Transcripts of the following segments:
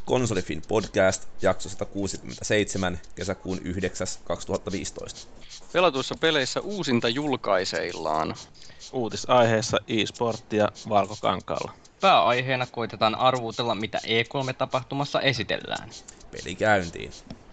Konsolifin podcast, jakso 167, kesäkuun 9. 2015. Pelatuissa peleissä uusinta julkaiseillaan. Uutisaiheessa e-sporttia Valkokankaalla. Pääaiheena koitetaan arvuutella, mitä E3-tapahtumassa esitellään. Peli käyntiin.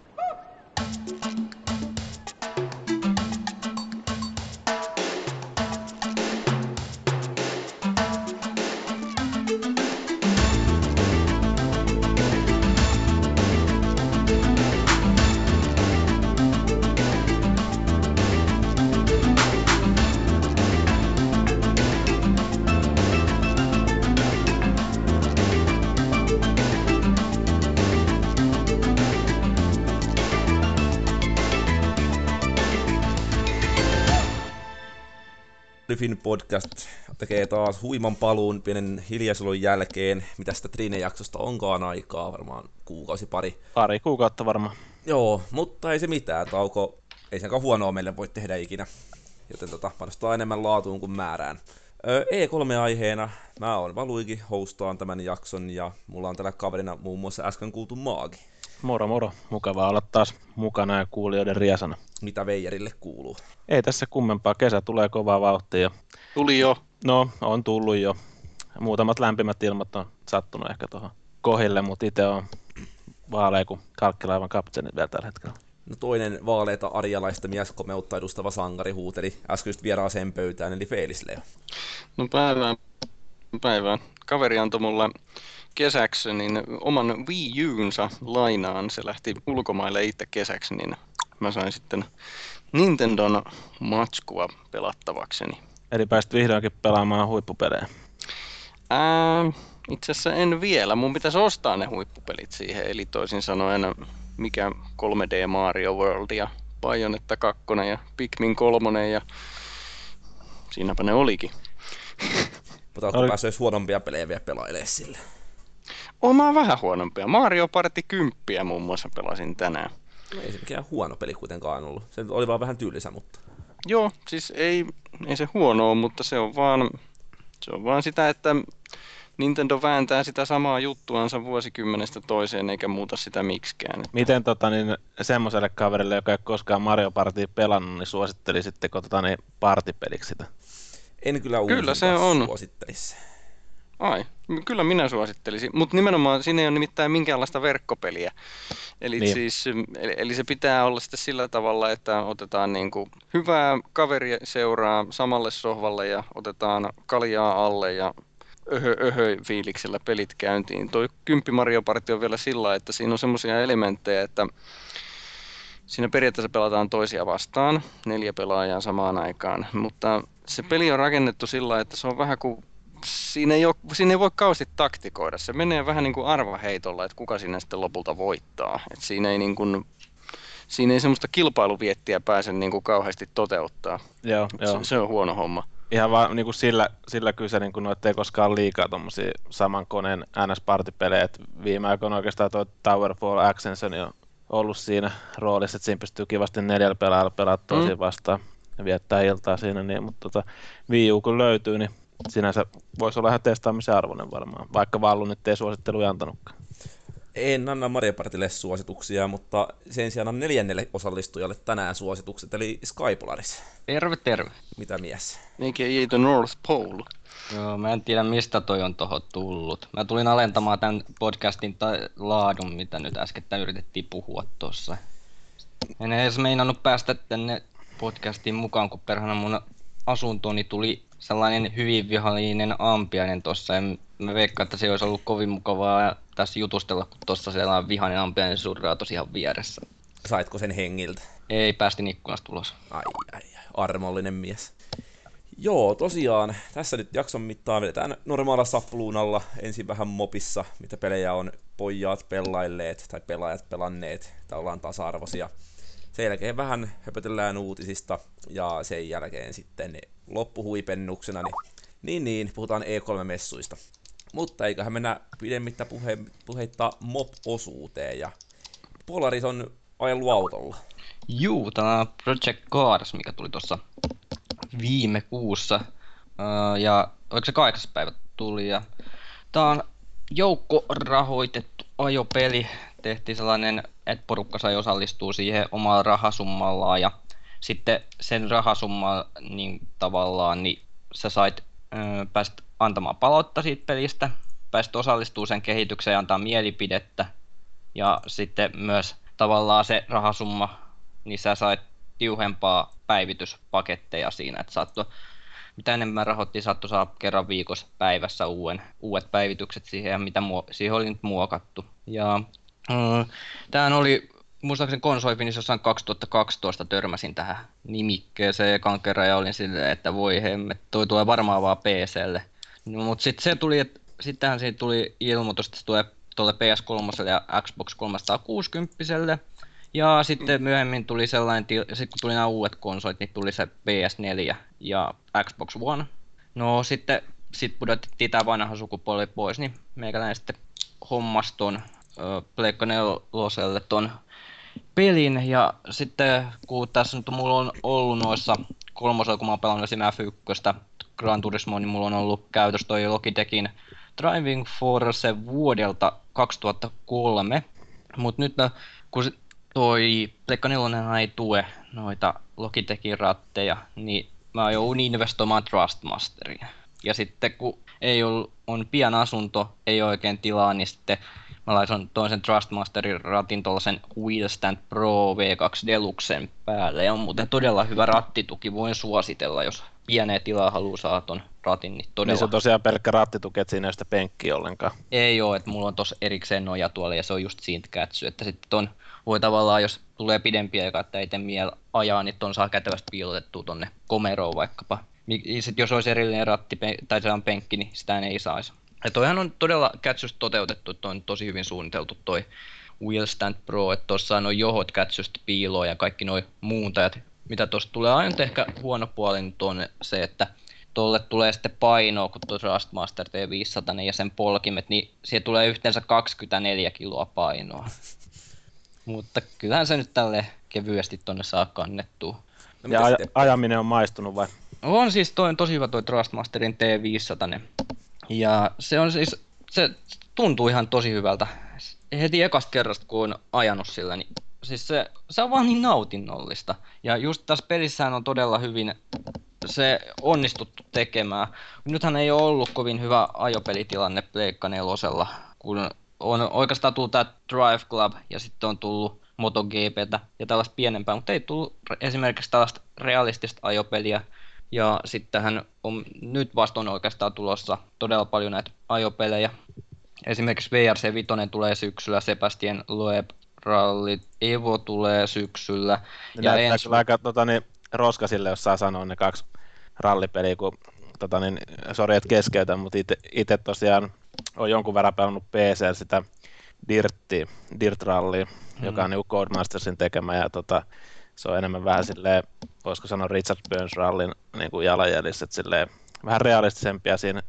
Konsolifin podcast tekee taas huiman paluun pienen hiljaisuuden jälkeen. Mitä sitä Trine-jaksosta onkaan aikaa, varmaan kuukausi pari. Pari kuukautta varmaan. Joo, mutta ei se mitään. Tauko ei senkaan huonoa meille voi tehdä ikinä. Joten panostaa enemmän laatuun kuin määrään. E3-aiheena mä oon Valuigi, hostaan tämän jakson ja mulla on tällä kaverina muun muassa äsken kuultu Maagi. Moro moro, mukavaa olla taas mukana ja kuulijoiden riesana. Mitä Veijarille kuuluu? Ei tässä kummempaa, kesä tulee kovaa vauhtia. Tuli jo. No, on tullut jo. Muutamat lämpimät ilmat on sattunut ehkä tuohon kohille, mutta itse on vaalea kuin kalkkilaivan kapteeni vielä tällä hetkellä. No toinen vaaleita arjalaista mieskomeutta edustava sankari huuteli äskeistä vieraaseen pöytään, eli Feelisleo. No päivään. Kaveri antoi mulle kesäksi niin oman Wii Unsa lainaan. Se lähti ulkomaille itse kesäksi, niin mä sain sitten Nintendon matskua pelattavakseni. Eli pääsit vihdoinkin pelaamaan huippupelejä. Itse asiassa en vielä. Mun pitäisi ostaa ne huippupelit siihen. Eli toisin sanoen mikä 3D Mario World ja Bayonetta 2 ja Pikmin 3 ja siinäpä ne olikin. Mutta oletko päässyt edes huonompia pelejä vielä pelailemaan sille? Oma vähän huonompia. Mario Party 10 muun muassa pelasin tänään. No ei se mikään huono peli kuitenkaan ollut. Se oli vaan vähän tylsä, mutta... Joo, siis ei se huono ole, mutta se on vaan sitä, että Nintendo vääntää sitä samaa juttuansa vuosikymmenestä toiseen eikä muuta sitä miksikään. Miten semmoiselle kaverille, joka ei koskaan Mario Partya pelannut, niin suosittelisitteko partipeliksi sitä? En kyllä se on. Suosittelisi. Ai, kyllä minä suosittelisin, mutta nimenomaan siinä ei ole nimittäin minkäänlaista verkkopeliä. Eli, niin. eli se pitää olla sitten sillä tavalla, että otetaan niinku hyvää kaveria seuraa samalle sohvalle ja otetaan kaljaa alle ja fiiliksellä pelit käyntiin. Toi 10 Mario Party on vielä sillä, että siinä on semmoisia elementtejä, että siinä periaatteessa pelataan toisia vastaan, 4 pelaajaa samaan aikaan, mutta se peli on rakennettu sillä, että se on vähän kuin Siinä ei voi kauheasti taktikoida. Se menee vähän niin kuin arvaheitolla, että kuka siinä sitten lopulta voittaa. Et siinä ei semmoista kilpailuviettiä pääse niin kuin kauheasti toteuttaa. Joo. Se on huono homma. Ihan vaan niin kuin sillä kyse, niin kuin ei koskaan liikaa tuommoisia saman koneen NS-partipelejä. Viime aikoina oikeastaan tuo Towerfall Ascension on ollut siinä roolissa, että siinä pystyy kivasti 4 pelaajalla pelaamaan toisiin vastaan ja viettää iltaa siinä. Niin, mutta Wii U kun löytyy, niin sinänsä voisi olla ihan testaamisen arvoinen varmaan, vaikka Vallu nyt ei suositteluja antanutkaan. En anna Mario Partille suosituksia, mutta sen sijaan on 4. osallistujalle tänään suositukset, eli Skypolaris. Terve. Mitä mies? Eikä The North Pole. Joo, mä en tiedä mistä toi on tohon tullut. Mä tulin alentamaan tämän podcastin laadun, mitä nyt äskettäin yritettiin puhua tossa. En edes meinannut päästä tänne podcastiin mukaan, kun perhana mun asuntoni tuli sellainen hyvin vihainen ampiainen tossa. Ja mä veikkaan, että se olisi ollut kovin mukavaa tässä jutustella, kun tossa sellainen vihainen ampiainen surraa tosiaan vieressä. Saitko sen hengiltä? Ei, päästin ikkunasta ulos. Ai, armollinen mies. Joo, tosiaan, tässä nyt jakson mittaan vedetään normaalilla sapluunalla. Ensin vähän mopissa, mitä pelejä on pojat pelailleet tai pelaajat pelanneet, tai ollaan tasa-arvoisia. Sen jälkeen vähän höpötellään uutisista ja sen jälkeen sitten loppuhuipennuksena niin puhutaan E3-messuista. Mutta eiköhän mennä pidemmittä puheitta MOP-osuuteen ja Polaris on ajellut autolla. Juu, tämä on Project Cars, mikä tuli tuossa viime kuussa. Ja oliko se 8. päivä tuli ja tää on joukkorahoitettu ajopeli. Tehtiin sellainen, että porukka sai osallistua siihen omalla rahasummallaan ja sitten sen rahasumman niin tavallaan niin sä sait päästä antamaan palautta siitä pelistä, pääsit osallistumaan sen kehitykseen ja antaa mielipidettä ja sitten myös tavallaan se rahasumma, niin sä sait tiuhempaa päivityspaketteja siinä, että saattoi mitä enemmän rahoittiin, saattoi saada kerran viikossa päivässä uudet päivitykset siihen ja mitä siihen oli nyt muokattu. Ja tämähän oli, muistaakseni konsolifinissä jossain 2012 törmäsin tähän nimikkeeseen ekan kerran ja olin silleen, että voi hemmet, toi tulee varmaan vaan PC:lle. No, mutta sittenhän siitä tuli ilmoitus, että se tulee tuolle PS3 ja Xbox 360. Ja sitten myöhemmin tuli sellainen, sit kun tuli nämä uudet konsolit, niin tuli se PS4 ja Xbox One. No sitten pudotettiin tämä vanha sukupolvi pois, niin meikäläinen sitten hommas ton Pleikka 4:lle ton pelin. Ja sitten kun tässä nyt mulla on ollut noissa kolmosella, kun mä oon pelannut F1, Gran Turismo, niin mulla on ollut käytössä toi Logitechin Driving Force vuodelta 2003. Mut nyt kun toi Pleikka 4 ei tue noita Logitechin ratteja, niin mä joudun investoimaan Trustmasteriin. Ja sitten kun on pian asunto, ei oikein tilaa, niin sitten mä laitoin toisen Trustmasterin ratin tuollaisen Wheelstand Pro V2 Deluxen päälle. Ja on muuten todella hyvä rattituki, voin suositella, jos pienee tilaa haluaa saada ton ratin, niin todella. Niin se on tosiaan pelkkä rattituki, että siinä ei ole sitä penkkiä ollenkaan. Ei oo, että mulla on tossa erikseen nojatuoli ja se on just siitä kätsy, että sitten ton voi tavallaan, jos tulee pidempiä aikaa, että ei tee mieli ajaa, niin ton saa kätevästi piilotettua tonne komeroon vaikkapa. Sitten jos olisi erillinen ratti tai se on penkki, niin sitä ei saisi. Ja toihan on todella kätsystä toteutettu, että on tosi hyvin suunniteltu toi Wheelstand Pro, että tuossa on johot kätsystä piiloon ja kaikki noi muuntajat. Mitä tuosta tulee aina ehkä huono puoli nyt on se, että tolle tulee sitten painoa, kun tuo Trustmaster T500 ja sen polkimet, niin siihen tulee yhteensä 24 kiloa painoa. Mutta kyllähän se nyt tälle kevyesti tonne saa kannettua. No, ja ajaminen on maistunut vai? On siis tosi hyvä toi Trustmasterin T500. Ja se on siis, se tuntuu ihan tosi hyvältä. Heti ekasta kerrasta kun on ajanut sillä, niin siis se on vaan niin nautinnollista. Ja just tässä pelissähän on todella hyvin se onnistuttu tekemään. Nythän ei ole ollut kovin hyvä ajopelitilanne Pleikka 4:lla, kun on oikeastaan tullut tää Drive Club ja sitten on tullut MotoGPtä ja tällaista pienempää, mutta ei tullut esimerkiksi tällaista realistista ajopeliä. Ja sittenhän on nyt vasta on oikeastaan tulossa todella paljon näitä ajopelejä. Esimerkiksi VRC 5 tulee syksyllä, Sebastian Loeb Rally Evo tulee syksyllä. Ne ja näyttää kyllä aika roskasille, jos saa sanoa ne 2 rallipeliä, kun sori, et keskeytän, mutta itse tosiaan olen jonkun verran pelannut PC sitä Dirt Rallia, joka on niin Codemastersin tekemä, ja se on enemmän vähän silleen, voisiko sanoa Richard Burns Rallin niin kuin jalanjäljissä, että silleen vähän realistisempia siinä,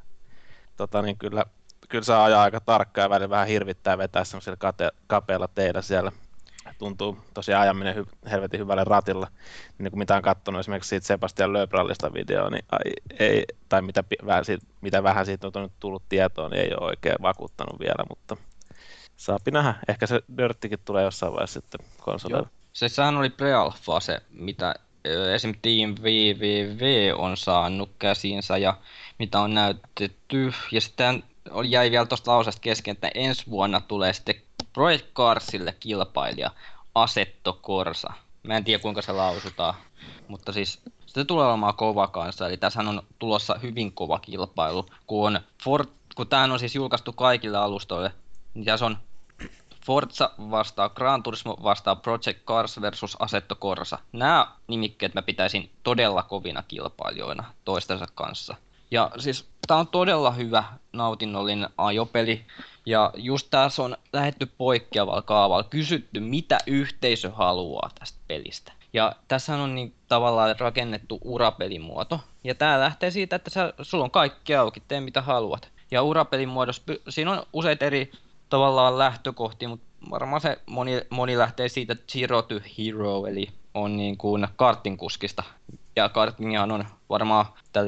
kyllä saa ajaa aika tarkkaan ja välillä vähän hirvittää vetää semmoisilla kapeilla teillä siellä. Tuntuu tosiaan ajaminen helvetin hyvälle ratilla. Niin kuin mitä on katsonut esimerkiksi siitä Sebastian Loeb-rallista videoa, niin tai mitä vähän siitä on nyt tullut tietoa, niin ei ole oikein vakuuttanut vielä, mutta saapi nähdä. Ehkä se Dirttikin tulee jossain vaiheessa sitten konsolilla. Sehän oli pre-alpha se, mitä esim. Team VVV on saanut käsiinsä ja mitä on näytetty. Ja sitten jäi vielä tuosta lauseesta kesken, että ensi vuonna tulee sitten Project Carsille kilpailija Assetto Corsa. Mä en tiedä kuinka se lausutaan, mutta siis se tulee olemaan kova kanssa. Eli tässä on tulossa hyvin kova kilpailu, kun tämä on siis julkaistu kaikille alustoille. Niin tässä on Forza vastaa Gran Turismo vastaa Project Cars versus Assetto Corsa. Nämä nimikkeet mä pitäisin todella kovina kilpailijoina toistensa kanssa. Ja siis tää on todella hyvä nautinnollinen ajopeli. Ja just tässä on lähdetty poikkeavalla kaavalla, kysytty mitä yhteisö haluaa tästä pelistä. Ja tässä on niin tavallaan rakennettu urapelimuoto. Ja tää lähtee siitä, että sulla on kaikki auki, tee mitä haluat. Ja urapelin muodossa, siinä on useita eri tavallaan lähtökohtia, mutta varmaan se moni lähtee siitä Zero to Hero, eli on niin kuin kartinkuskista. Ja kartinghan on varmaan tälle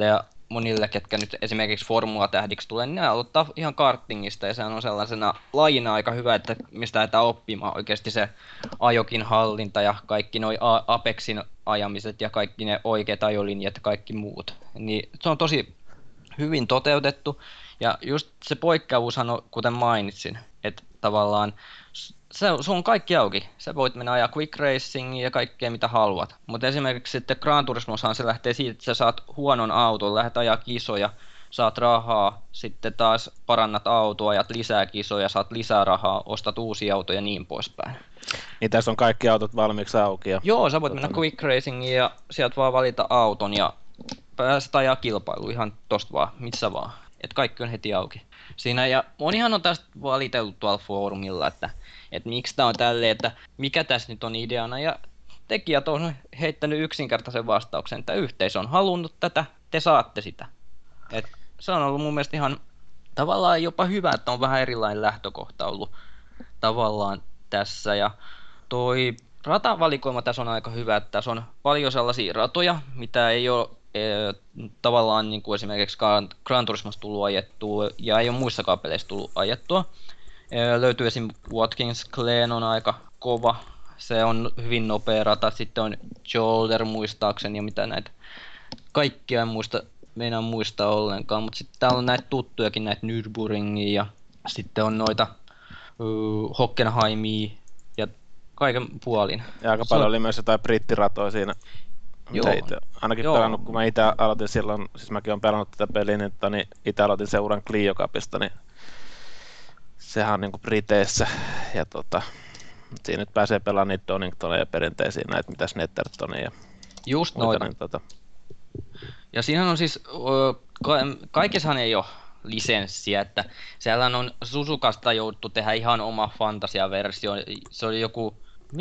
monille, ketkä nyt esimerkiksi formulatähdiksi tulee, niin ne aloittaa ihan kartingista ja sehän on sellaisena lajina aika hyvä, että mistä lähdetään oppimaan oikeasti se ajokin hallinta ja kaikki noi Apexin ajamiset ja kaikki ne oikeat ajolinjat ja kaikki muut. Niin se on tosi hyvin toteutettu ja just se poikkeavuushan on, kuten mainitsin, että tavallaan se on kaikki auki. Sä voit mennä ajaa quick racingia ja kaikkea mitä haluat. Mutta esimerkiksi sitten Gran Turismossahan se lähtee siitä, että sä saat huonon auton, lähdet ajaa kisoja, saat rahaa, sitten taas parannat autoa, ajat lisää kisoja, saat lisää rahaa, ostat uusia autoja ja niin poispäin. Niin tässä on kaikki autot valmiiksi auki. Ja Joo, sä voit mennä quick racingiin ja sieltä vaan valita auton ja pääset ajaa kilpailuun ihan tosta vaan, missä vaan. Et kaikki on heti auki. Siinä, ja monihan on tästä valitellut tuolla foorumilla, että miksi tämä on tälleen, että mikä tässä nyt on ideana, ja tekijät on heittänyt yksinkertaisen vastauksen, että yhteisö on halunnut tätä, te saatte sitä. Et se on ollut mun mielestä ihan tavallaan jopa hyvä, että on vähän erilainen lähtökohta ollut tavallaan tässä, ja toi ratavalikoima tässä on aika hyvä, että tässä on paljon sellaisia ratoja, mitä ei ole tavallaan niin kuin esimerkiksi Gran Turismossa tullut ajettua ja ei ole muissakaan peleissä tullut ajettua. Löytyy esim. Watkins Glen on aika kova, se on hyvin nopea rata, sitten on Shoulder muistaakseni ja mitä näitä kaikkia en muista ollenkaan, mutta sitten täällä on näitä tuttujakin, näitä Nürburgringia ja sitten on noita Hockenheimia ja kaiken puolin. Ja aika paljon oli myös jotain brittiratoja siinä. Joo. Ainakin pelannut, kun mä itse aloitin silloin, siis mäkin olen pelannut tätä peliä, niin itse aloitin seuran Clio Cupista, niin sehän on niinku Briteissä, ja siinä nyt pääsee pelaamaan niitä Doningtonia ja perinteisiä näitä, mitäs Nettertonia ja just muita, noita. Niin, Ja siinä on siis, kaikessahan ei ole lisenssiä, että siellä on Suzukasta jouduttu tehdä ihan oma fantasiaversio, se oli joku,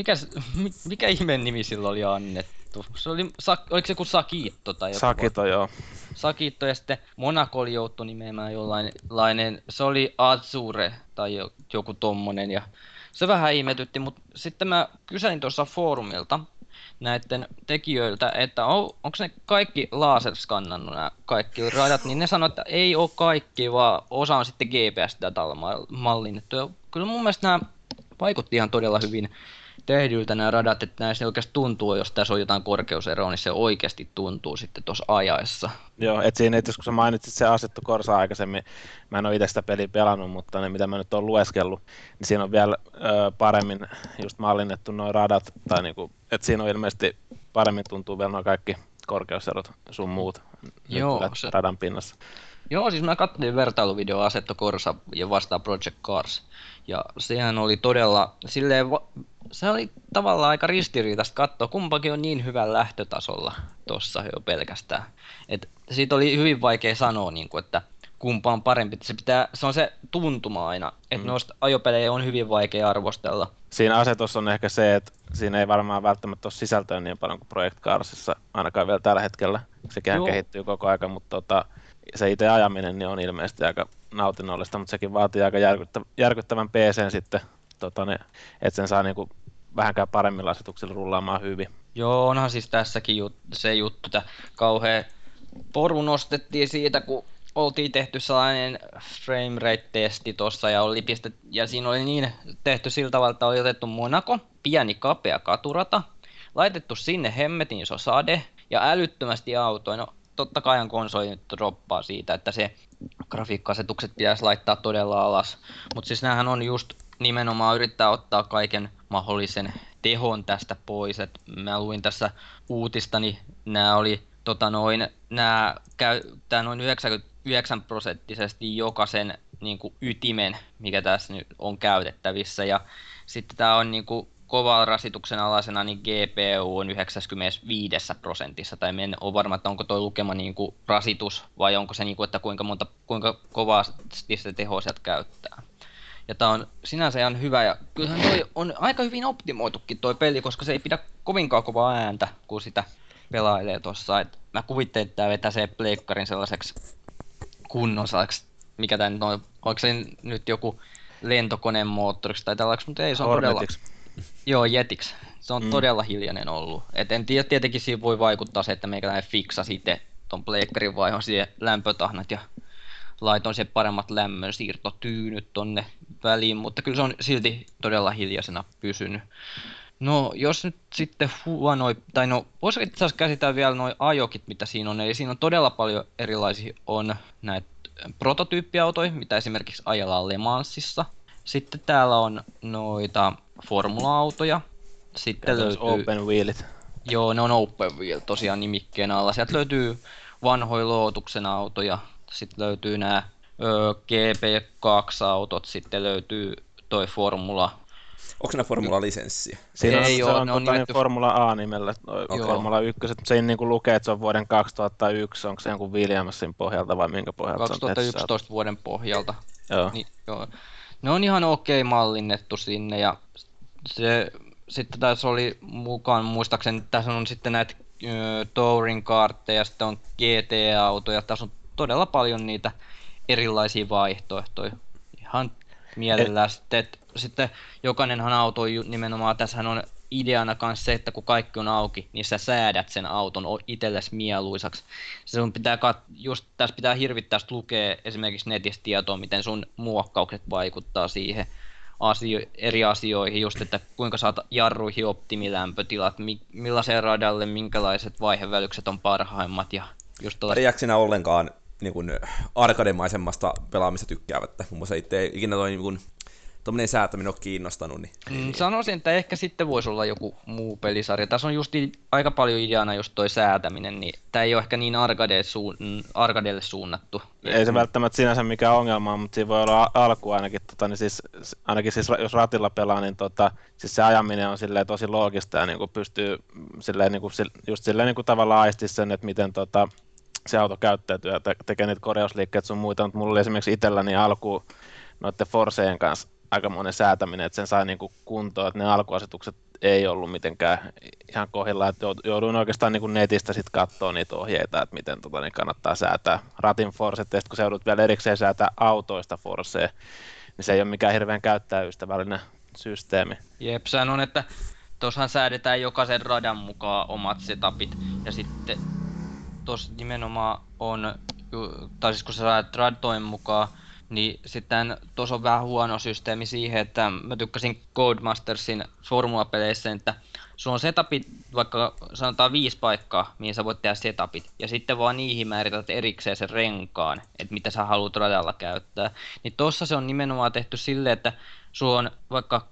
mikä ihmeen nimi sillä oli annettu? Se oli, oliko se joku Sakito tai joku? Sakito, joo. Sakito ja sitten Monaco oli joutu nimeämään jollainen, se oli Azure tai joku tommonen ja se vähän ihmetytti, mutta sitten mä kyselin tuossa foorumilta näiden tekijöiltä, että onko ne kaikki laserskannannut nämä kaikki radat, niin ne sanoi, että ei ole kaikki, vaan osa on sitten GPS-datalla mallinnettu. Ja kyllä mun mielestä nämä vaikutti ihan todella hyvin tehdyltä nämä radat, että näissä oikeasti tuntuu, jos tässä on jotain korkeuseroa, niin se oikeasti tuntuu sitten tuossa ajaessa. Joo, et siinä itse kun sä mainitsit se Assetto Corsa aikaisemmin, mä en ole itse sitä peliä pelannut, mutta ne mitä mä nyt oon lueskellut, niin siinä on vielä paremmin just mallinnettu nuo radat, tai niinku, että siinä on ilmeisesti paremmin tuntuu vielä nuo kaikki korkeuserot sun muut Joo, se radan pinnassa. Joo, siis mä katsoin vertailuvideoa Assetto Corsa ja vastaan Project Cars. Ja sehän oli todella, se oli tavallaan aika ristiriitaista katsoa, kumpakin on niin hyvällä lähtötasolla tossa jo pelkästään. Et siitä oli hyvin vaikea sanoa, niin kuin, että kumpa on parempi. Se on se tuntuma aina, että noista ajopelejä on hyvin vaikea arvostella. Siinä Assetossa on ehkä se, että siinä ei varmaan välttämättä ole sisältöä niin paljon kuin Project Carsissa, ainakaan vielä tällä hetkellä. Sekin kehittyy koko ajan, mutta se itse ajaminen niin on ilmeisesti aika nautinnollista, mutta sekin vaatii aika järkyttävän PC:n sitten, että sen saa niinku vähänkään paremmilla asetuksilla rullaamaan hyvin. Joo, onhan siis tässäkin se juttu, että kauhea poru nostettiin siitä, kun oltiin tehty sellainen frame rate-testi tuossa ja siinä oli niin tehty sillä tavalla, että oli otettu Monaco, pieni kapea katurata, laitettu sinne hemmetin iso sade ja älyttömästi autoja. No, totta kai konsoli nyt droppaa siitä, että se grafiikka-asetukset pitäisi laittaa todella alas, mutta siis näähän on just nimenomaan yrittää ottaa kaiken mahdollisen tehon tästä pois. Et mä luin tässä uutistani, nämä oli nämä käyttää noin 99% jokaisen niin kuin ytimen, mikä tässä nyt on käytettävissä, ja sitten tämä on niin kuin kovan rasituksen alaisena, niin GPU on 95%, tai en ole varma, että onko tuo lukema niin kuin rasitus, vai onko se, niin kuin, että kuinka kovasti se teho sieltä käyttää. Ja tää on sinänsä ihan hyvä, ja kyllähän toi on aika hyvin optimoitukin toi peli, koska se ei pidä kovinkaan kovaa ääntä, kun sitä pelailee tossa. Et mä kuvittelin, että tää vetää se pleikkarin sellaiseksi kunnon sellaiseksi, mikä tää nyt on, onko se nyt joku lentokoneen moottoriksi tai tällaiseksi, mutta ei, se on Hornetiksi. Joo, Jetix. Se on todella hiljainen ollut. Et en tiedä, tietenkin siinä voi vaikuttaa se, että meikäläinen fiksasi itse ton pleikkarin vaihon siihen lämpötahnat ja laitoin sen paremmat lämmönsiirtotyynyt tonne väliin, mutta kyllä se on silti todella hiljaisena pysynyt. No, jos nyt sitten voisiko itse asiassa käsitellä vielä nuo ajokit, mitä siinä on, eli siinä on todella paljon erilaisia, on näitä prototyyppiautoja, mitä esimerkiksi ajellaan Le Mansissa. Sitten täällä on noita formula-autoja. Sitten löytyy open wheelit. Joo, ne on open wheel tosiaan nimikkeen alla. Sieltä löytyy vanhoja Lotuksen autoja, sitten löytyy nämä GP2-autot, sitten löytyy toi Formula. Onko ne Formula-lisenssiä? Siinä Ei se oo, on ne on niin Formula A-nimellä, Joo. Formula 1. Se ei niin lukee, että se on vuoden 2001, onko se jonkun Williamsin pohjalta vai minkä pohjalta 2011 vuoden pohjalta. Joo. Niin, joo. Ne on ihan okei mallinnettu sinne ja se sitten tässä oli mukaan, muistaakseni tässä on sitten näitä touring-kartteja, sitten on GT-autoja, tässä on todella paljon niitä erilaisia vaihtoehtoja. Ihan mielellään sitten jokainenhan auto on nimenomaan, tässähän on ideana kanssa se, että kun kaikki on auki, niin sä säädät sen auton itsellesi mieluisaksi. Sun pitää just tässä pitää hirvittävästi lukea esimerkiksi netistä tietoa, miten sun muokkaukset vaikuttaa siihen eri asioihin, just että kuinka saat jarruihin optimilämpötilat, millaiseen radalle, minkälaiset vaihevälykset on parhaimmat ja just Pärjääkö sinä ollenkaan niin kuin arcade-maisemmasta pelaamista tykkäävättä? Mun mielestä itse ei ikinä toi niin tuommoinen säätäminen ole kiinnostanut. Niin. Sanoisin, että ehkä sitten voisi olla joku muu pelisarja. Tässä on just aika paljon ideana just toi säätäminen, niin tämä ei ole ehkä niin arcadelle suunnattu. Ei se välttämättä sinänsä mikään ongelma, mutta siinä voi olla alku ainakin, niin siis, ainakin siis, jos ratilla pelaa, niin siis se ajaminen on silleen tosi loogista ja niin kuin pystyy silleen, niin kuin, just silleen niin kuin tavallaan aistii sen, että miten se auto käyttäytyy ja tekee niitä korjausliikkeitä sun muita, mutta mulla oli esimerkiksi itselläni alkuun noiden Forceen kanssa aikamoinen säätäminen, että sen sai niin kuin kuntoon, että ne alkuasetukset ei ollut mitenkään ihan kohdillaan, että jouduin oikeastaan niin kuin netistä sitten katsoa niitä ohjeita, että miten niin kannattaa säätää ratin Forcet, ja kun se joudut vielä erikseen säätää autoista Forceen, niin se ei ole mikään hirveän käyttäjäystävällinen systeemi. Jep, sanon, että tuossahan säädetään jokaisen radan mukaan omat setupit, ja sitten tuossa nimenomaan on, tai siis kun sä saat radoin mukaan, niin sitten tuossa on vähän huono systeemi siihen, että mä tykkäsin Codemastersin formulapeleissä, että sulla on setupit, vaikka sanotaan 5 paikkaa, mihin sä voit tehdä setupit, ja sitten vaan niihin määrität erikseen sen renkaan, että mitä sä haluat radalla käyttää. Niin tossa se on nimenomaan tehty silleen, että sulla on vaikka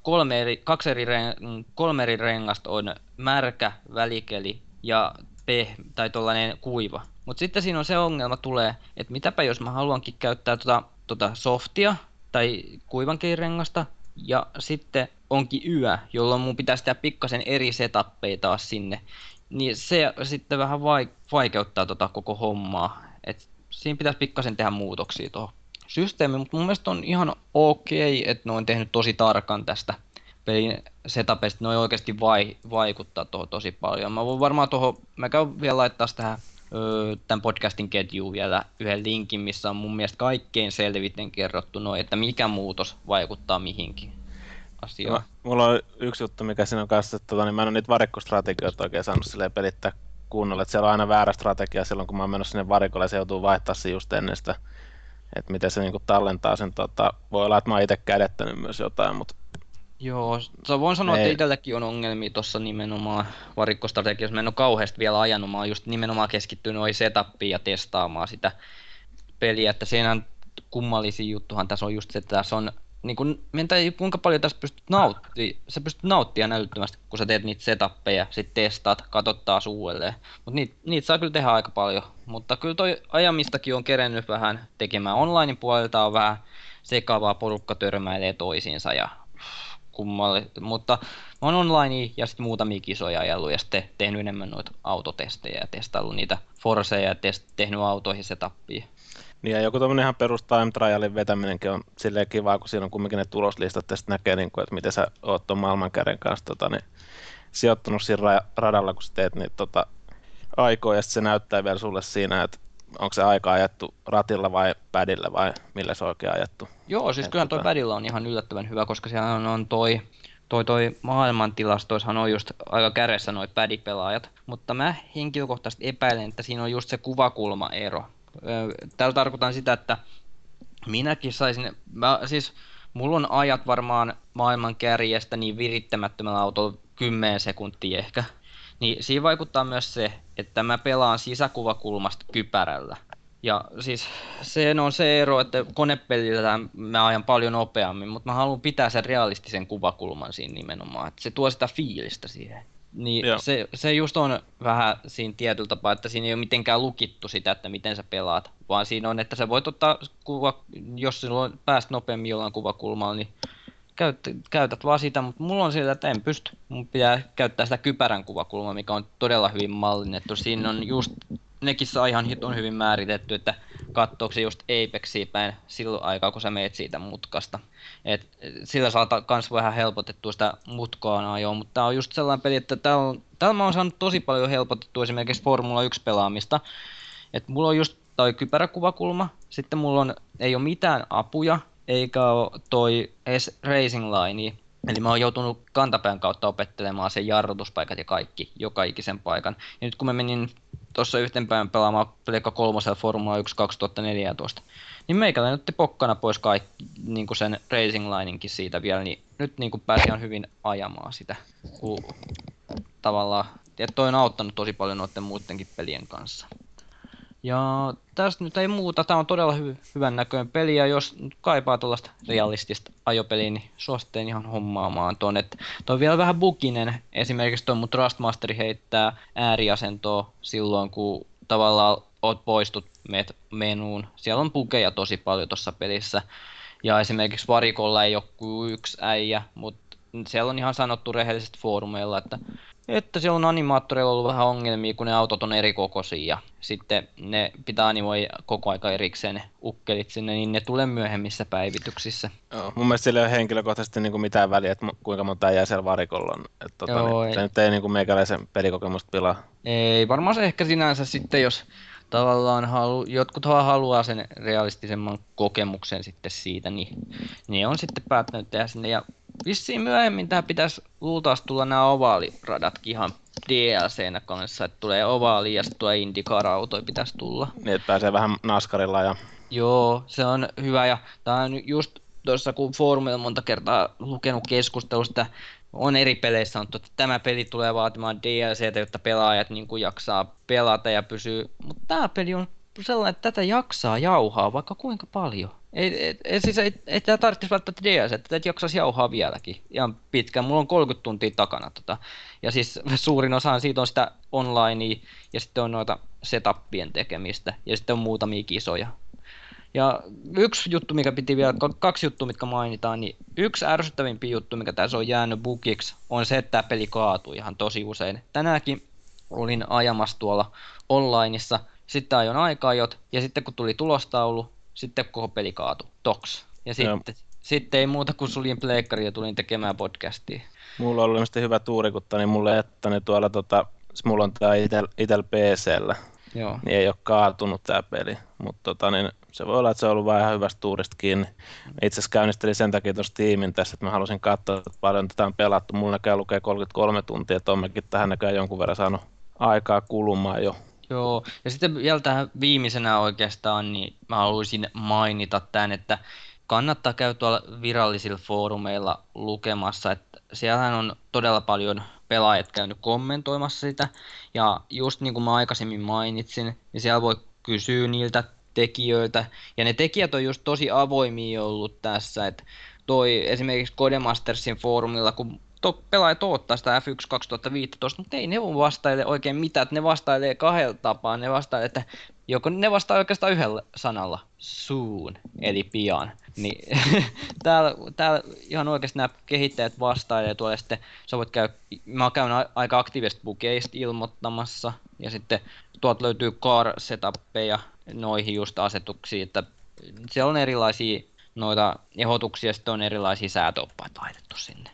3 eri rengasta on märkä, välikeli ja tai tollainen kuiva. Mutta sitten siinä on se ongelma tulee, että mitäpä jos mä haluankin käyttää softia tai kuivankelirengasta ja sitten onkin yö, jolloin mun pitäisi tehdä pikkasen eri setappeja taas sinne, niin se sitten vähän vaikeuttaa koko hommaa. Et siinä pitäisi pikkasen tehdä muutoksia tuohon systeemiin, mutta mun mielestä on ihan okei, että ne on tehnyt tosi tarkan tästä pelin setupista, ne oikeasti vaikuttaa tuohon tosi paljon. Mä voin varmaan mä käyn vielä laittaa tähän tämän podcastin ketjuun vielä yhden linkin, missä on mun mielestä kaikkein selviten kerrottu että mikä muutos vaikuttaa mihinkin asiaan. Mulla on yksi juttu, mikä siinä on kanssa, että niin mä en ole niitä varikkostrategioita oikein saanut silleen pelittää kunnolla, että siellä on aina väärä strategia silloin, kun mä oon menossa sinne varikolle ja se joutuu vaihtaa se just ennen sitä, että miten se niinku tallentaa sen, voi olla, että mä oon itse kädettänyt myös jotain, mutta Joo, voin sanoa, että itselläkin on ongelmia tuossa nimenomaan varikkostrategiassa. Mä en ole kauheasti vielä ajanut, mä oon just nimenomaan keskittynyt noihin setappiin ja testaamaan sitä peliä, että siinä kummallisin juttuhan tässä on just se, että tässä on niin kun, kuinka paljon tässä pystyt nauttimaan älyttömästi, kun sä teet niitä setappeja, sit testaat, katot taas uudelleen. Mutta niitä saa kyllä tehdä aika paljon, mutta kyllä toi ajamistakin on kerennyt vähän tekemään. Onlinein puolelta on vähän sekavaa, porukka törmäilee toisiinsa ja mutta mä oon online ja sitten muutamia kisoja ajellut ja sitten tehnyt enemmän noita autotestejä ja testaillut niitä forceja ja tehnyt autoihin setapia. Niin ja joku tommonen ihan perus time trialin vetäminenkin on silleen kivaa, kun siinä on kumminkin ne tuloslistat ja sitten näkee, että miten sä oot ton maailmankärjen kanssa niin sijoittunut siinä radalla, kun sä teet niitä aikoja ja sitten se näyttää vielä sulle siinä, että onko se aika ajettu ratilla vai padilla vai millä se on oikein ajettu? Joo, siis kyllähän toi padilla on ihan yllättävän hyvä, koska siellä on toi toi maailmantilastoissahan on just aika kärjessä noi pädipelaajat, mutta mä henkilökohtaisesti epäilen, että siinä on just se kuvakulmaero. Tällä tarkoitan sitä, että minäkin saisin, siis mulla on ajat varmaan maailman kärjestä niin virittämättömällä autolla 10 sekuntia ehkä. Niin siinä vaikuttaa myös se, että mä pelaan sisäkuvakulmasta kypärällä. Ja siis se on se ero, että konepelillä mä ajan paljon nopeammin, mutta mä haluan pitää sen realistisen kuvakulman siinä nimenomaan, että se tuo sitä fiilistä siihen. Niin se just on vähän siinä tietyllä tapaa, että siinä ei ole mitenkään lukittu sitä, että miten sä pelaat, vaan siinä on, että sä voit ottaa jos silloin pääst nopeammin jollain kuvakulmalla, niin käytät vaan sitä, mutta mulla on sillä, että en pysty. Mun pitää käyttää sitä kypärän kuvakulmaa, mikä on todella hyvin mallinnettu. Siinä on just, nekin saa ihan on hyvin määritetty, että katsoako se just Apexiin päin silloin aikaa, kun sä meet siitä mutkasta. Et sillä saa kans vähän helpotettua sitä mutkaa ajoa, mutta tää on just sellainen peli, että täällä mä oon saanut tosi paljon helpotettua esimerkiksi Formula 1 pelaamista. Et mulla on just toi kypäräkuvakulma, sitten mulla ei ole mitään apuja, eikä ole toi edes racing line. Eli mä oon joutunut kantapään kautta opettelemaan sen jarrutuspaikat ja kaikki, joka ikisen paikan. Ja nyt kun mä menin tuossa yhten päivän pelaamaan Pleikka 3 Formula 1 2014, niin meikäläinen otti pokkana pois kaikki niin kuin sen racing lineinkin siitä vielä, niin nyt niin kuin pääsi ihan hyvin ajamaan sitä. Tavallaan, ja toi on auttanut tosi paljon noiden muidenkin pelien kanssa. Ja tästä nyt ei muuta, tää on todella hyvän näköinen peli, ja jos kaipaa tuollaista realistista ajopeliä, niin suosittelen ihan hommaamaan ton. Toi on vielä vähän buginen, esimerkiksi toi mun Trustmasteri heittää ääriasentoa silloin, kun tavallaan poistut menuun. Siellä on bugeja tosi paljon tuossa pelissä, ja esimerkiksi varikolla ei ole kuin yksi äijä, mutta siellä on ihan sanottu rehellisesti foorumeilla, että siellä on animaattoreilla ollut vähän ongelmia, kun ne autot on eri kokoisia ja sitten ne pitää animoida koko aika erikseen ne ukkelit sinne, niin ne tulee myöhemmissä päivityksissä. Joo, mun mielestä sillä ei ole henkilökohtaisesti niin kuin mitään väliä, että kuinka monta äijää siellä varikolla on. Niin, se nyt ei niin kuin meikäläisen pelikokemusta pilaa. Ei, varmaan se ehkä sinänsä sitten, jos tavallaan jotkut haluaa sen realistisemman kokemuksen sitten siitä, niin ne on sitten päättänyt tehdä sinne. Ja vissiin myöhemmin tähän pitäisi luultavasti tulla nämä ovaaliradatkin ihan DLC:nä kanssa, että tulee ovaali ja sitten tulee IndyCar-autoja pitäisi tulla. Niin, että pääsee vähän NASCARilla ja... Joo, se on hyvä ja tämä on just tuossa kun foorumilla monta kertaa lukenut keskustelusta, on eri peleissä sanottu, että tämä peli tulee vaatimaan DLCtä, jotta pelaajat niin kuin jaksaa pelata ja pysyy, mutta tämä peli on sellainen, että tätä jaksaa jauhaa vaikka kuinka paljon. Ei tämä tarvitsisi välttämättä DLC, että tätä jaksaisi jauhaa vieläkin ihan pitkään. Mulla on 30 tuntia takana. Ja siis suurin osa siitä on sitä onlinea ja sitten on noita setupien tekemistä ja sitten on muutamia kisoja. Ja yksi juttu, mikä piti vielä, kaksi juttua, mitkä mainitaan, niin yksi ärsyttävimpi juttu, mikä tässä on jäänyt bugiksi, on se, että tämä peli kaatuu ihan tosi usein. Tänäänkin olin ajamassa tuolla onlineissa, sitten ajoin aikaajot ja sitten kun tuli tulostaulu, sitten koko peli kaatui. Toks. Ja sitten ei muuta kuin suljin pleikkari ja tulin tekemään podcastia. Mulla on ollut hyvä tuuri, kun mulle jättäni tuolla, mulla on tää itel PC:llä, Joo. Niin ei ole kaatunut tää peli. Mutta niin se voi olla, että se on ollut vähän ihan hyvästä tuurista kiinni. Itse asiassa käynnistelin sen takia tuossa tiimin tässä, että mä halusin katsoa, että paljon tätä on pelattu. Mulla näköjään lukee 33 tuntia, että oonkin tähän näköjään jonkun verran saanut aikaa kulumaan jo. Joo, ja sitten vielä tähän viimeisenä oikeastaan, niin mä haluaisin mainita tämän, että kannattaa käydä tuolla virallisilla foorumeilla lukemassa, että siellähän on todella paljon pelaajat käynyt kommentoimassa sitä, ja just niin kuin mä aikaisemmin mainitsin, niin siellä voi kysyä niiltä tekijöiltä, ja ne tekijät on just tosi avoimia ollut tässä, että toi esimerkiksi Codemastersin foorumilla, kun pelaajat odottaa sitä F1 2015, mutta ei ne vastaile oikein mitään, että ne vastailee kahdella tapaa, ne vastailee, että joko ne vastaa oikeastaan yhdellä sanalla, soon, eli pian, niin täällä ihan oikeasti nämä kehittäjät vastailee tuolla, ja sitten sä voit mä käyn aika aktiivisesti bugeista ilmoittamassa, ja sitten tuolta löytyy car setuppeja noihin just asetuksia, että siellä on erilaisia noita ehdotuksia, ja sitten on erilaisia säätöoppaita laitettu sinne.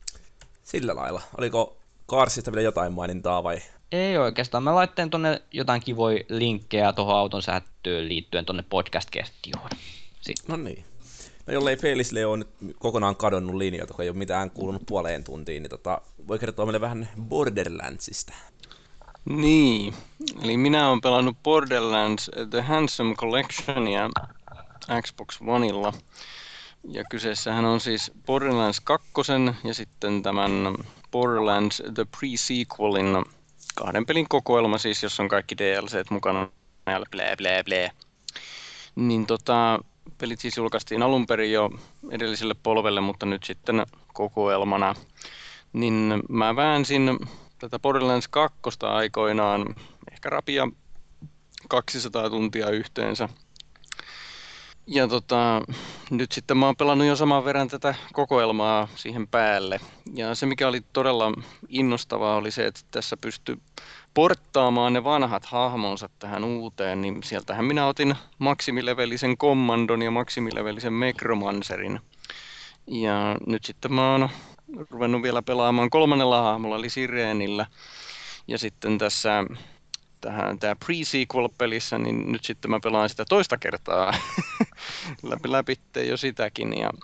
Sillä lailla. Oliko Carsista vielä jotain mainintaa vai? Ei oikeastaan. Mä laitteen tonne jotain kivoja linkkejä tuohon auton sähköön liittyen tonne podcast-kestioon. No niin. No jollei Felisle ole nyt kokonaan kadonnut linjoilta, kun ei ole mitään kuulunut puoleen tuntiin, niin voi kertoa meille vähän Borderlandsista. Niin, eli minä olen pelannut Borderlands The Handsome Collectionia Xbox Oneilla. Ja kyseessähän on siis Borderlands 2 ja sitten tämän Borderlands The Pre-Sequelin 2 pelin kokoelma, siis jos on kaikki DLCt mukana ja blää blää blää. Niin pelit siis julkaistiin alun perin jo edelliselle polvelle, mutta nyt sitten kokoelmana. Niin mä väänsin tätä Borderlands 2 aikoinaan ehkä rapia 200 tuntia yhteensä. Ja nyt sitten mä oon pelannut jo saman verran tätä kokoelmaa siihen päälle. Ja se mikä oli todella innostavaa oli se, että tässä pystyi porttaamaan ne vanhat hahmonsa tähän uuteen, niin sieltähän minä otin maksimilevelisen Commandon ja maksimilevelisen Necromancerin. Ja nyt sitten mä oon ruvennut vielä pelaamaan 3. hahmolla eli Sirenillä. Ja sitten tässä tää pre-sequel-pelissä, niin nyt sitten mä pelaan sitä toista kertaa läpitte jo sitäkin. Ja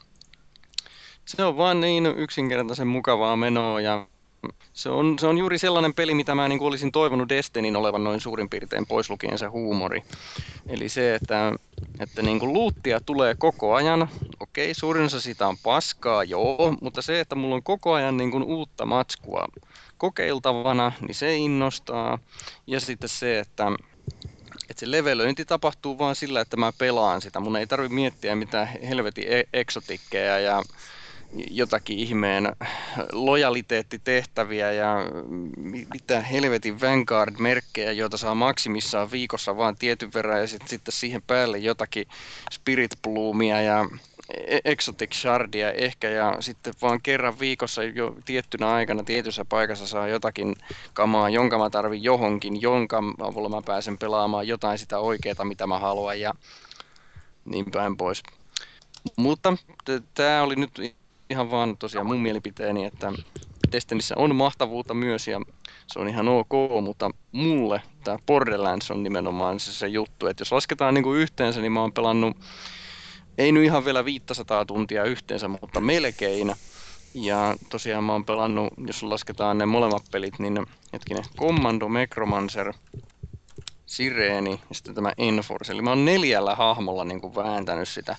se on vaan niin yksinkertaisen mukavaa menoa ja se on juuri sellainen peli, mitä mä niin kuin olisin toivonut Destinyn olevan noin suurin piirtein pois lukien se huumori. Eli se, että niin kuin loottia tulee koko ajan. Okei, suurin osa sitä on paskaa, joo, mutta se, että mulla on koko ajan niin kuin uutta matskua kokeiltavana, niin se innostaa. Ja sitten se, että se levelöinti tapahtuu vaan sillä, että mä pelaan sitä. Mun ei tarvitse miettiä mitään helvetin eksotikkeja ja jotakin ihmeen lojaliteettitehtäviä ja mitä helvetin Vanguard-merkkejä, joita saa maksimissaan viikossa vaan tietyn verran ja sitten siihen päälle jotakin Spirit Bloomia ja Exotic Shardia ehkä ja sitten vaan kerran viikossa jo tiettynä aikana tietyssä paikassa saa jotakin kamaa, jonka mä tarvin johonkin, jonka avulla mä pääsen pelaamaan jotain sitä oikeaa, mitä mä haluan ja niin päin pois. Mutta tää oli nyt ihan vaan tosiaan mun mielipiteeni, että Destinissä on mahtavuutta myös ja se on ihan ok, mutta mulle tää Borderlands on nimenomaan se juttu, että jos lasketaan niinku yhteensä, niin mä oon pelannut ei nyt ihan vielä 500 tuntia yhteensä, mutta melkein. Ja tosiaan mä oon pelannut, jos lasketaan ne molemmat pelit, niin hetkinen, Commando, Necromancer, Sireeni ja sitten tämä Enforce. Eli mä oon 4 hahmolla niin kuin vääntänyt sitä.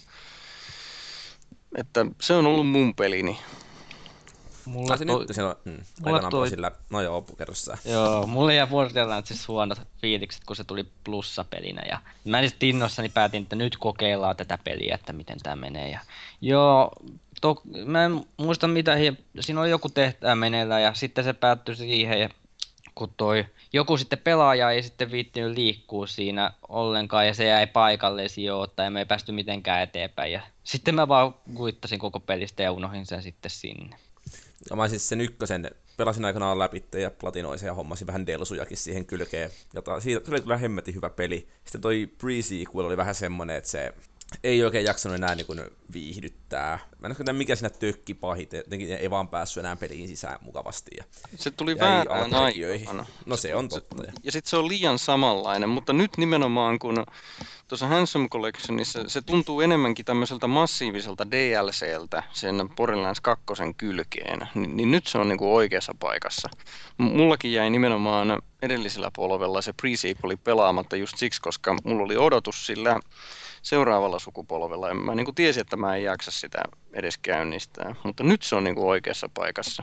Että se on ollut mun pelini. Mulla sillä... No joo, kerrossaan. Joo, mulle jäi Borderlandsissa huonot fiilikset, kun se tuli plussapelinä. Ja mä sitten innossani päätin, että nyt kokeillaan tätä peliä, että miten tää menee. Ja joo, mä en muista mitä, siinä oli joku tehtävä meneillään ja sitten se päättyi siihen, kun joku sitten pelaaja ei sitten viittinyt liikkua siinä ollenkaan ja se jäi paikalle sijoittaa ja me ei päästy mitenkään eteenpäin. Ja sitten mä vaan kuittasin koko pelistä ja unohdin sen sitten sinne. Ja mä siis sen ykkösen pelasin aikanaan läpi ja platinoin sen ja hommasin vähän delsujakin siihen kylkeen. Siitä tuli kyllä hemmetin hyvä peli. Sitten toi pre-sequel oli vähän semmonen, että se ei oikein jaksanut enää niin kuin viihdyttää. Mä en tiedä mikä siinä tökki pahiten, jotenkin ei vaan päässyt enää peliin sisään mukavasti. Ja se tuli väärään aikana. No se on totta. Ja sitten se on liian samanlainen, mutta nyt nimenomaan kun tuossa Handsome Collectionissa se tuntuu enemmänkin tämmöiseltä massiiviselta DLCltä sen Borderlands 2 kylkeen, niin nyt se on niinku oikeassa paikassa. Mullakin jäi nimenomaan edellisellä polvella se pre-sequeli pelaamatta just siksi, koska mulla oli odotus sillä seuraavalla sukupolvella. Ja mä niin kuin tiesin, että mä en jaksa sitä edes käynnistää, mutta nyt se on niin kuin oikeassa paikassa.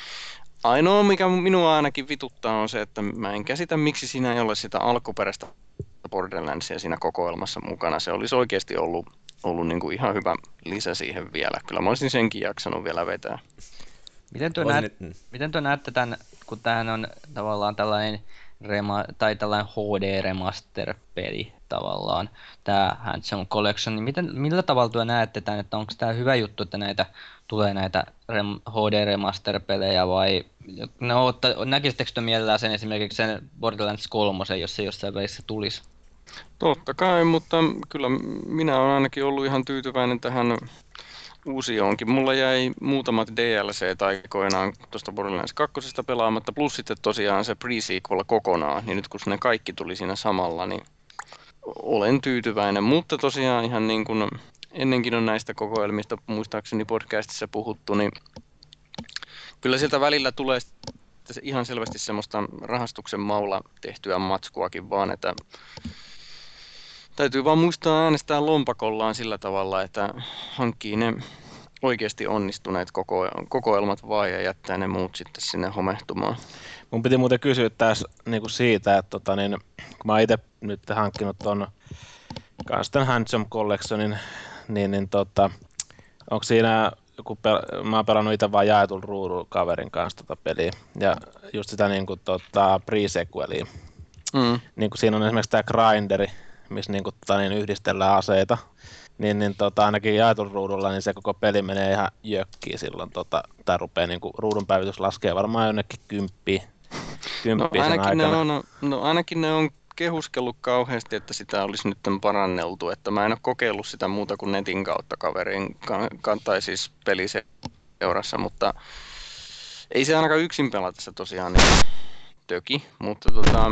Ainoa, mikä minua ainakin vituttaa, on se, että mä en käsitä, miksi siinä ei ole sitä alkuperäistä Borderlandsia siinä kokoelmassa mukana. Se olisi oikeasti ollut niin kuin ihan hyvä lisä siihen vielä. Kyllä mä olisin senkin jaksanut vielä vetää. Miten tuo näette tämän, kun tämähän on tavallaan tällainen tällainen HD-remaster-peli tavallaan, tämä Handsome Collection, niin millä tavalla tuo näette tämän, että onko tämä hyvä juttu, että tulee näitä HD-remaster-pelejä vai näkisittekö te mielellään sen esimerkiksi sen Borderlands 3, jos se jossain välissä tulisi? Totta kai, mutta kyllä minä olen ainakin ollut ihan tyytyväinen tähän uusioonkin. Mulla jäi muutamat DLCt aikoinaan tuosta Borderlands 2 pelaamatta, plus sitten tosiaan se pre-sequel kokonaan, niin nyt kun ne kaikki tuli siinä samalla, niin olen tyytyväinen. Mutta tosiaan ihan niin kuin ennenkin on näistä kokoelmista muistaakseni podcastissa puhuttu, niin kyllä sieltä välillä tulee ihan selvästi semmoista rahastuksen maulla tehtyä matskuakin vaan, että täytyy vaan muistaa äänestää lompakollaan sillä tavalla, että hankkii ne oikeasti onnistuneet kokoelmat vaan ja jättää ne muut sitten sinne homehtumaan. Mun piti muuten kysyä tässä niinku siitä, että kun mä oon itse nyt hankkinut ton Constant Handsome Collectionin, niin onko siinä joku mä oon pelannut itse vaan jaetun ruudun kaverin kanssa peliä ja just sitä niinku pre-sequelia. Niinku siinä on esimerkiksi tää grinderi, missä niinku yhdistellään aseita. Niin ainakin jaetun ruudulla niin se koko peli menee ihan jökkiin silloin, tai rupeaa niinku ruudun päivitys laskee varmaan jonnekin 10 sen aikana. Ainakin ne on kehuskellut kauheasti, että sitä olisi nyt paranneltu, että mä en ole kokeillut sitä muuta kuin netin kautta kaverin tai siis peliseurassa, mutta ei se ainakaan yksin pelatessa tosiaan niin töki, mutta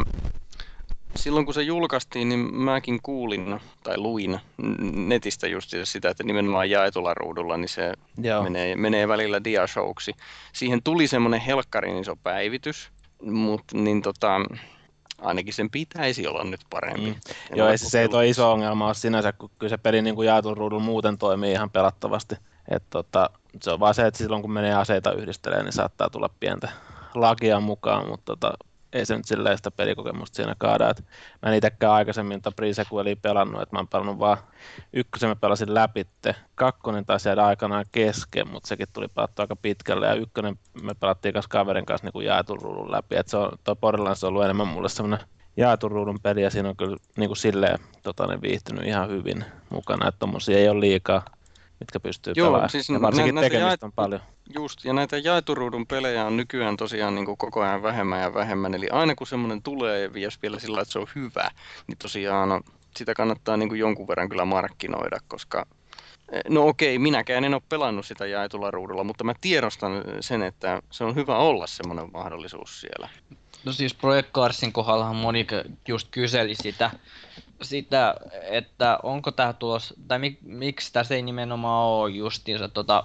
silloin kun se julkaistiin, niin mäkin kuulin tai luin netistä just sitä, että nimenomaan jaetulla ruudulla niin se menee välillä diashowksi. Siihen tuli semmoinen helkkarin iso päivitys, mutta niin ainakin sen pitäisi olla nyt parempi. Joo, ei se ei tuo iso ongelma ole sinänsä, kun kyllä se peli niin kuin jaetun ruudulla muuten toimii ihan pelattavasti. Se on vaan se, että silloin kun menee aseita yhdistelee, niin saattaa tulla pientä lagia mukaan, mutta ei se nyt silleen sitä pelikokemusta siinä kaada. Mä en itsekään aikaisemmin pre-sequelia pelannut, että mä oon pelannut vaan ykkösen mä pelasin läpitte. Kakkonen taisi jäädä aikanaan kesken, mutta sekin tuli pelattua aika pitkälle. Ja ykkönen me pelattiin kanssa kaverin kanssa niin kuin jaetun ruudun läpi. Tuo Borderlands on ollut enemmän mulle semmoinen jaetun ruudun peli ja siinä on kyllä niin kuin silleen viihtynyt ihan hyvin mukana. Että tommosia ei ole liikaa, mitkä pystyy pelaamaan. Siis ja varsinkin tekemistä on paljon. Just, ja näitä jaeturuudun pelejä on nykyään tosiaan niin kuin koko ajan vähemmän ja vähemmän, eli aina kun semmoinen tulee, ja jos vielä sillä että se on hyvä, niin tosiaan sitä kannattaa niin kuin jonkun verran kyllä markkinoida, koska no okei, minäkään en ole pelannut sitä jaetulla ruudulla, mutta mä tiedostan sen, että se on hyvä olla semmoinen mahdollisuus siellä. No siis Project Carsin kohdallahan moni just kyseli sitä, että onko tämä tulos, tai miksi tässä ei nimenomaan ole justiinsa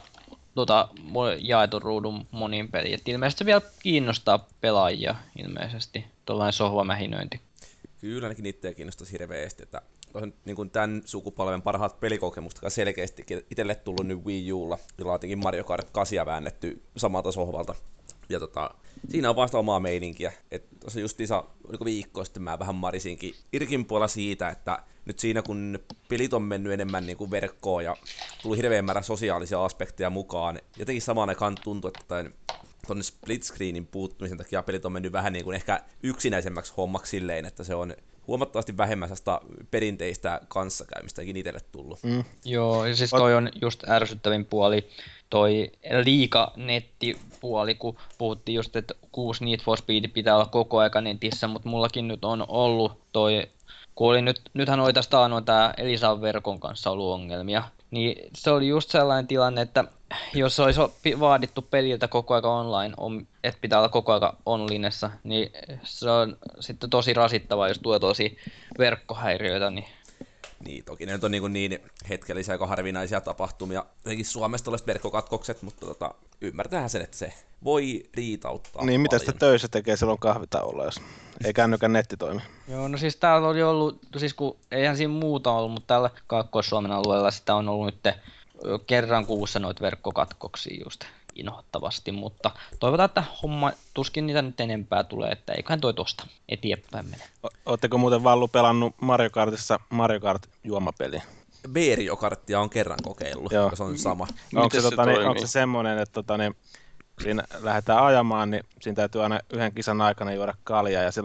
jaetun ruudun monin peli. Et ilmeisesti se vielä kiinnostaa pelaajia ilmeisesti, tuollainen sohvamähinöinti. Kyllä ainakin itseä kiinnostaisi hirveästi, että niin tämän sukupolven parhaat pelikokemukset, joka selkeästi itselle tullut nyt Wii Ulla, jolla on jotenkin Mario Kart 8 väännetty samalta sohvalta. Ja siinä on vasta omaa meininkiä. Tuossa justiinsa viikko sitten mä vähän marisinkin Irkin puolella siitä, että nyt siinä kun pelit on mennyt enemmän niin kuin verkkoon ja tullut hirveän määrä sosiaalisia aspekteja mukaan, jotenkin samaan aikaan tuntuu, että tuonne split screenin puuttumisen takia pelit on mennyt vähän niin kuin ehkä yksinäisemmäksi hommaksi silleen, että se on huomattavasti vähemmän perinteistä kanssakäymistäkin itselle tullut. Joo, ja siis toi on just ärsyttävin puoli, toi liika nettipuoli, kun puhuttiin just, että 6 Need for Speed pitää olla koko aika netissä, mutta mullakin nyt on ollut toi, kun oli nythän oli tästä tää Elisan verkon kanssa ollut ongelmia, niin se oli just sellainen tilanne, että jos olisi vaadittu peliltä koko ajan online, että pitää olla koko ajan onlinessa, niin se on sitten tosi rasittavaa, jos tulee tosi verkkohäiriöitä. Niin, toki ne nyt on niin hetkellisiä aika harvinaisia tapahtumia. Jotenkin Suomesta olisivat verkkokatkokset, mutta ymmärtäähän sen, että se voi riitauttaa. Niin, mitä sitä töissä tekee silloin kahvitauolla, jos ei kännykän netti toimi? Joo, no siis täällä oli ollut, siis kun eihän siinä muuta ollut, mutta täällä Kaakkois-Suomen alueella sitä on ollut nyt kerran kuussa noita verkkokatkoksia just inhottavasti, mutta toivotaan, että homma tuskin niitä nyt enempää tulee, että eiköhän toi tosta eteenpäin mene. Ootteko muuten Vallu pelannut Mario Kartissa Mario Kart juomapeli? Mario Karttia on kerran kokeillut, se on sama. Onko se semmoinen, että siinä lähdetään ajamaan, niin siinä täytyy aina yhden kisan aikana juoda kaljaa, ja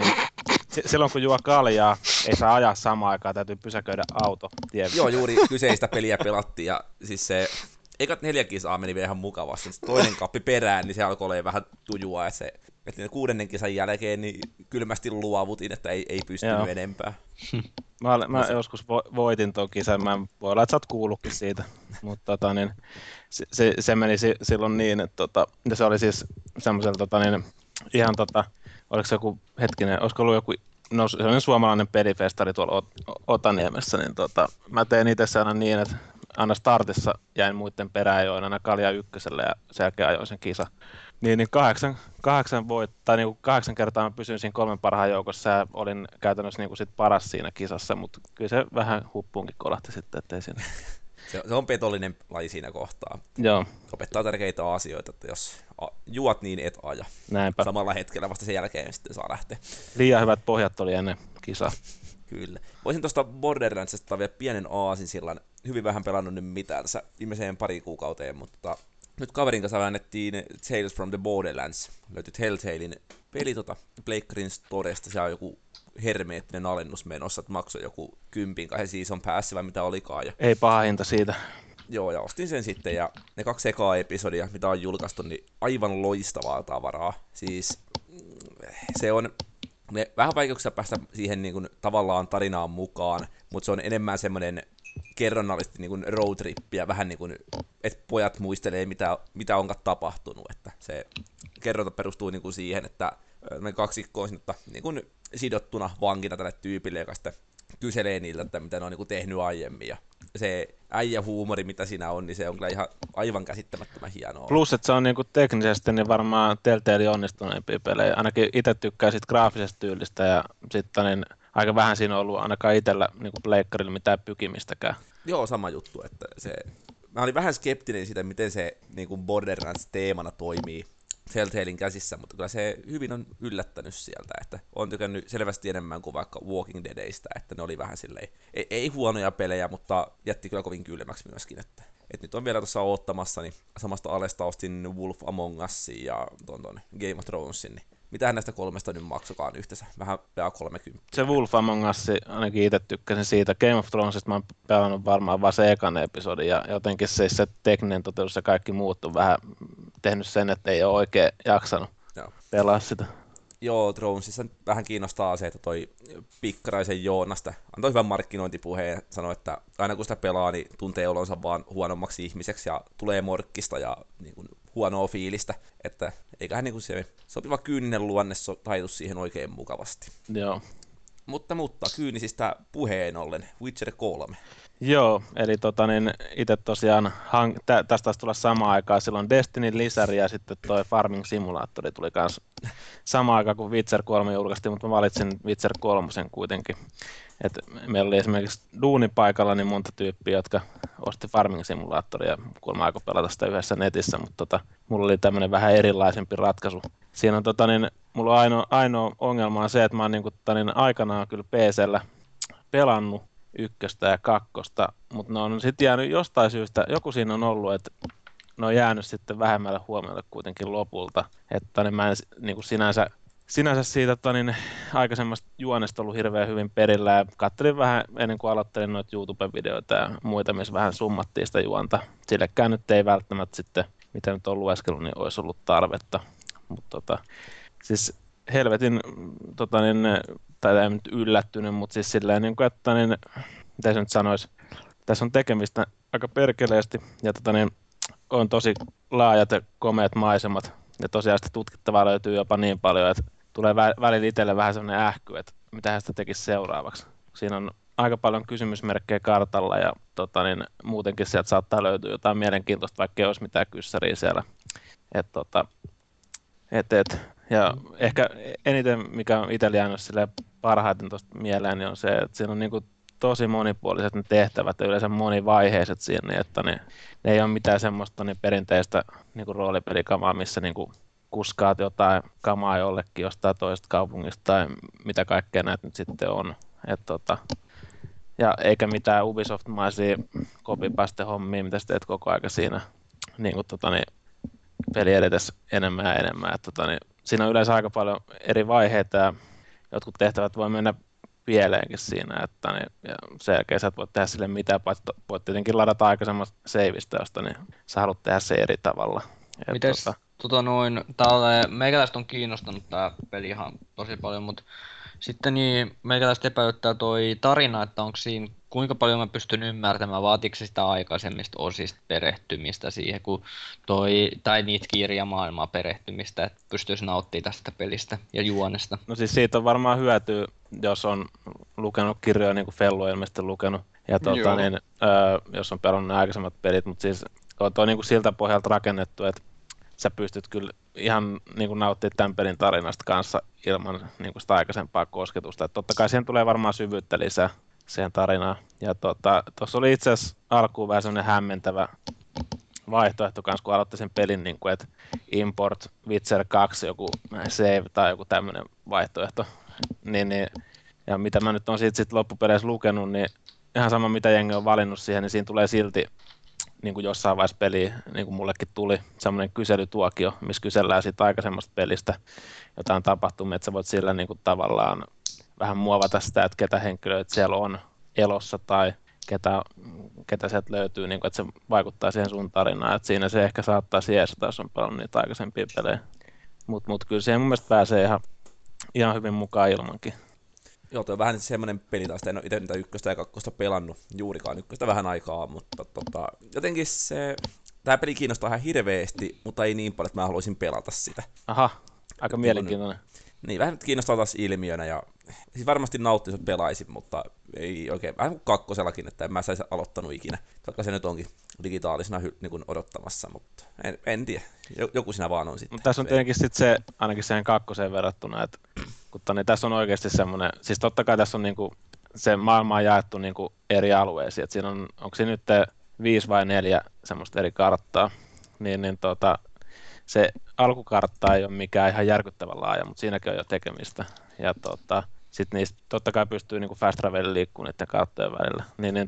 silloin kun juo kaljaa, ei saa ajaa samaan aikaan, täytyy pysäköidä auto tien. Joo, juuri kyseistä peliä pelattiin, ja siis se ekat 4 kisaa meni vielä ihan mukavasti. Toinen kappi perään, niin se alkoi olla vähän tujua, että 6. kisan jälkeen niin kylmästi luovutin, että ei pystynyt enempää. Mä joskus voitin tuon kisan, voi olla, että sä oot kuullutkin siitä, mutta se meni silloin niin, että se oli siis semmoisella ihan oliko se joku hetkinen, olisiko ollut joku sellainen suomalainen pelifestari tuolla Otaniemessä, niin mä tein itse aina niin, että aina startissa jäin muiden perään, join aina Kalja ykköselle ja sen jälkeen ajoin sen kisa. Niin 8 kertaa mä pysyin siinä 3 parhaan joukossa ja olin käytännössä niin kuin sit paras siinä kisassa, mutta kyllä se vähän huppuunkin kolahti sitten, ettei siinä. Se on petollinen laji siinä kohtaa. Joo. Opettaa tärkeitä asioita, että jos juot, niin et aja. Näinpä. Samalla hetkellä vasta sen jälkeen sitten saa lähteä. Liian hyvät pohjat oli ennen kisaa. Kyllä. Voisin tuosta Borderlandsista vielä pienen aasinsillan. Hyvin vähän pelannut nyt mitään tässä viimeiseen pari kuukauteen, mutta nyt kaverin kanssa väännettiin Tales from the Borderlands. Löytyi Telltalein peli Pleikkarin Storesta. Se on joku hermeettinen alennus menossa, että maksoi joku 10 kai season pass vai mitä olikaan. Ja Ei paha hinta siitä. joo, ja ostin sen sitten, ja ne 2 ekaa episodia, mitä on julkaistu, niin aivan loistavaa tavaraa. Siis se on vähän vaikeuksia päästä siihen niin kuin, tavallaan tarinaan mukaan, mutta se on enemmän semmoinen kerronnallisesti niin kuin roadtrippiä, vähän niin kuin, että pojat muistelee, mitä onkaan tapahtunut. Että se kerronta perustuu niin kuin siihen, että me kaksikko on niin kuin sidottuna vankina tälle tyypille, joka sitten kyselee niiltä, että mitä ne on niin kuin tehnyt aiemmin. Ja se äijähuumori, mitä siinä on, niin se on kyllä ihan aivan käsittämättömän hienoa. Plus, että se on niinku teknisesti niin varmaan Telltale onnistuneimpia pelejä. Ainakin itse tykkään siitä graafisesta tyylistä ja sitten niin aika vähän siinä on ollut ainakaan itsellä niinku pleikkarilla mitään pykimistäkään. Joo, sama juttu. Että mä olin vähän skeptinen siitä, miten se niin kuin Borderlands-teemana toimii Telltalein käsissä, mutta kyllä se hyvin on yllättänyt sieltä, että on tykännyt selvästi enemmän kuin vaikka Walking Deadistä, että ne oli vähän silleen, ei huonoja pelejä, mutta jätti kyllä kovin kylmäksi myöskin, että nyt on vielä tuossa oottamassa, niin samasta alesta ostin Wolf Among Usin ja ton Game of Thronesin, niin mitähän näistä 3 nyt maksokaan yhteensä, vähän vajaa 30. Se Wolf Among Us, ainakin itse tykkäsin siitä. Game of Thronesista mä oon pelannut varmaan vaan se ekan episodin ja jotenkin se tekninen toteutus ja kaikki muut on vähän tehnyt sen, että ei ole oikein jaksanut pelaa sitä. Joo, Thronesissa vähän kiinnostaa se, että toi Pikkaraisen Joonasta antoi hyvän markkinointipuheen ja sanoi, että aina kun sitä pelaa, niin tuntee olonsa vaan huonommaksi ihmiseksi ja tulee morkkista ja niin kuin, huonoa fiilistä, että eiköhän niin kuin se sopiva kyyninen luonne taitu siihen oikein mukavasti. Joo. Mutta kyynisistä puheen ollen, Witcher 3. Joo, eli itse tosiaan tästä taisi tulla samaan aikaan silloin Destiny lisäri ja sitten toi Farming Simulaattori tuli kans samaan aikaan kuin Witcher 3 julkaistiin, mutta mä valitsin Witcher 3 kuitenkin. Et meillä oli esimerkiksi duunipaikalla niin monta tyyppiä, jotka osti Farming Simulaattoria, kun mä aikon pelata sitä yhdessä netissä, mutta mulla oli tämmöinen vähän erilaisempi ratkaisu. Siinä on mulla on ainoa ongelma on se, että mä oon aikanaan kyllä PC:llä pelannut 1 ja 2, mutta ne on sitten jäänyt jostain syystä, joku siinä on ollut, että ne on jäänyt sitten vähemmälle huomiolle kuitenkin lopulta, että mä en niin kuin sinänsä siitä aikaisemmasta juonesta ollut hirveän hyvin perillä ja katselin vähän ennen kuin aloittelin noita YouTube-videoita ja muita, missä vähän summattiin sitä juonta. Sillekään nyt ei välttämättä sitten, mitä nyt on lueskellut, niin olisi ollut tarvetta, mutta siis helvetin tai ei nyt yllättynyt, mutta siis silleen, niin kuin, että mitä se nyt sanoisi, tässä on tekemistä aika perkeleesti ja on tosi laajat ja komeat maisemat ja tosiaan sitä tutkittavaa löytyy jopa niin paljon, että tulee välillä itselle vähän sellainen ähky, että mitähän sitä tekisi seuraavaksi. Siinä on aika paljon kysymysmerkkejä kartalla ja muutenkin sieltä saattaa löytyä jotain mielenkiintoista, vaikka ei olisi mitään kyssäriä siellä. Ja ehkä eniten, mikä on itsellä jäänyt parhaiten tuosta mieleen, niin on se, että siinä on niinku tosi monipuoliset ne tehtävät ja yleensä monivaiheiset siinä, niin että ne ei ole mitään semmoista perinteistä niinku roolipelikamaa, missä niinku kuskaat jotain kamaa jollekin jostain toisesta kaupungista tai mitä kaikkea näitä nyt sitten on. Ja eikä mitään Ubisoft-maisia copypaste-hommia, mitä sä teet koko aika siinä niinku peli edetessä enemmän ja enemmän. Siinä on yleensä aika paljon eri vaiheita ja jotkut tehtävät voi mennä pieleenkin siinä, ja sen jälkeen sä et voi tehdä sille mitään, voit tietenkin ladata aikaisemmasta seivistä, josta niin sä haluat tehdä se eri tavalla. Mites, meikäläistä on kiinnostanut tää peli ihan tosi paljon, mutta sitten niin meikäläistä epäilyttää toi tarina, että onko siinä, kuinka paljon mä pystyn ymmärtämään, vaatiiko se sitä aikaisemmista osista perehtymistä siihen, tai niitä kirjamaailmaa perehtymistä, että pystyisi nauttimaan tästä pelistä ja juonesta. No siis siitä on varmaan hyötyä, jos on lukenut kirjoja, niin kuin Fellu on ilmeisesti lukenut, Ja Joo. jos on pelannut ne aikaisemmat pelit, mutta siis toi niin kuin siltä pohjalta rakennettu, että sä pystyt kyllä ihan niin kuin nauttimaan tämän pelin tarinasta kanssa ilman niin kuin sitä aikaisempaa kosketusta. Et totta kai siihen tulee varmaan syvyyttä lisää siihen tarinaan. Ja tuossa oli itse asiassa alkuun vähän semmoinen hämmentävä vaihtoehto kanssa, kun aloitti sen pelin, niin kuin, että import Witcher 2, joku save tai joku tämmöinen vaihtoehto. Ja mitä mä nyt on siitä sit loppupeleissä lukenut, niin ihan sama mitä jengi on valinnut siihen, niin siinä tulee silti niin kuin jossain vaiheessa peliä, niin kuin mullekin tuli semmoinen kyselytuokio, missä kysellään siitä aikaisemmasta pelistä jotain tapahtumia, että sä voit sillä niin kuin tavallaan vähän muovata sitä, että ketä henkilöitä siellä on elossa tai ketä sieltä löytyy, niin kuin, että se vaikuttaa siihen sun tarinaan, että siinä se ehkä saattaa jeesata, jos on pelannut niitä aikaisempia pelejä. Mutta kyllä siihen mun mielestä pääsee ihan hyvin mukaan ilmankin. Joo, toi on vähän semmoinen peli taas, en ole itse niitä ykköstä ja kakkosta pelannut juurikaan ykköstä vähän aikaa, mutta jotenkin tää peli kiinnostaa ihan hirveästi, mutta ei niin paljon, että mä haluaisin pelata sitä. Aha, aika mielenkiintoinen. Niin, vähän nyt kiinnostaa taas ilmiönä ja siis varmasti nauttii, jos pelaisin, mutta ei oikein, vähän kuin kakkosellakin, että en mä saisi aloittanut ikinä, vaikka se nyt onkin digitaalisena niin kuin odottamassa, mutta en tiedä, joku siinä vaan on sitten. Mutta tässä on tietenkin sit se, ainakin siihen kakkoseen verrattuna, että niin tässä on oikeasti semmoinen, siis totta kai tässä on niinku, se maailma on jaettu niinku eri alueisiin, että siinä on, onko siinä nyt 5 vai 4 semmoista eri karttaa, se alkukartta ei ole mikään ihan järkyttävän laaja, mutta siinäkin on jo tekemistä. Ja sitten niistä totta kai pystyy niinku fast travelin liikkumaan niiden karttojen välillä.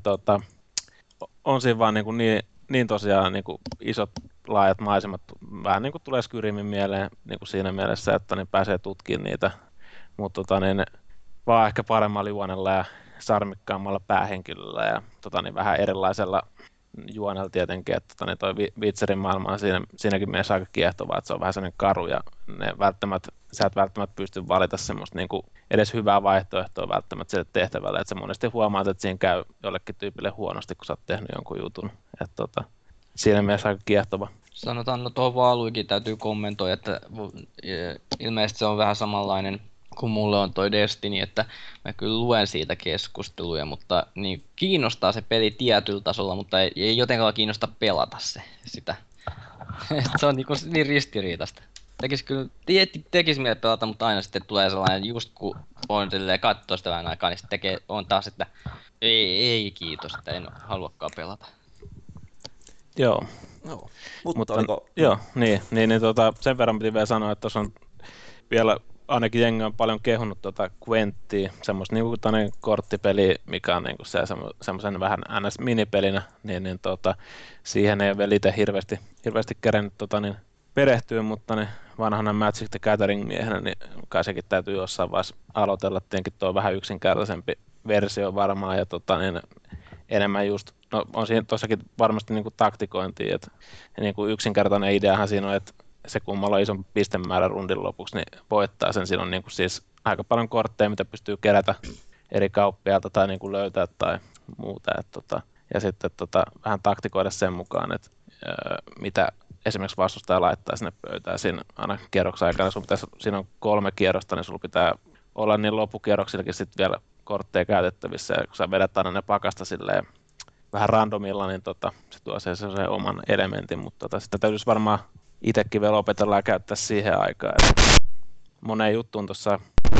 On siinä vaan niin tosiaan niinku isot laajat maisemat, vähän niin kuin tulee Skyrimin mieleen niinku siinä mielessä, että niin pääsee tutkimaan niitä, mutta vaan ehkä paremmalla juonella ja sarmikkaammalla päähenkilöllä ja vähän erilaisella juonella tietenkin, että toi Witcherin maailma on siinäkin mielessä aika kiehtovaa, että se on vähän sellainen karu ja sä et välttämättä pysty valita semmoista niinku edes hyvää vaihtoehtoa välttämättä sille tehtävälle, että sä monesti huomaat, että siinä käy jollekin tyypille huonosti, kun sä oot tehnyt jonkun jutun, että siinä mielessä aika kiehtova. Sanotaan, no tuohon Vaaluikin täytyy kommentoida, että ilmeisesti se on vähän samanlainen kuin mulle on toi Destiny, että mä kyllä luen siitä keskusteluja, mutta niin kiinnostaa se peli tietyllä tasolla, mutta ei jotenkaan kiinnosta pelata sitä. Se on niin ristiriitaista. Tekisi mieltä pelata, mutta aina sitten tulee sellainen, just kun on katsoo sitä vähän aikaa, niin sitten on taas, että ei kiitos, että en haluakaan pelata. Joo. No, mutta oliko... Joo, sen verran piti vielä sanoa, että tuossa on vielä ainakin jengi on paljon kehunut Gwenttiä, semmoista niinku korttipeli, mikä on niinku semmoisen vähän NS-minipelinä, siihen ei ole vielä itse hirveästi kerennyt perehtyä, mutta vanhana Magic the Gathering-miehenä, niin kai sekin täytyy jossain vaiheessa aloitella. Tietenkin tuo vähän yksinkertaisempi versio varmaan, ja enemmän just, no on siinä tossakin varmasti niinku taktikointia, että niinku yksinkertainen ideahan siinä on, että se kummalla on ison pistemäärä rundin lopuksi, niin voittaa sen. Siinä on niinku siis aika paljon kortteja, mitä pystyy kerätä eri kauppialta tai niinku löytää tai muuta. Ja sitten vähän taktikoida sen mukaan, että mitä esimerkiksi vastustaja laittaa sinne pöytään siinä aina kierroksen aikana. Siinä on 3 kierrosta, niin sulla pitää olla niin loppukierroksillakin sitten vielä kortteja käytettävissä. Ja kun sä vedät aina ne pakasta silleen vähän randomilla, niin se tuo sen oman elementin, mutta sitä täytyisi varmaan itsekin vielä opetella ja käyttää siihen aikaan. Moneen juttuun tuossa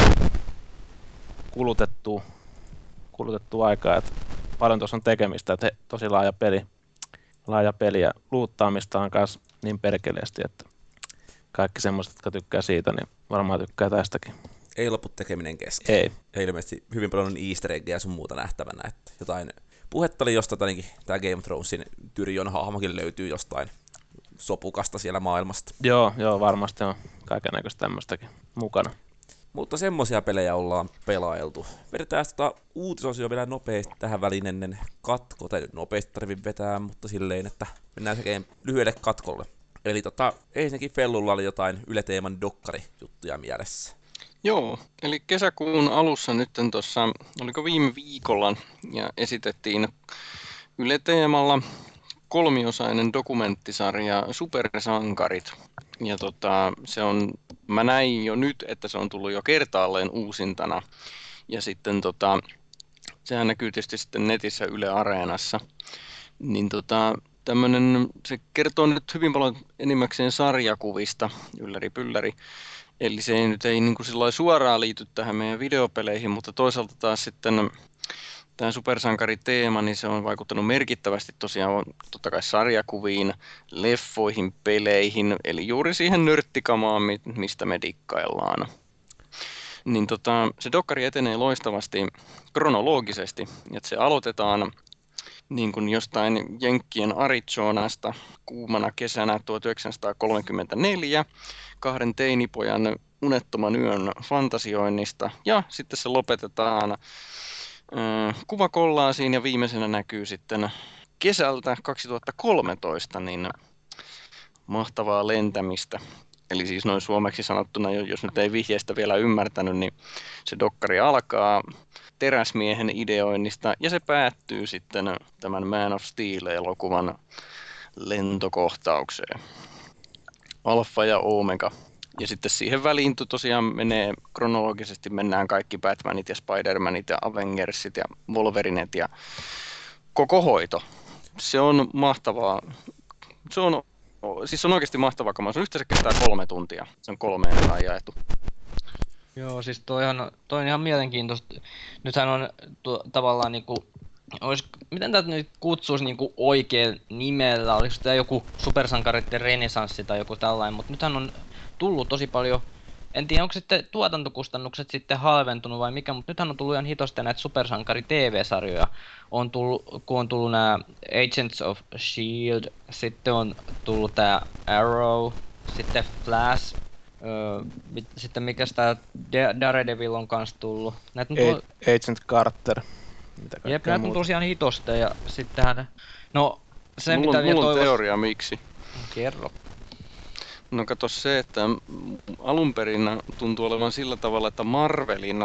kulutettu aikaa, että paljon tuossa on tekemistä, että tosi laaja peli ja luuttaamista on myös niin perkeleesti, että kaikki semmoiset, jotka tykkää siitä, niin varmaan tykkää tästäkin. Ei lopu tekeminen kesken. Ei. Ja ilmeisesti hyvin paljon easter eggejä sun muuta nähtävänä, että jotain puhetta oli jostain, tämä Game of Thronesin Tyrion hahmokin löytyy jostain sopukasta siellä maailmasta. Joo, varmasti on kaikennäköistä tämmöistäkin mukana. Mutta semmoisia pelejä ollaan pelailtu. Vedetään uutisosio vielä nopeasti tähän väliin ennen katkoa. Tai nopeasti tarvitse vetää, mutta silleen, että mennään sekin lyhyelle katkolle. Eli ensinnäkin Fellulla oli jotain Yle Teeman dokkarijuttuja mielessä. Joo, eli kesäkuun alussa nyt tuossa, oliko viime viikolla, ja esitettiin Yle Teemalla 3-osainen dokumenttisarja Supersankarit. Ja se on, mä näin jo nyt, että se on tullut jo kertaalleen uusintana. Ja sitten sehän näkyy tietysti sitten netissä Yle Areenassa. Niin se kertoo nyt hyvin paljon enimmäkseen sarjakuvista, ylläri pylläri. Eli se ei niin kuin sillä suoraan liity tähän meidän videopeleihin, mutta toisaalta taas sitten tämä supersankariteema, niin se on vaikuttanut merkittävästi tosiaan totta kai sarjakuviin, leffoihin, peleihin, eli juuri siihen nörttikamaan, mistä me dikkaillaan. Niin se dokkari etenee loistavasti kronologisesti, että se aloitetaan niin kuin jostain Jenkkien Arizonasta kuumana kesänä 1934, kahden teinipojan unettoman yön fantasioinnista, ja sitten se lopetetaan kuvakollaasiin, ja viimeisenä näkyy sitten kesältä 2013 niin mahtavaa lentämistä. Eli siis noin suomeksi sanottuna, jos nyt ei vihjeestä vielä ymmärtänyt, niin se dokkari alkaa teräsmiehen ideoinnista ja se päättyy sitten tämän Man of Steel-elokuvan lentokohtaukseen. Alfa ja Omega. Ja sitten siihen väliin tosiaan menee kronologisesti, mennään kaikki Batmanit ja Spider-Manit ja Avengersit ja Wolverinet ja koko hoito. Se on mahtavaa. Se on oikeasti mahtavaa kamaa. Se yhteensä kestää 3 tuntia. Se on 3 erää jaettu. Joo, siis toi on ihan mielenkiintoista. Nythän on tavallaan niinku, miten tätä nyt kutsuisi niinku oikein nimellä? Oliko tämä joku supersankareiden renesanssi tai joku tällainen, mutta nythän on tullut tosi paljon, en tiedä onko sitten tuotantokustannukset sitten halventunut vai mikä, mutta nythän on tullut ihan hitosti näitä supersankari-TV-sarjoja. Kun on tullut nämä Agents of S.H.I.E.L.D., sitten on tullut tämä Arrow, sitten Flash, sitten mikäs tää Daredevil on kans tullut. Agent Carter. Jep, näitä on tosiaan hitosta ja sittenhän, no se mulla mitä on teoria miksi. Kerro. No kato se, että alun perin tuntuu olevan sillä tavalla, että Marvelin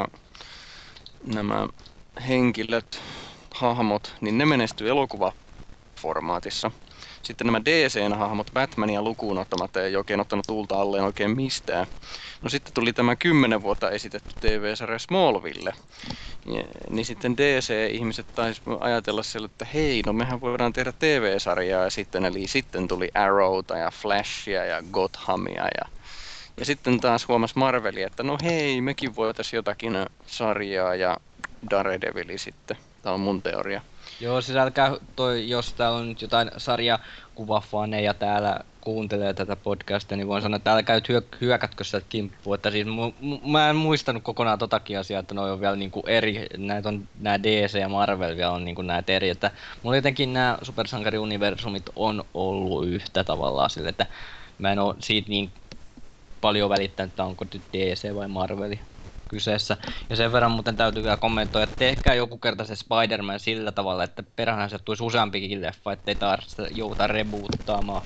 nämä henkilöt, hahmot, niin ne menestyy elokuvaformaatissa. Sitten nämä DCn-hahmot, Batmania lukuun ottamatta, ei oikein ottanut tuulta alleen oikein mistään. No sitten tuli tämä 10 vuotta esitetty TV-sarja Smallville. Niin sitten DC-ihmiset taisi ajatella siellä, että hei, no mehän voidaan tehdä TV-sarjaa ja sitten tuli Arrowta ja Flashia ja Gothamia ja sitten taas huomasi Marveli, että no hei, mekin voitaisiin jotakin sarjaa ja Daredevili sitten. Tämä on mun teoria. Joo, siis älkää jos täällä on nyt jotain sarjakuvafaneja täällä kuuntelee tätä podcastia, niin voin sanoa, että älkää nyt hyökätkö sieltä kimppuun. Että siis mä en muistanut kokonaan totakin asiaa, että noi on vielä niinku eri, näitä on nää DC ja Marvel vielä on niinku näitä eri, että mulla jotenkin nämä supersankariuniversumit on ollut yhtä tavallaan sille, että mä en oo siitä niin paljon välittänyt, että onko nyt DC vai Marveli kyseessä. Ja sen verran muuten täytyy vielä kommentoida, että tehkää joku kerta se Spider-Man sillä tavalla, että perhänä se tulisi useampikin leffa, ettei tarvitse jouta reboottaamaan.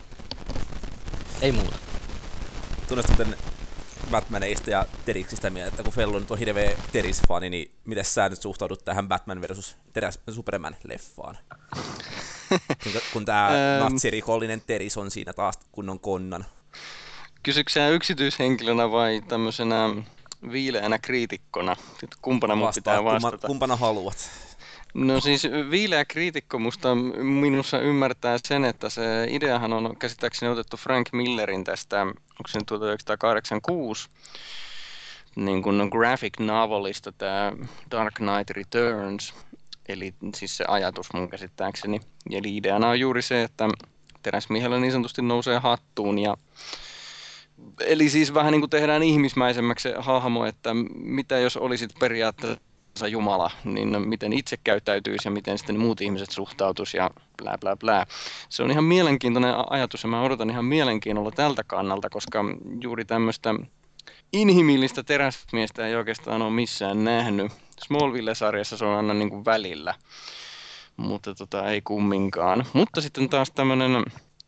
Ei muuta. Tunnestatko Batmaneista ja Teriksistä mieltä, että kun Fello nyt on hirveä Teris-fani, niin miten sä nyt suhtaudut tähän Batman versus Superman-leffaan? kun tää natsirikollinen Teris on siinä taas kunnon konnan. Kysyksä sä yksityishenkilönä vai tämmöisenä viileänä kriitikkona? Kumpana mun pitää vastata? Kumpana haluat? No siis viileä kriitikko minussa ymmärtää sen, että se ideahan on käsittääkseni otettu Frank Millerin tästä, onko se nyt 1986, niin kuin graphic novelista tämä Dark Knight Returns, eli siis se ajatus mun käsittääkseni. Eli ideana on juuri se, että teräsmiehellä niin sanotusti nousee hattuun eli siis vähän niin kuin tehdään ihmismäisemmäksi se hahmo, että mitä jos olisit periaatteessa Jumala, niin miten itse käyttäytyisi ja miten sitten muut ihmiset suhtautuisi ja blää blää blää. Se on ihan mielenkiintoinen ajatus ja mä odotan ihan mielenkiinnolla tältä kannalta, koska juuri tämmöistä inhimillistä teräsmiestä ei oikeastaan ole missään nähnyt. Smallville-sarjassa se on aina niin kuin välillä, mutta ei kumminkaan. Mutta sitten taas tämmöinen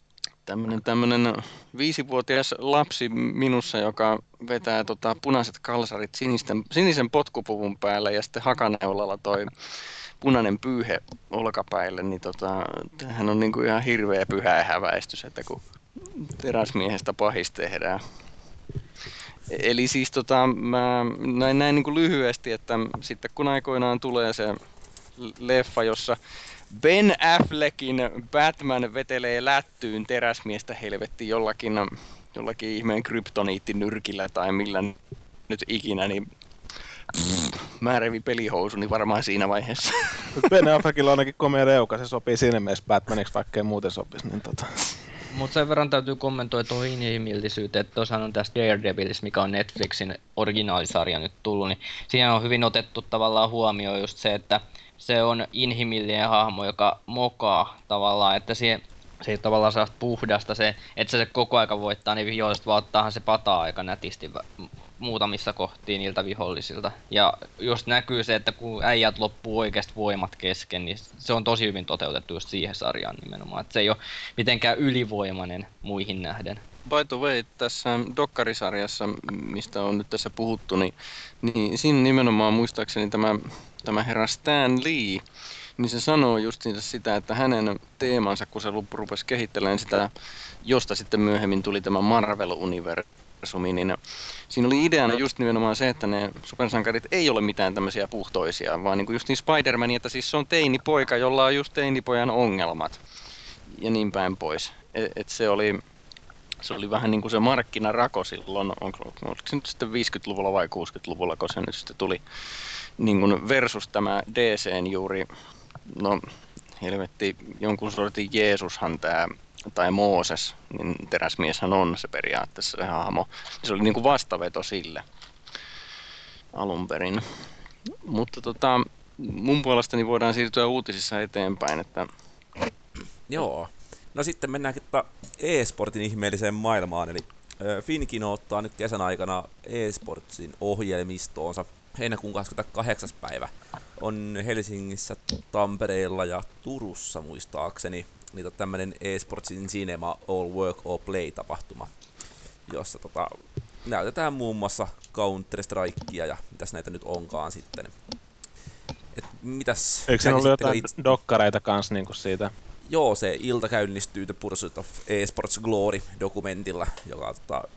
5-vuotias lapsi minussa, joka vetää punaiset kalsarit sinisen potkupuvun päälle ja sitten hakaneulalla toi punainen pyyhe olkapäille, niin hän on niinku ihan hirveä pyhä häväistys, että kun teräsmiehestä pahis tehdään. Eli siis mä näin niinku lyhyesti, että sitten kun aikoinaan tulee se leffa, jossa Ben Affleckin Batman vetelee lättyyn teräsmiestä helvetti jollakin ihmeen kryptoniittinyrkillä tai millä nyt ikinä, niin mä revin pelihousuni varmaan siinä vaiheessa. Ben Affleckilla on ainakin komea reuka, se sopii siinä mielessä Batmaniksi, vaikka ei muuten sopisi. Niin Mutta sen verran täytyy kommentoida tuohon inhimillisyyteen, että tuossahan on tässä Daredevilis, mikä on Netflixin originaalisarja nyt tullut, niin siinä on hyvin otettu tavallaan huomioon just se, että se on inhimillinen hahmo, joka mokaa tavallaan, että se ei tavallaan saa puhdasta se, että se koko aika voittaa, niin viholliset vaan ottaahan se pataa aika nätisti muutamissa kohtiin niiltä vihollisilta. Ja just näkyy se, että kun äijät loppuu oikeasti voimat kesken, niin se on tosi hyvin toteutettu just siihen sarjaan nimenomaan. Että se ei ole mitenkään ylivoimainen muihin nähden. By the way, tässä dokkarisarjassa, mistä on nyt tässä puhuttu, niin siinä nimenomaan muistaakseni tämä herra Stan Lee, niin se sanoo just sitä, että hänen teemansa, kun se rupesi kehittelemään sitä, josta sitten myöhemmin tuli tämä Marvel-universumi, niin siinä oli ideana just nimenomaan se, että ne supersankarit ei ole mitään tämmöisiä puhtoisia, vaan niin just niin Spider-Man, että siis se on teinipoika, jolla on just teinipojan ongelmat ja niin päin pois. Se oli vähän niin kuin se markkinarako silloin, oliko se nyt sitten 50-luvulla vai 60-luvulla, kun se nyt sitten tuli niin kuin versus tämä DC:n juuri, no helvetti, jonkun sortin Jeesushan tämä, tai Mooses, niin teräsmieshän on se periaatteessa se hahmo. Se oli niin kuin vastaveto sille alun perin. Mutta mun puolestani voidaan siirtyä uutisissa eteenpäin, että... Joo. No sitten mennäänkin e-sportin ihmeelliseen maailmaan, eli Finkino ottaa nyt kesän aikana e-sportsin ohjelmistoonsa heinäkuun 28. päivä. On Helsingissä, Tampereella ja Turussa muistaakseni niitä tämmönen e-sportsin Cinema All Work All Play-tapahtuma, jossa näytetään muun muassa Counter-Strikea ja mitäs näitä nyt onkaan sitten. Et mitäs... Eikö siinä ollut jotain dokkareita kanssa niinku siitä? Joo, se ilta käynnistyy The Pursuit of eSports Glory-dokumentilla, joka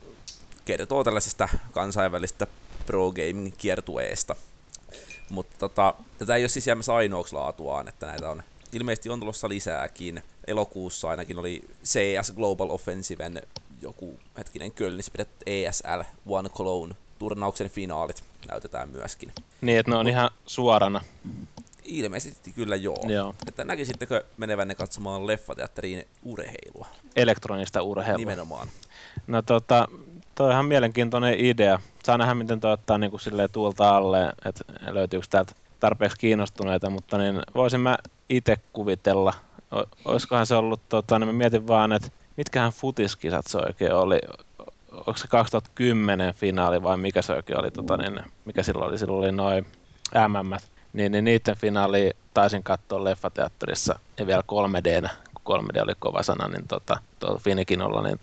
kertoo tällaisesta kansainvälistä pro-gaming-kiertueesta. Mutta tätä ei ole siis jäämässä ainoaksi laatuaan, että näitä on ilmeisesti on tulossa lisääkin. Elokuussa ainakin oli CS Global Offensiven joku hetkinen Kölnissä pidetty ESL One Cologne turnauksen finaalit näytetään myöskin. Niin, että ne on ihan suorana. Ilmeisesti kyllä joo. Että näkisittekö menevänne katsomaan leffateatteriin urheilua? Elektronista urheilua. Nimenomaan. No toi on ihan mielenkiintoinen idea. Saa nähdä, miten toi ottaa niin kuin silleen tuulta alle, että löytyykö täältä tarpeeksi kiinnostuneita, mutta niin voisin mä itse kuvitella. Olisikohan se ollut, niin mä mietin vaan, että mitkähän futiskisat se oikein oli. Onko se 2010 finaali vai mikä se oikein oli, mikä silloin oli noin MM. Niin niiden finaali taisin katsoa leffateatterissa ja vielä 3D:nä, kun 3D oli kova sana, niin Finikinolla, niin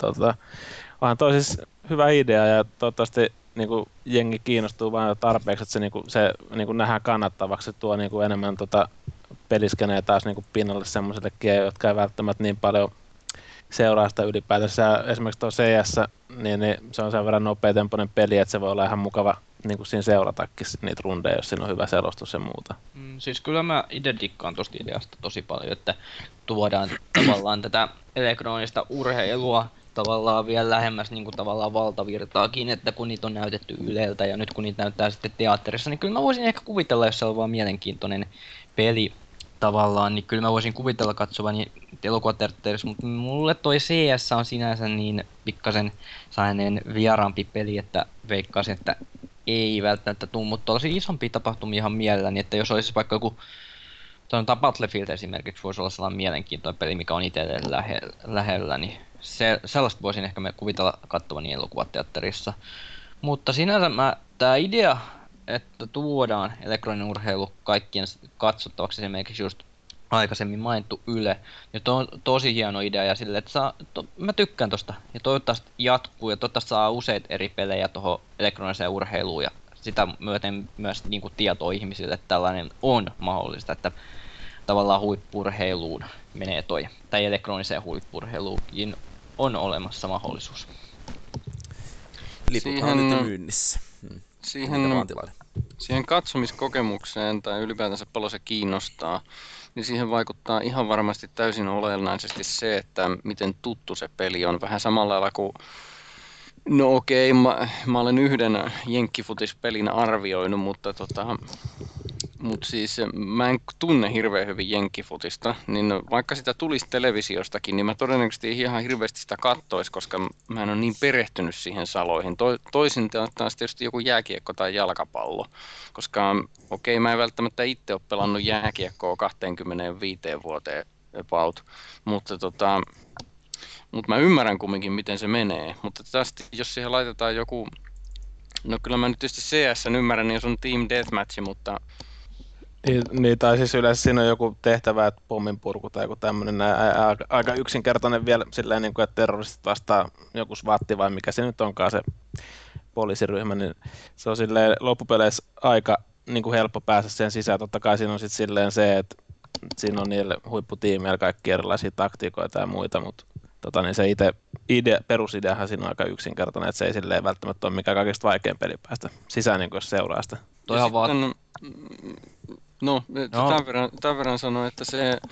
onhan toi siis hyvä idea ja toivottavasti niinku jengi kiinnostuu vain tarpeeksi, että se nähdään kannattavaksi, se tuo niinku enemmän peliskenejä taas niinku pinnalle semmoisellekin, jotka ei välttämättä niin paljon seuraa sitä ylipäätänsä. Esimerkiksi tuo CS, niin se on sen verran nopeatempoinen peli, että se voi olla ihan mukava niin kuin siinä seuratakin niitä rundeja, jos siinä on hyvä selostus ja muuta. Siis kyllä mä itse dikkaan tosta ideasta tosi paljon, että tuodaan tavallaan tätä elektronista urheilua tavallaan vielä lähemmäs niin kuin tavallaan valtavirtaakin, että kun niitä on näytetty Yleltä ja nyt kun niitä näyttää sitten teatterissa, niin kyllä mä voisin ehkä kuvitella, jos se on vaan mielenkiintoinen peli tavallaan, niin kyllä mä voisin kuvitella katsovani elokuvateatterissa, mutta mulle toi CS on sinänsä niin pikkasen sellainen vieraampi peli, että veikkaisin, että ei välttämättä tule, mutta tosi isompia tapahtumia ihan mielelläni, että jos olisi vaikka joku Battlefield esimerkiksi voisi olla sellainen mielenkiintoinen peli, mikä on itselleen lähellä, niin sellaista voisin ehkä kuvitella katsovani elokuvateatterissa. Mutta sinänsä tämä idea, että tuodaan elektroninen urheilu kaikkien katsottavaksi, esimerkiksi just aikaisemmin mainittu Yle, niin on tosi hieno idea ja sille, että mä tykkään tosta ja toivottavasti jatkuu ja toivottavasti saa useita eri pelejä tuohon elektroniseen urheiluun ja sitä myöten myös niin kuin tietoa ihmisille, että tällainen on mahdollista, että tavallaan huippu-urheiluun menee tai elektroniseen huippu-urheiluunkin on olemassa mahdollisuus. Liputhan on nyt myynnissä. siihen, mikä vaan tilanne. siihen katsomiskokemukseen tai ylipäätänsä paljon se kiinnostaa, niin siihen vaikuttaa ihan varmasti täysin olennaisesti se, että miten tuttu se peli on. Vähän samalla lailla kuin, no okei, mä olen yhden jenkkifutispelin arvioinut, mutta siis mä en tunne hirveän hyvin jenkkifutista, niin vaikka sitä tulisi televisiostakin, niin mä todennäköisesti ihan hirveästi sitä kattoisi, koska mä en ole niin perehtynyt siihen saloihin. Toisin taas tietysti joku jääkiekko tai jalkapallo, koska okei, mä en välttämättä itse ole pelannut jääkiekkoa 25 vuoteen about, mutta mä ymmärrän kumminkin, miten se menee. Mutta tästä, jos siihen laitetaan joku, no kyllä mä nyt tietysti CS:n ymmärrän, niin jos on Team Deathmatch, mutta Niin, tai siis yleensä siinä on joku tehtävä, että pomminpurku tai joku tämmöinen aika yksinkertainen vielä silleen, niin kuin, että terroristit vastaa joku SWAT vai mikä se nyt onkaan se poliisiryhmä, niin se on silleen loppupeleissä aika niin kuin helppo päästä sen sisään. Totta kai siinä on sitten silleen se, että siinä on niille huipputiimeillä kaikki erilaisia taktiikoita ja muita, mutta niin se itse perusideahan siinä on aika yksinkertainen, että se ei silleen välttämättä ole mikään kaikista vaikein peli päästä sisään, niin kuin jos seuraa sitä. No, tämän verran sanoin, että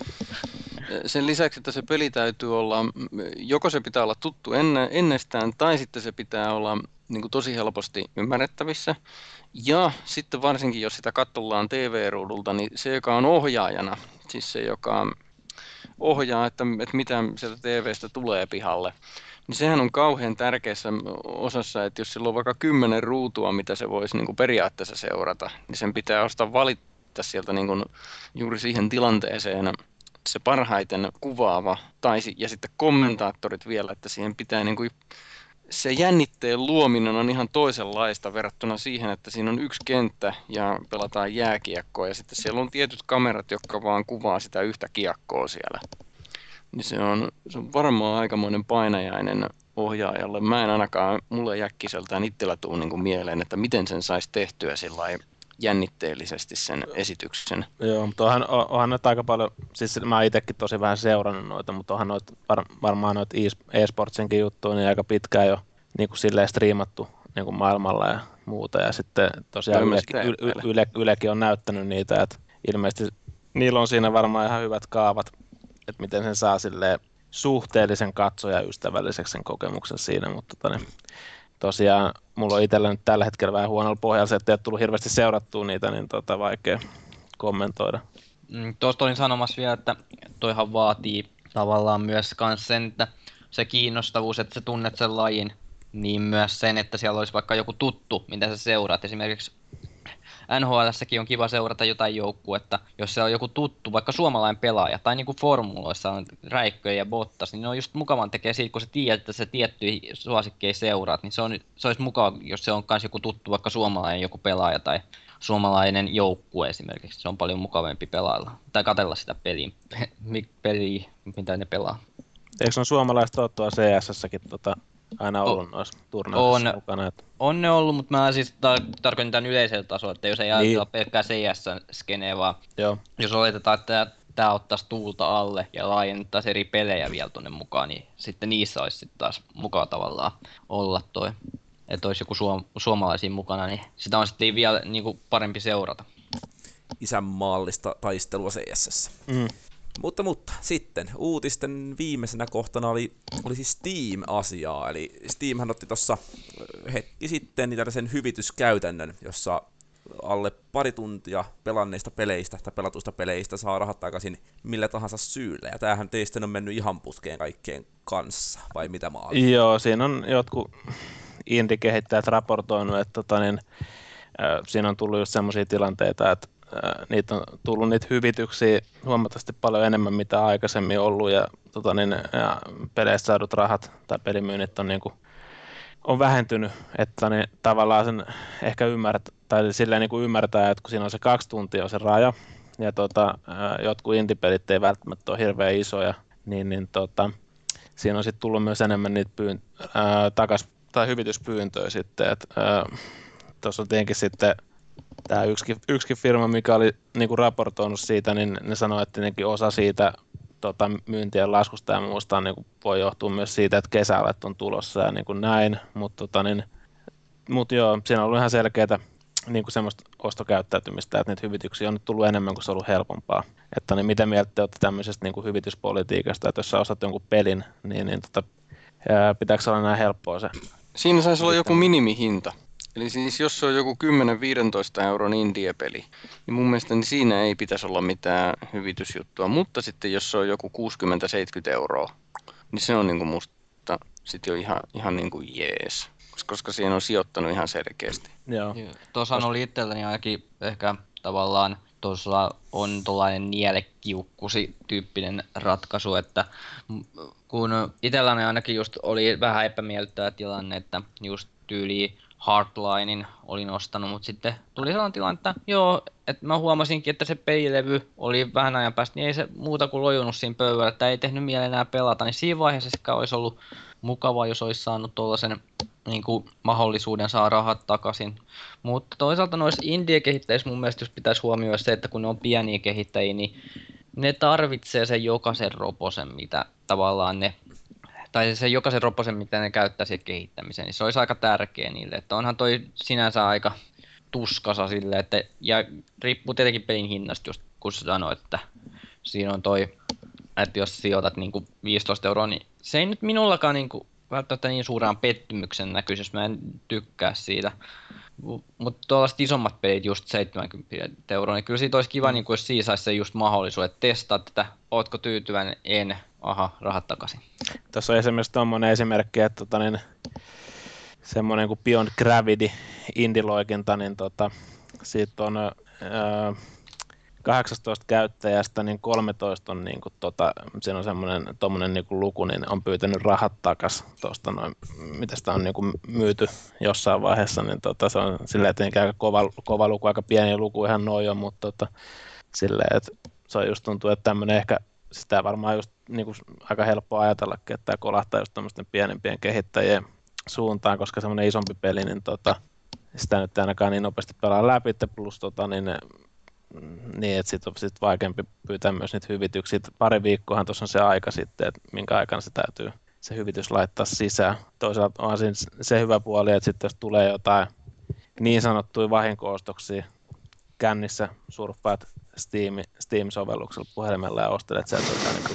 sen lisäksi, että se peli täytyy olla, joko se pitää olla tuttu ennestään, tai sitten se pitää olla niin kuin tosi helposti ymmärrettävissä. Ja sitten varsinkin, jos sitä katsellaan TV-ruudulta, niin se, joka on ohjaajana, siis se, joka ohjaa, että mitä sieltä TV:stä tulee pihalle, niin sehän on kauhean tärkeässä osassa, että jos sillä on vaikka 10 ruutua, mitä se voisi niin kuin periaatteessa seurata, niin sen pitää osata valita sieltä niin kuin juuri siihen tilanteeseen se parhaiten kuvaava, ja sitten kommentaattorit vielä, että siihen pitää niin kuin, se jännitteen luominen on ihan toisenlaista verrattuna siihen, että siinä on yksi kenttä ja pelataan jääkiekkoa ja sitten siellä on tietyt kamerat, jotka vaan kuvaa sitä yhtä kiekkoa siellä. Niin se on varmaan aikamoinen painajainen ohjaajalle. Mä en ainakaan, mulle jäkkiseltään itsellä tuu niin kuin mieleen, että miten sen saisi tehtyä sillai jännitteellisesti sen esityksen. Joo, mutta onhan noita aika paljon, siis mä oon itsekin tosi vähän seurannut noita, mutta onhan noita, varmaan noita e-sportsenkin juttuja niin aika pitkään jo niin kuin silleen striimattu niin kuin maailmalla ja muuta. Ja sitten tosiaan Ylekin on näyttänyt niitä, että ilmeisesti niillä on siinä varmaan ihan hyvät kaavat, että miten sen saa silleen suhteellisen katsojaystävälliseksi sen kokemuksen siinä, mutta tosiaan mulla on itsellä nyt tällä hetkellä vähän huonolla pohjalla, että ei ole tullut hirveästi seurattua niitä, niin vaikea kommentoida. Tuosta olin sanomassa vielä, että toihan vaatii tavallaan myös sen, että se kiinnostavuus, että sä tunnet sen lajin, niin myös sen, että siellä olisi vaikka joku tuttu, mitä sä seuraat. Esimerkiksi NHL:ssäkin on kiva seurata jotain joukkuetta, jos se on joku tuttu, vaikka suomalainen pelaaja, tai niin kuin formuloissa on Räikkönen ja Bottas, niin ne on just mukavan tekee siitä, kun sä tiedät, että sä tiettyjä suosikkeja seuraat, niin se olisi mukava, jos se on myös joku tuttu, vaikka suomalainen joku pelaaja tai suomalainen joukkue esimerkiksi. Se on paljon mukavampi pelailla, tai katsella sitä peliä, mitä ne pelaa. Eikö on suomalaiset tottua CS:ssäkin aina ollut noissa turnauksissa mukana? Että on ne ollut, mutta mä siis tarkoitan tämän yleisellä tasolla, että jos ei ajatella pelkkää CS-skeneä, vaan jos oletetaan, että tämä ottaisi tuulta alle ja laajentaisi eri pelejä vielä tuonne mukaan, niin sitten niissä olisi sitten taas mukava tavallaan olla toi. Että olisi joku suomalaisia mukana, niin sitä on sitten vielä niin kuin parempi seurata. Isänmaallista taistelua CS:ssä. Mutta sitten uutisten viimeisenä kohtana oli siis Steam-asiaa, eli Steamhän otti tuossa hetki sitten tällaisen hyvityskäytännön, jossa alle pari tuntia pelanneista peleistä tai pelatuista peleistä saa rahat takaisin millä tahansa syyllä, ja tämähän teistä on mennyt ihan putkeen kaikkien kanssa, vai mitä maali? Joo, siinä on jotkut indie-kehittäjät raportoinut, että siinä on tullut just semmoisia tilanteita, että niitä on tullut niitä hyvityksiä huomattavasti paljon enemmän mitä aikaisemmin ollut ja peleistä saadut rahat tai pelimyynnit on, on vähentynyt, että tavallaan sen ehkä ymmärtää, että kun siinä on se 2 tuntia on se raja ja jotkut indie-pelit ei välttämättä ole hirveän isoja, niin siinä on sitten tullut myös enemmän niitä hyvityspyyntöjä sitten, että tuossa on tietenkin sitten tämä yksikin firma, mikä oli niinku raportoinut siitä, niin ne sanoi, että osa siitä myyntien laskusta ja muusta niinku voi johtua myös siitä, että kesäalet on tulossa ja niin näin, mutta Mut joo, siinä on ollut ihan selkeätä niin kuin semmoista ostokäyttäytymistä, että niitä hyvityksiä on nyt tullut enemmän, kuin se on ollut helpompaa. Että niin mitä mieltä te olette tämmöisestä niin kuin hyvityspolitiikasta, että jos sä ostat jonkun pelin, niin pitääkö se olla näin helppoa se? Siinä saisi olla joku minimihinta. Eli siis jos se on joku 10-15 euron indie-peli, niin mun mielestä niin siinä ei pitäisi olla mitään hyvitysjuttua. Mutta sitten jos se on joku 60-70 euroa, niin se on niinku musta sitten jo ihan niinku jees. Koska siihen on sijoittanut ihan selkeästi. Joo. Tuossa oli itselläni ainakin ehkä tavallaan tuossa on tuollainen nielekiukkusi tyyppinen ratkaisu, että kun itselläni ainakin just oli vähän epämiellyttävä tilanne, että just tyyli Hardlinein olin ostanut, mutta sitten tuli sellainen tilanne, että joo, että mä huomasinkin, että se pelilevy oli vähän ajan päästä, niin ei se muuta kuin lojunut siinä pöydällä, että ei tehnyt mieli enää pelata, niin siinä vaiheessa sekä olisi ollut mukavaa, jos olisi saanut tuollaisen niin kuin mahdollisuuden saa rahat takaisin. Mutta toisaalta noissa indie-kehittäjissä mun mielestä just pitäisi huomioida se, että kun ne on pieniä kehittäjiä, niin ne tarvitsee sen jokaisen roposen, mitä tavallaan ne, tai se jokaisen roposen, mitä ne käyttää siihen kehittämiseen, niin se olisi aika tärkeä niille. Että onhan toi sinänsä aika tuskasa sille, että, ja riippuu tietenkin pelin hinnasta, just kun sanoit, että siinä on toi, että jos sijoitat niinku 15 euroa, niin se ei nyt minullakaan niinku välttämättä niin suuraan pettymyksen näkyisi, jos mä en tykkää siitä. Mutta tuollaiset isommat pelit, just 70 euroa, niin kyllä siitä olisi kiva, niin jos siinä saisi se just mahdollisuuden testaa tätä. Ootko tyytyväinen? En. Aha, rahat takaisin. Tässä on esimerkiksi tuommoinen esimerkki, että semmoinen kuin Beyond Gravity indie-loikinta, niin siitä on 18 käyttäjästä, niin 13 on niin kuin, siinä on semmoinen tommonen niin kuin luku, niin on pyytänyt rahat takas tuosta noin, mitä sitä on niin kuin myyty jossain vaiheessa, niin se on silleen, että aika kova luku, aika pieni luku ihan noin on, mutta silleen, että se on just tuntuu, että tämmöinen ehkä, sitä varmaan just niin kuin aika helppo ajatellakin, että tämä kolahtaa just tämmöisten pienempien kehittäjien suuntaan, koska semmoinen isompi peli, niin sitä nyt ainakaan niin nopeasti pelaa läpi, plus niin, että sitten on sit vaikeampi pyytää myös niitä hyvityksiä. Pari viikkoahan tuossa on se aika sitten, että minkä aikana se täytyy se hyvitys laittaa sisään. Toisaalta on siinä se hyvä puoli, että sitten jos tulee jotain niin sanottuja vahinko-ostoksia, kännissä surffaat Steam-sovelluksella puhelimella ja ostelet sieltä jotain, niin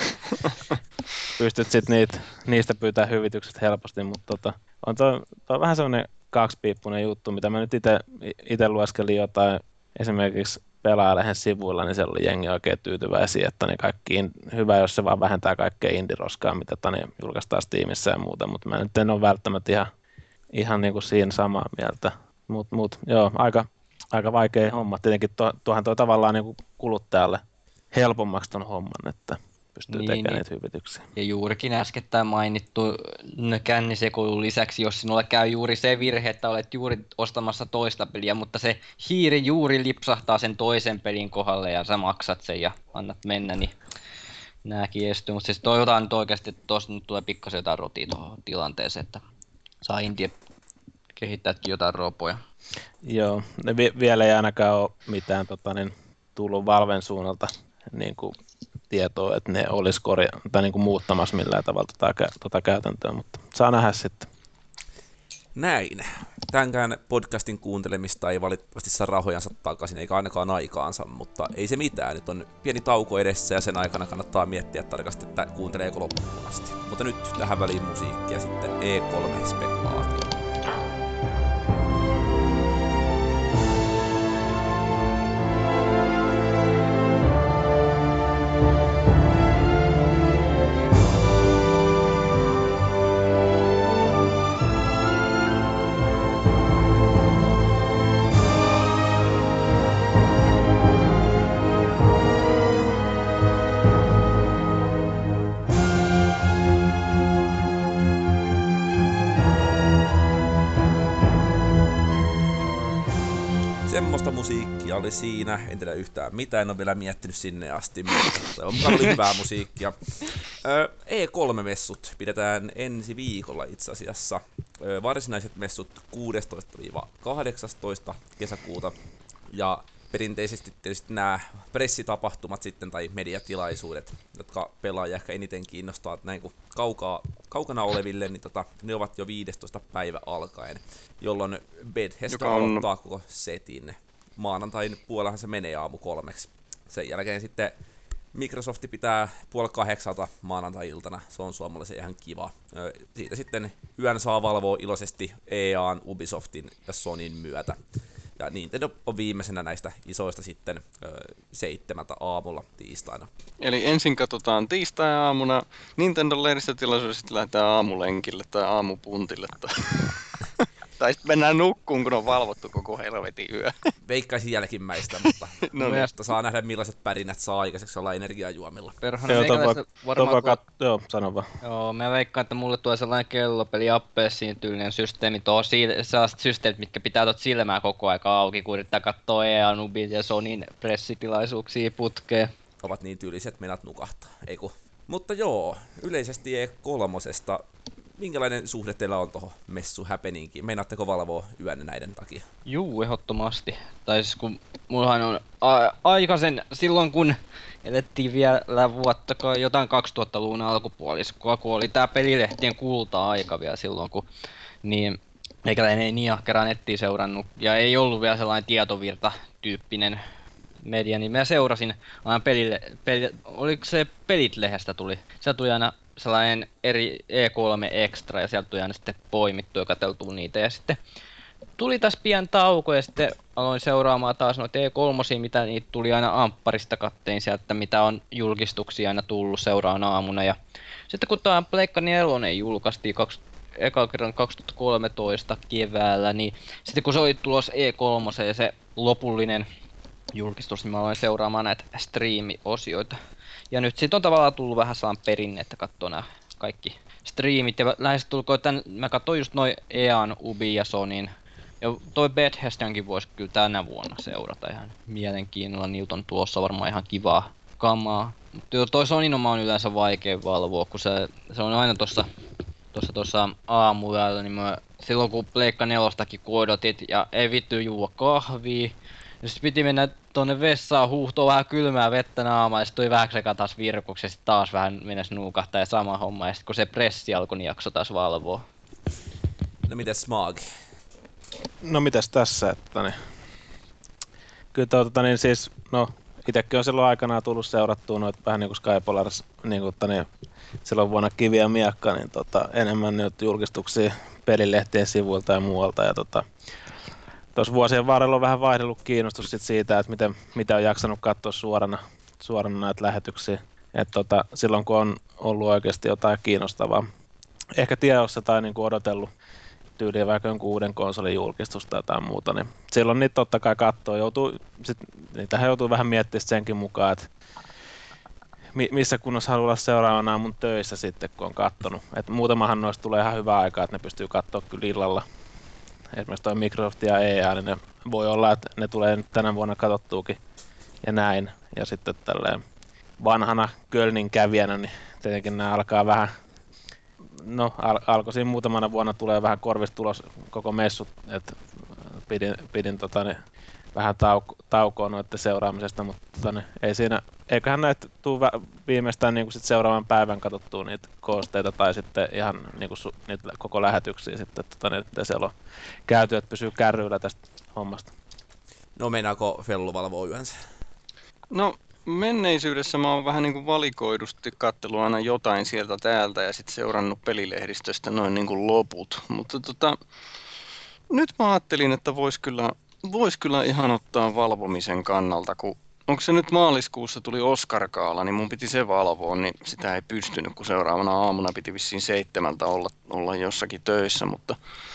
pystyt sitten niistä pyytää hyvitykset helposti, mutta on tuo vähän sellainen kaksipiippunen juttu, mitä mä nyt itse lueskelin jotain esimerkiksi Pelaajalehden sivuilla, niin siellä oli jengi oikein tyytyväisiä, että niin hyvä, jos se vaan vähentää kaikkea indie-roskaa, mitä julkaistaan Steamissa ja muuta, mutta mä nyt en ole välttämättä ihan niin kuin siinä samaa mieltä. Mut joo, aika vaikea homma. Tietenkin tuohan toi tavallaan niin kuin kuluttajalle helpommaksi ton homman, että pystyy tekemään niitä hyvityksiä. Ja juurikin äskettäin mainittu kännisekoilun lisäksi, jos sinulla käy juuri se virhe, että olet juuri ostamassa toista peliä, mutta se hiiri juuri lipsahtaa sen toisen pelin kohdalle ja sä maksat sen ja annat mennä, niin nääkin estyy. Mutta siis toivotaan nyt oikeasti, että tuossa nyt tulee pikkasen jotain rotia tuohon tilanteeseen, että saa indie kehittääkin jotain ropoja. Joo, vielä ei ainakaan ole mitään tullut Valven suunnalta niin kuin tietoa, että ne olisi niin kuin muuttamassa millään tavalla tota käytäntöä, mutta saa nähdä sitten. Näin. Tämänkään podcastin kuuntelemista ei valitettavasti saa rahojansa takaisin, eikä ainakaan aikaansa, mutta ei se mitään. Nyt on pieni tauko edessä ja sen aikana kannattaa miettiä tarkasti, että kuunteleeko loppuun asti. Mutta nyt tähän väliin musiikkia sitten E3-spekulaatio. Semmoista musiikkia oli siinä, en tiedä yhtään mitä, en ole vielä miettinyt sinne asti, mutta oli hyvää musiikkia. E3-messut pidetään ensi viikolla itse asiassa. Varsinaiset messut 16-18 kesäkuuta ja perinteisesti tietysti nämä pressitapahtumat sitten tai mediatilaisuudet, jotka pelaajia ehkä eniten kiinnostaa näin kuin kaukana oleville, niin ne ovat jo 15. päivä alkaen, jolloin Bethesda aloittaa koko setin. Maanantain puolellahan se menee 7:30. Sen jälkeen sitten Microsoft pitää 7:30 maanantai-iltana, se on suomalaisen ihan kiva. Siitä sitten yön saa valvoa iloisesti EA:n, Ubisoftin ja Sonyn myötä. Ja Nintendo on viimeisenä näistä isoista sitten 7 aamulla tiistaina. Eli ensin katsotaan tiistai-aamuna Nintendo lehdistötilaisuus, sitten lähdetään aamulenkille tai aamupuntille. Tai sitten mennään nukkuun, kun on valvottu koko helvetin yö. Veikkaisin jälkimmäistä, mutta mutta saa nähdä millaiset pärinät saa aikaiseksi olla energiajuomilla. Joo, sano vaan. Joo, mä veikkaan, että mulle tulee sellainen kellopeli Appelsiin tyylinen systeemi. Sellaiset systeemit, mitkä pitää tuot silmää koko aika auki, kun yrittää katsoa EA, Nubin ja Sonyn pressitilaisuuksia putkeen. Ovat niin tyyliset, menet nukahtaa, eiku. Mutta joo, yleisesti E3:sta. Minkälainen suhde teillä on tuohon messu happeningiin? Meinaatteko valvoa yön näiden takia? Juu, ehdottomasti. Tai siis kun mullahan on aikaisen, silloin kun elettiin vielä vuotta jotain 2000-luvun alkupuoliskoa, kun oli tää pelilehtien kulta-aika vielä silloin, kun niin meikäläinen ei niin ahkeraan nettiä seurannut ja ei ollut vielä sellainen tietovirta-tyyppinen media, niin mä seurasin aina oliko se Pelit-lehdestä tuli? Sieltä tuli aina sellainen eri E3 Extra ja sieltä tuli aina sitten poimittu ja katseltu niitä ja sitten tuli taas pian tauko ja sitten aloin seuraamaan taas noita E3, mitä niitä tuli aina ampparista kattein sieltä, mitä on julkistuksia aina tullut seuraan aamuna ja sitten kun tämä Pleikka 4 julkaistiin eka kerran 2013 keväällä, niin sitten kun se oli tulos E3 ja se lopullinen julkistus, niin mä aloin seuraamaan näitä striimiosioita. Ja nyt siitä on tavallaan tullut vähän sellainen perinne, että katsoo nämä kaikki striimit. Ja lähes tulkoon, mä katsoin just noin EAN, Ubi ja Sonyn. Ja toi Bethesdankin voisi kyllä tänä vuonna seurata ihan mielenkiinnolla. Niiltä on tulossa varmaan ihan kivaa kamaa. Mutta toi Sonyn on yleensä vaikea valvoa, kun se on aina tuossa aamulla, niin silloin kun Pleikka 4:stäkin odotit ja ei vittu juua kahvia. Ja sit piti mennä tonne vessaan huuhtoo vähän kylmää vettä naamaan ja sit tuli vähän sekaan taas virkuksi ja sit taas vähän mennäs nuukahtaa ja sama homma ja sit kun se pressi alkoi, niin jakso taas valvoa. No mites Smaug? No mites tässä, että niin. Kyllä niin siis, no itekin on silloin aikanaan tullut seurattua noita vähän niinku Skypolars niinku silloin vuonna Kivi ja Miakka, niin enemmän nyt julkistuksia pelilehtien sivuilta ja muualta ja tuossa vuosien varrella on vähän vaihdellut kiinnostus siitä, että mitä on jaksanut katsoa suorana näitä lähetyksiä. Että silloin kun on ollut oikeasti jotain kiinnostavaa, ehkä tiedossa tai niin kuin odotellut tyyliin vaikka jonkun uuden konsolin julkistusta tai jotain muuta, niin silloin niitä totta kai katsoo. Niitähän joutuu vähän miettimään senkin mukaan, että missä kunnossa haluaa olla seuraavana mun töissä sitten, kun on katsonut. Että muutamahan noista tulee ihan hyvää aikaa, että ne pystyy katsoa kyllä illalla. Esimerkiksi toi Microsoft ja EA, niin ne voi olla, että ne tulee nyt tänä vuonna katsottuukin ja näin. Ja sitten tälleen vanhana Kölnin kävijänä, niin tietenkin nämä alkaa vähän, no alkoi siinä muutamana vuonna tulee vähän korvista tulos koko messut, että pidin vähän taukoa noiden seuraamisesta, mutta ei siinä, eiköhän näitä tule viimeistään niin kuin sit seuraavan päivän katsottua niitä koosteita tai sitten ihan niin kuin niitä koko lähetyksiä sitten, että siellä on käyty, että pysyy kärryillä tästä hommasta. No meinaako Fellu valvoo yönsä? No menneisyydessä mä oon vähän niin kuin valikoidusti katsellut aina jotain sieltä täältä ja sitten seurannut pelilehdistöstä noin niin kuin loput, mutta nyt mä ajattelin, että vois kyllä ihan ottaa valvomisen kannalta, kun onko se nyt maaliskuussa tuli Oscar-gaala, niin mun piti se valvoa, niin sitä ei pystynyt, kun seuraavana aamuna piti vissiin 7 olla jossakin töissä, mutta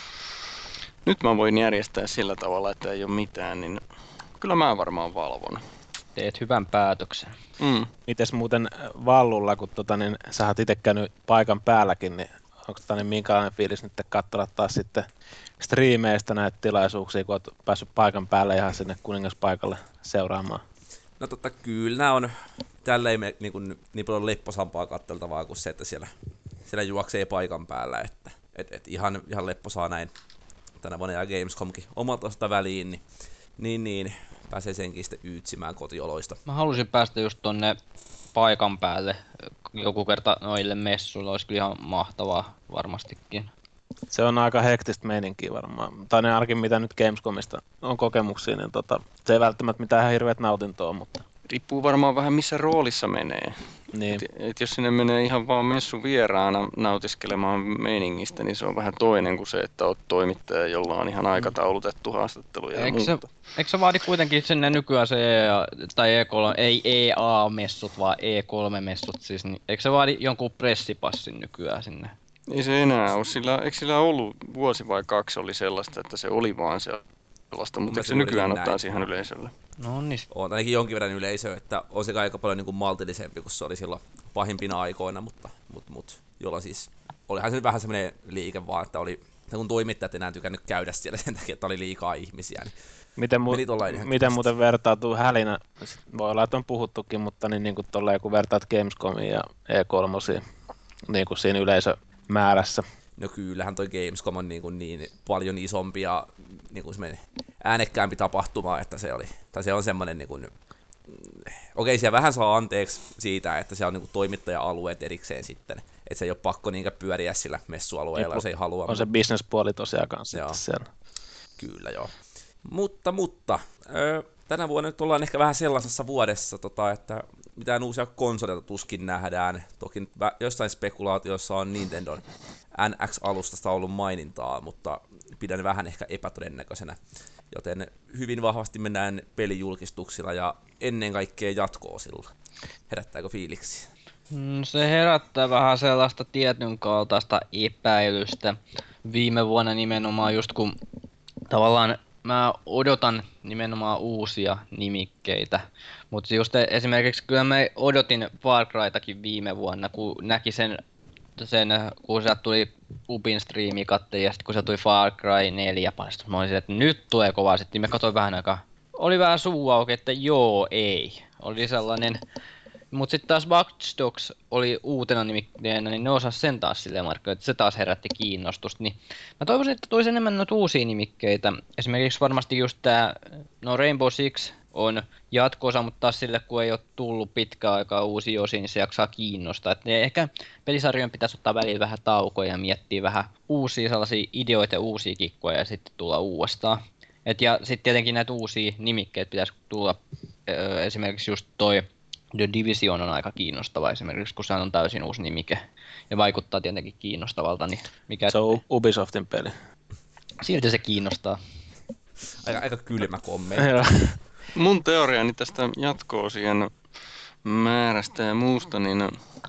nyt mä voin järjestää sillä tavalla, että ei ole mitään, niin kyllä mä varmaan valvon. Teet hyvän päätöksen. Mites muuten Vallulla, kun niin sä oot itse käynyt paikan päälläkin, niin onko niin minkälainen fiilis nyt katsella taas sitten striimeistä näitä tilaisuuksia, kun oot päässyt paikan päälle ihan sinne kuningaspaikalle seuraamaan? No kyllä nämä on tälleen niin paljon lepposampaa katteltavaa kuin se, että siellä juoksee paikan päällä, että ihan lepposaa näin tänä vuonna ja Gamescomkin omalta väliin, niin pääsee senkin sitten yytsimään kotioloista. Mä halusin päästä just tonne paikan päälle joku kerta noille messuille, olisi kyllä ihan mahtavaa varmastikin. Se on aika hektistä meininkiä varmaan. Tai ne ainakin mitä nyt Gamescomista on kokemuksia, niin se ei välttämättä mitään hirveät nautintoa, mutta... Riippuu varmaan vähän missä roolissa menee. Niin. Et jos sinne menee ihan vaan messu vieraana nautiskelemaan meiningistä, niin se on vähän toinen kuin se, että oot toimittaja, jolla on ihan aikataulutettu haastattelu ja muuta. Eikö se vaadi kuitenkin sinne nykyään se tai E3, ei EA-messut, vaan E3-messut siis, niin eikö se vaadi jonkun pressipassin nykyään sinne? Ei se enää ole. Eikö sillä ollut vuosi vai 2 oli sellaista, että se oli vaan sellaista, mutta se nykyään ottaa siihen yleisölle? No niin. On ainakin jonkin verran yleisö, että on se aika paljon niin kuin maltillisempi kuin se oli silloin pahimpina aikoina, mutta jolla siis olihan se vähän semmoinen liike vaan, että oli, kun toimittajat enää tykännyt käydä siellä sen takia, että oli liikaa ihmisiä. Niin miten muuten vertautuu Hälinä, voi olla, että on puhuttukin, mutta niin kuin tolleen, kun vertaat Gamescomiin ja E3 niin kuin siinä yleisömäärässä. No kyllähän toi Gamescom on niin paljon isompi ja niin kuin äänekkäämpi tapahtuma, että se on semmoinen niin kuin, okei, siellä vähän saa anteeksi siitä, että se on niin kuin toimittaja-alueet erikseen sitten, että se ei ole pakko niinkään pyöriä sillä messualueella, jos ei halua. On se business-puoli tosiaan kanssa siellä. Kyllä, joo. Mutta tänä vuonna nyt ollaan ehkä vähän sellaisessa vuodessa, että mitään uusia konsoleita tuskin nähdään. Toki jossain spekulaatiossa on Nintendon NX-alustasta ollut mainintaa, mutta pidän vähän ehkä epätodennäköisenä. Joten hyvin vahvasti mennään pelijulkistuksilla ja ennen kaikkea jatko-osilla. Herättääkö fiiliksiä? Se herättää vähän sellaista tietyn kaltaista epäilystä. Viime vuonna nimenomaan just kun tavallaan mä odotan nimenomaan uusia nimikkeitä, mutta just esimerkiksi kyllä mä odotin Far Crytakin viime vuonna, kun näki sen kun sieltä tuli Upin striimi katselin ja sitten kun se tuli Far Cry 4 paljastus, mä olin sille, että nyt tulee kovaa, sitten mä katsoin vähän aikaa. Oli vähän suu auki, että joo, ei. Oli sellainen. Mut sitten taas Watch Dogs oli uutena nimikkeenä, niin ne osasi sen taas silleen markkinoida, että se taas herätti kiinnostusta. Niin mä toivoisin, että tulisi enemmän noita uusia nimikkeitä. Esimerkiksi varmasti just Rainbow Six on jatko-osa, mutta taas sille kun ei ole tullut pitkään aikaa uusia osia, niin se jaksaa kiinnostaa. Et ehkä pelisarjojen pitäisi ottaa välillä vähän taukoja ja miettiä vähän uusia sellaisia ideoita ja uusia kikkoja ja sitten tulla uudestaan. Ja sitten tietenkin näitä uusia nimikkeitä pitäisi tulla, esimerkiksi just toi The Division on aika kiinnostava esimerkiksi, kun se on täysin uusi nimike ja vaikuttaa tietenkin kiinnostavalta. Niin se on Ubisoftin peli. Silti se kiinnostaa. Aika kylmä kommentti. Mun teoriani tästä jatko-osien määrästä ja muusta niin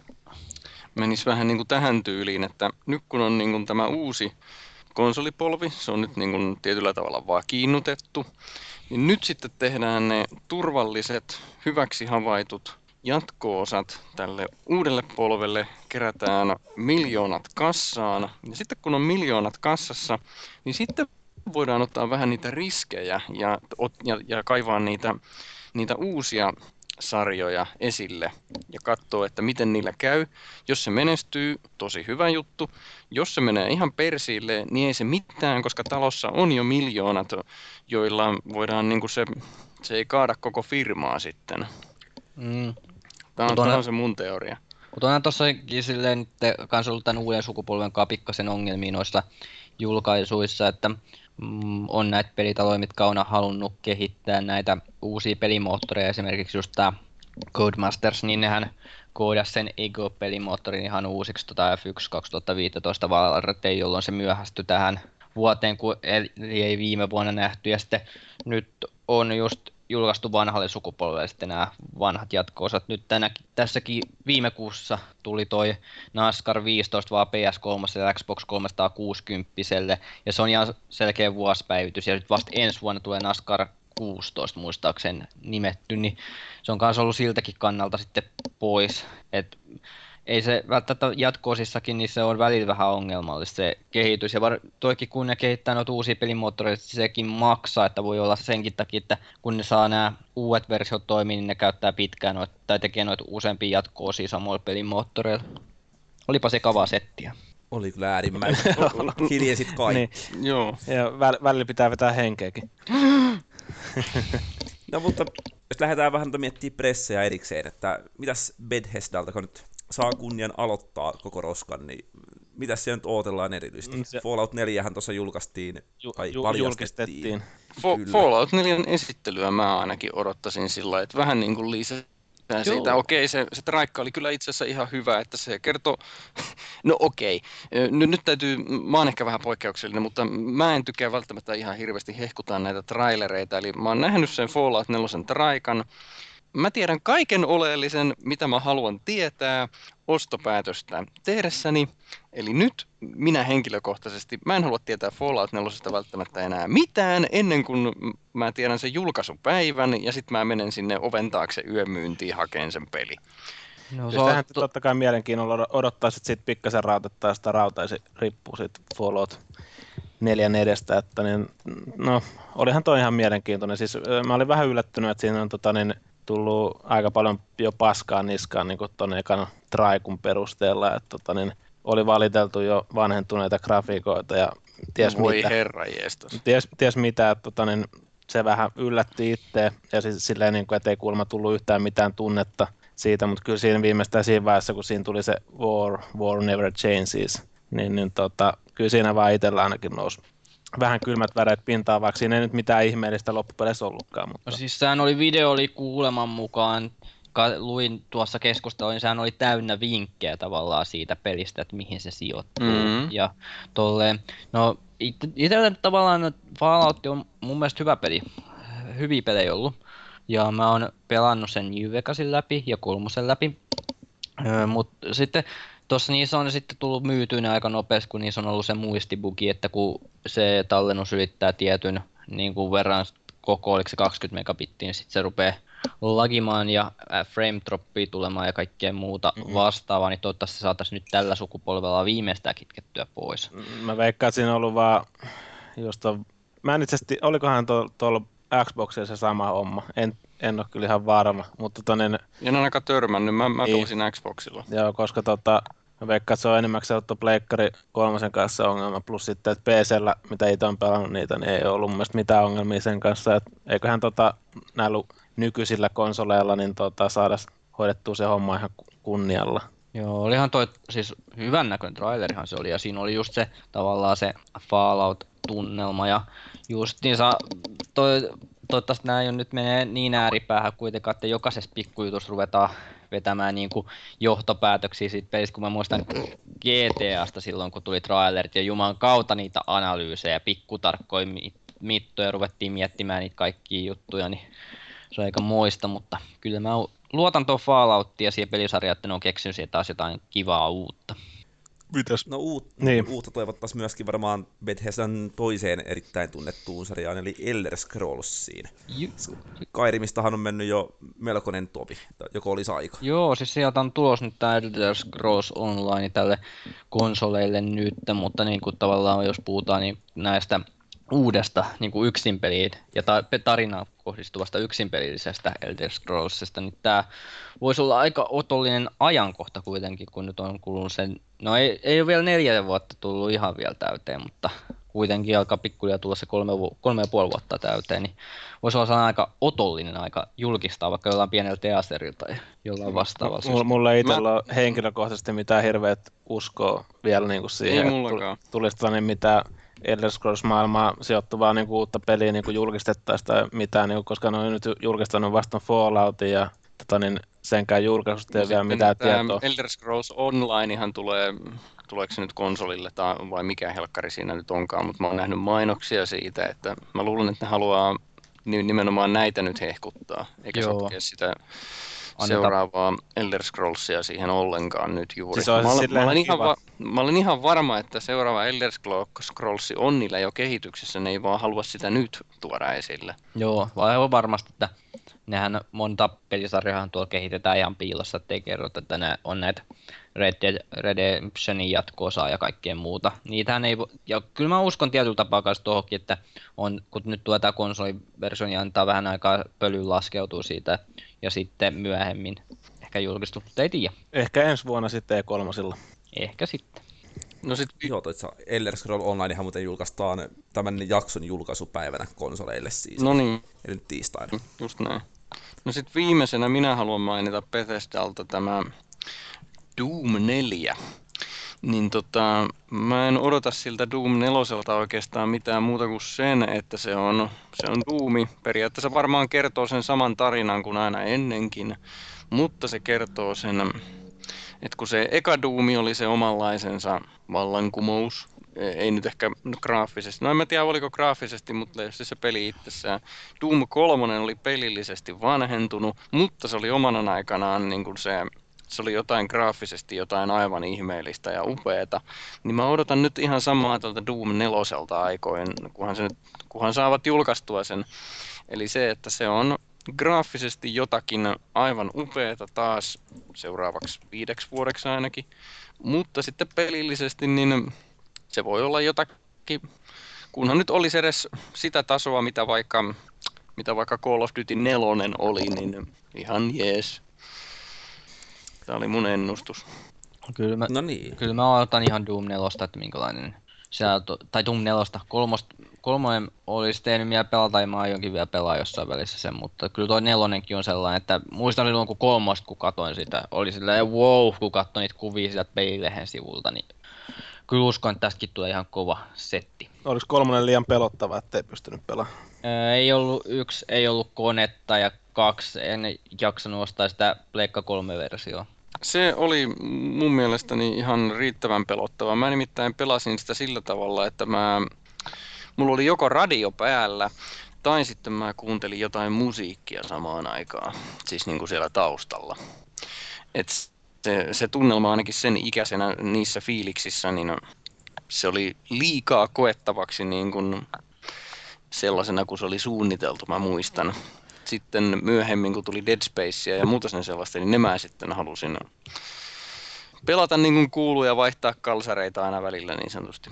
menisi vähän niin kuin tähän tyyliin, että nyt kun on niin kuin tämä uusi konsolipolvi, se on nyt niin kuin tietyllä tavalla vakiinnutettu, niin nyt sitten tehdään ne turvalliset, hyväksi havaitut jatko-osat tälle uudelle polvelle, kerätään miljoonat kassaan, ja sitten kun on miljoonat kassassa, niin sitten voidaan ottaa vähän niitä riskejä ja kaivaa niitä uusia sarjoja esille ja katsoa, että miten niillä käy. Jos se menestyy, tosi hyvä juttu. Jos se menee ihan persiille, niin ei se mitään, koska talossa on jo miljoonat, joilla voidaan se ei kaada koko firmaa sitten. Tämä on se mun teoria. Mutta onhan tossakin silleen kans ollut tämän uuden sukupolven pikkasen ongelmia noissa julkaisuissa, että on näitä pelitaloja, mitkä on halunnut kehittää näitä uusia pelimoottoreja, esimerkiksi just tämä Codemasters, niin nehän koodasi sen Ego-pelimoottorin ihan uusiksi F1 2015 varten, jolloin se myöhästyi tähän vuoteen, kun ei viime vuonna nähty, ja sitten nyt on just julkaistu vanhalle sukupolvelle sitten nämä vanhat jatko-osat. Nyt tässäkin viime kuussa tuli toi NASCAR 15 vaan PS3 ja Xbox 360, ja se on ihan selkeä vuosipäivitys, ja nyt vasta ensi vuonna tulee NASCAR 16 muistaakseni nimetty, niin se on kanssa ollut siltäkin kannalta sitten pois, että ei se välttämättä jatko-osissakin, niin se on välillä vähän ongelmallista se kehitys. Ja toikin kun ne kehittää noita uusia pelimoottoreita, sekin maksaa, että voi olla senkin takia, että kun ne saa nämä uudet versiot toimia, niin ne käyttää pitkään tai tekee noita useampia jatko-osia samoilla pelimoottoreilla. Olipa se kavaa settiä. Oli kyllä äärimmäinen. Hiljensit kaikki. Niin. Joo. Ja välillä pitää vetää henkeäkin. No mutta jos lähdetään vähän miettimään pressejä erikseen, että mitäs Bethesdalta, kun nyt saa kunnian aloittaa koko roskan, niin mitäs siellä nyt odotellaan erityisesti? Fallout 4hän tuossa julkaistiin, tai paljastettiin. Julkistettiin. Fallout 4 esittelyä mä ainakin odottaisin sillä lailla, että vähän niin kuin lisää siitä. Okei, se traikka oli kyllä itse asiassa ihan hyvä, että se kertoo, no okei, nyt täytyy, mä oon ehkä vähän poikkeuksellinen, mutta mä en tykkää välttämättä ihan hirveästi hehkutaan näitä trailereita, eli mä oon nähnyt sen Fallout 4 traikan. Mä tiedän kaiken oleellisen, mitä mä haluan tietää ostopäätöstä tehdessäni. Eli nyt minä henkilökohtaisesti, mä en halua tietää Fallout 4 välttämättä enää mitään ennen kuin mä tiedän sen julkaisupäivän ja sitten mä menen sinne oven taakse yömyyntiin hakeen sen peli. No, tähän totta kai mielenkiinnolla odottaisit sit pikkasen rautettaa sitä rautaisi riippuu siitä Fallout 4 että niin, no olihan toi ihan mielenkiintoinen. Siis mä olin vähän yllättynyt, että siinä on tullut aika paljon jo paskaa niskaan niin ton ekan traikun perusteella, että oli valiteltu jo vanhentuneita grafiikoita ja ties mitä, että se vähän yllätti itse ja siis silleen, niin kuin, että ei kuulemma tullut yhtään mitään tunnetta siitä, mutta kyllä siinä viimeistään siinä vaiheessa, kun siinä tuli se War Never Changes, niin kyllä siinä vaan itsellä ainakin nousi vähän kylmät väreet pintaan, vaikka siinä ei nyt mitään ihmeellistä loppupeleissä ollutkaan. Mutta... No siis sehän oli kuuleman mukaan, luin tuossa keskustelua, niin sehän oli täynnä vinkkejä tavallaan siitä pelistä, että mihin se sijoittuu. Ja tolleen, no itsellä tavallaan Fallout on mun mielestä hyvä peli, hyviä pelejä ollut. Ja mä oon pelannut sen New Vegasin läpi ja 3 läpi, mutta sitten tuossa niissä on sitten tullut myytyä aika nopeasti, kun niissä on ollut se muistibugi, että kun se tallennus ylittää tietyn niin kuin verran koko, oliko se 20 megabittiä, niin sitten se rupeaa lagimaan ja frame droppia tulemaan ja kaikkea muuta vastaavaa, niin toivottavasti saataisiin nyt tällä sukupolvella viimeistään kitkettyä pois. Mä veikkaan, että siinä on ollut vaan just mä en itse asiassa, olikohan tuolla Xboxilla se sama homma, en ole kyllä ihan varma, mutta en ainakaan törmännyt, mä pelasin Xboxilla. Joo, koska mä veikkaan, että se on enimmäkseen ollut Pleikkari 3 kanssa ongelma, plus sitten, että PC:llä, mitä itse on pelannut niitä, niin ei ole ollut mun mielestä mitään ongelmia sen kanssa, että eiköhän näillä nykyisillä konsoleilla niin saada hoidettua se homma ihan kunnialla. Joo, olihan toi siis hyvän näköinen trailerihan se oli, ja siinä oli just se tavallaan se Fallout-tunnelma, ja justiinsa toivottavasti nämä nyt menee niin ääripäähän kuitenkaan, että jokaisessa pikkujutussa ruvetaan vetämään niin kuin johtopäätöksiä siitä pelistä, kun mä muistan GTAsta silloin, kun tuli trailerit ja juman kautta niitä analyysejä, pikkutarkkoja mittoja, ruvettiin miettimään niitä kaikkia juttuja, niin se on aika moista, mutta kyllä mä luotan tuon Falloutia ja siihen pelisarjaan, että ne on keksinyt siihen taas jotain kivaa uutta. Mitäs? No uutta toivottaisiin myöskin varmaan Bethesdan toiseen erittäin tunnettuun sarjaan, eli Elder Scrollsiin. Skyrimmistahan on mennyt jo melkoinen topi, joko olisi aika. Joo, siis sieltä on tulos nyt tämä Elder Scrolls Online tälle konsoleille nyt, mutta niin kuin tavallaan jos puhutaan niin näistä uudesta niin kuin yksinpeliin ja tarinaan kohdistuvasta yksinpelillisestä Elder Scrollsista, niin tämä voisi olla aika otollinen ajankohta kuitenkin, kun nyt on kulunut sen, no ei ole vielä 4 vuotta tullut ihan vielä täyteen, mutta kuitenkin alkaa pikkuhiljaa tulla se 3,5 vuotta täyteen, niin voisi olla sellainen aika otollinen aika julkistaa vaikka jollain pienellä teaserilla tai jollain vastaavalla. Mulla ei itsellä ole henkilökohtaisesti mitään hirveät uskoa vielä niin kuin siihen, että tulisi tällainen mitään Elder Scrolls-maailmaa sijoittuvaa niin kuin uutta peliä niin kuin julkistettaisiin tai mitään, niin kuin, koska ne on nyt julkistanut vasta Falloutin ja senkään julkaisusta ei vielä mitään tietoa. Elder Scrolls Onlinehan tuleeko se nyt konsolille tai vai mikä helkkari siinä nyt onkaan, mutta mä oon nähnyt mainoksia siitä, että mä luulen, että ne haluaa nimenomaan näitä nyt hehkuttaa, eikä sotkea sitä seuraavaa Elder Scrollsia siihen ollenkaan nyt juuri. Siis mä olen ihan varma, että seuraava Elder Scrolls on niillä jo kehityksessä, ne ei vaan halua sitä nyt tuoda esille. Joo, aivan varmasti, että nehän monta pelisarjaa tuolla kehitetään ihan piilossa, ettei kerrota, että ne on näitä Red Dead Redemptionin jatko-osaa ja kaikkea muuta. Niitähän ei ja kyllä mä uskon tietyllä tapaa myös tuohonkin, että kun nyt tulee tämä konsoliversio, niin antaa vähän aikaa pölyyn laskeutua siitä ja sitten myöhemmin ehkä julkistuu, mutta ei tiedä. Ehkä ensi vuonna sitten E3. Ehkä sitten. No sit, Joo, Elder Scroll Onlinehan muuten julkaistaan tämän jakson julkaisupäivänä konsoleille siis, no niin, eli nyt tiistaina. just näin. No sit viimeisenä minä haluan mainita Bethesdalta tämä Doom 4. Niin mä en odota siltä Doom 4 oikeastaan mitään muuta kuin sen, että se on Doomi. Periaatteessa varmaan kertoo sen saman tarinan kuin aina ennenkin, mutta se kertoo sen, että kun se eka Doomi oli se omanlaisensa vallankumous, ei nyt ehkä graafisesti, no en mä tiedä oliko graafisesti, mutta se peli itsessään. Doom 3 oli pelillisesti vanhentunut, mutta se oli omana aikanaan niin kuin se oli jotain graafisesti jotain aivan ihmeellistä ja upeeta, niin mä odotan nyt ihan samaa tuolta Doom 4 aikoin, kunhan saavat julkaistua sen. Eli se, että se on graafisesti jotakin aivan upeeta taas seuraavaksi 5 vuodeksi ainakin, mutta sitten pelillisesti niin se voi olla jotakin, kunhan nyt olisi edes sitä tasoa, mitä vaikka Call of Duty 4 oli, niin ihan jees. Tämä oli mun ennustus. No niin. Kyllä mä odotan ihan Doom 4, että minkälainen tai Doom 4, kolmonen olisi tehnyt vielä pelata, ja mä aionkin vielä pelaa jossain välissä sen, mutta kyllä toi 4 on sellainen, että muistan silloin kun 3, kun katsoin sitä, oli silleen wow, kun katsoin niitä kuvia sieltä pelilehen sivulta, niin kyllä uskon, että tästäkin tulee ihan kova setti. Oliko 3 liian pelottava, ettei pystynyt pelaamaan? Ei ollut 1, ei ollut konetta, ja 2, en jaksanut ostaa sitä Pleikka 3-versioa. Se oli mun mielestäni ihan riittävän pelottava. Mä nimittäin pelasin sitä sillä tavalla, että mulla oli joko radio päällä, tai sitten mä kuuntelin jotain musiikkia samaan aikaan, siis niin kuin siellä taustalla. Et se tunnelma ainakin sen ikäisenä niissä fiiliksissä, niin se oli liikaa koettavaksi niin kuin sellaisena kuin se oli suunniteltu, mä muistan. Sitten myöhemmin, kun tuli Dead Spacea ja muuta sen sellaista, niin ne mä sitten halusin pelata niin kuin kuuluu ja vaihtaa kalsareita aina välillä niin sanotusti.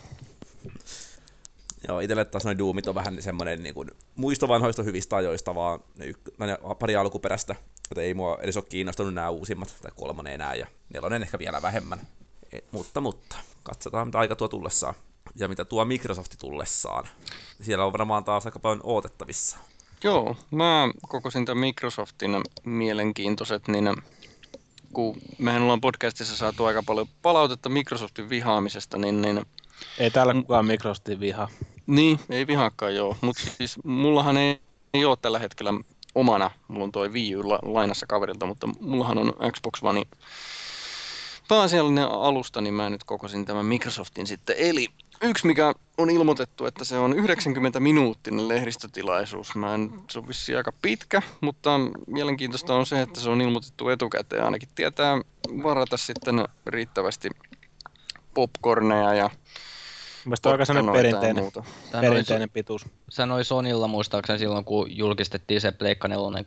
Joo, itselle taas noin Doomit on vähän semmoinen niin kuin muisto vanhoista hyvistä ajoista, vaan ne pari alkuperäistä, joten ei mua edes ole kiinnostunut nämä uusimmat, tai 3 enää, ja 4 ehkä vielä vähemmän. Mutta, katsotaan mitä aika tuo tullessaan, ja mitä tuo Microsofti tullessaan. Siellä on varmaan taas aika paljon odotettavissa. Joo, mä kokosin tämän Microsoftin mielenkiintoiset, niin kun mehän ollaan podcastissa saatu aika paljon palautetta Microsoftin vihaamisesta, niin Ei täällä kukaan Microsoftin vihaa. niin, ei vihaakaan joo, mutta siis mullahan ei ole tällä hetkellä omana, mulla on toi Wii U lainassa kaverilta, mutta mullahan on Xbox One pääasiallinen alusta, niin mä nyt kokosin tämän Microsoftin sitten. Eli yksi, mikä on ilmoitettu, että se on 90-minuuttinen lehdistötilaisuus. Se on vissiin aika pitkä, mutta mielenkiintoista on se, että se on ilmoitettu etukäteen. Ainakin tietää varata sitten riittävästi popcorneja ja Mielestäni on aika sellainen perinteinen pituus. Sanoi Sonilla muistaakseni silloin, kun julkistettiin se Pleikka 4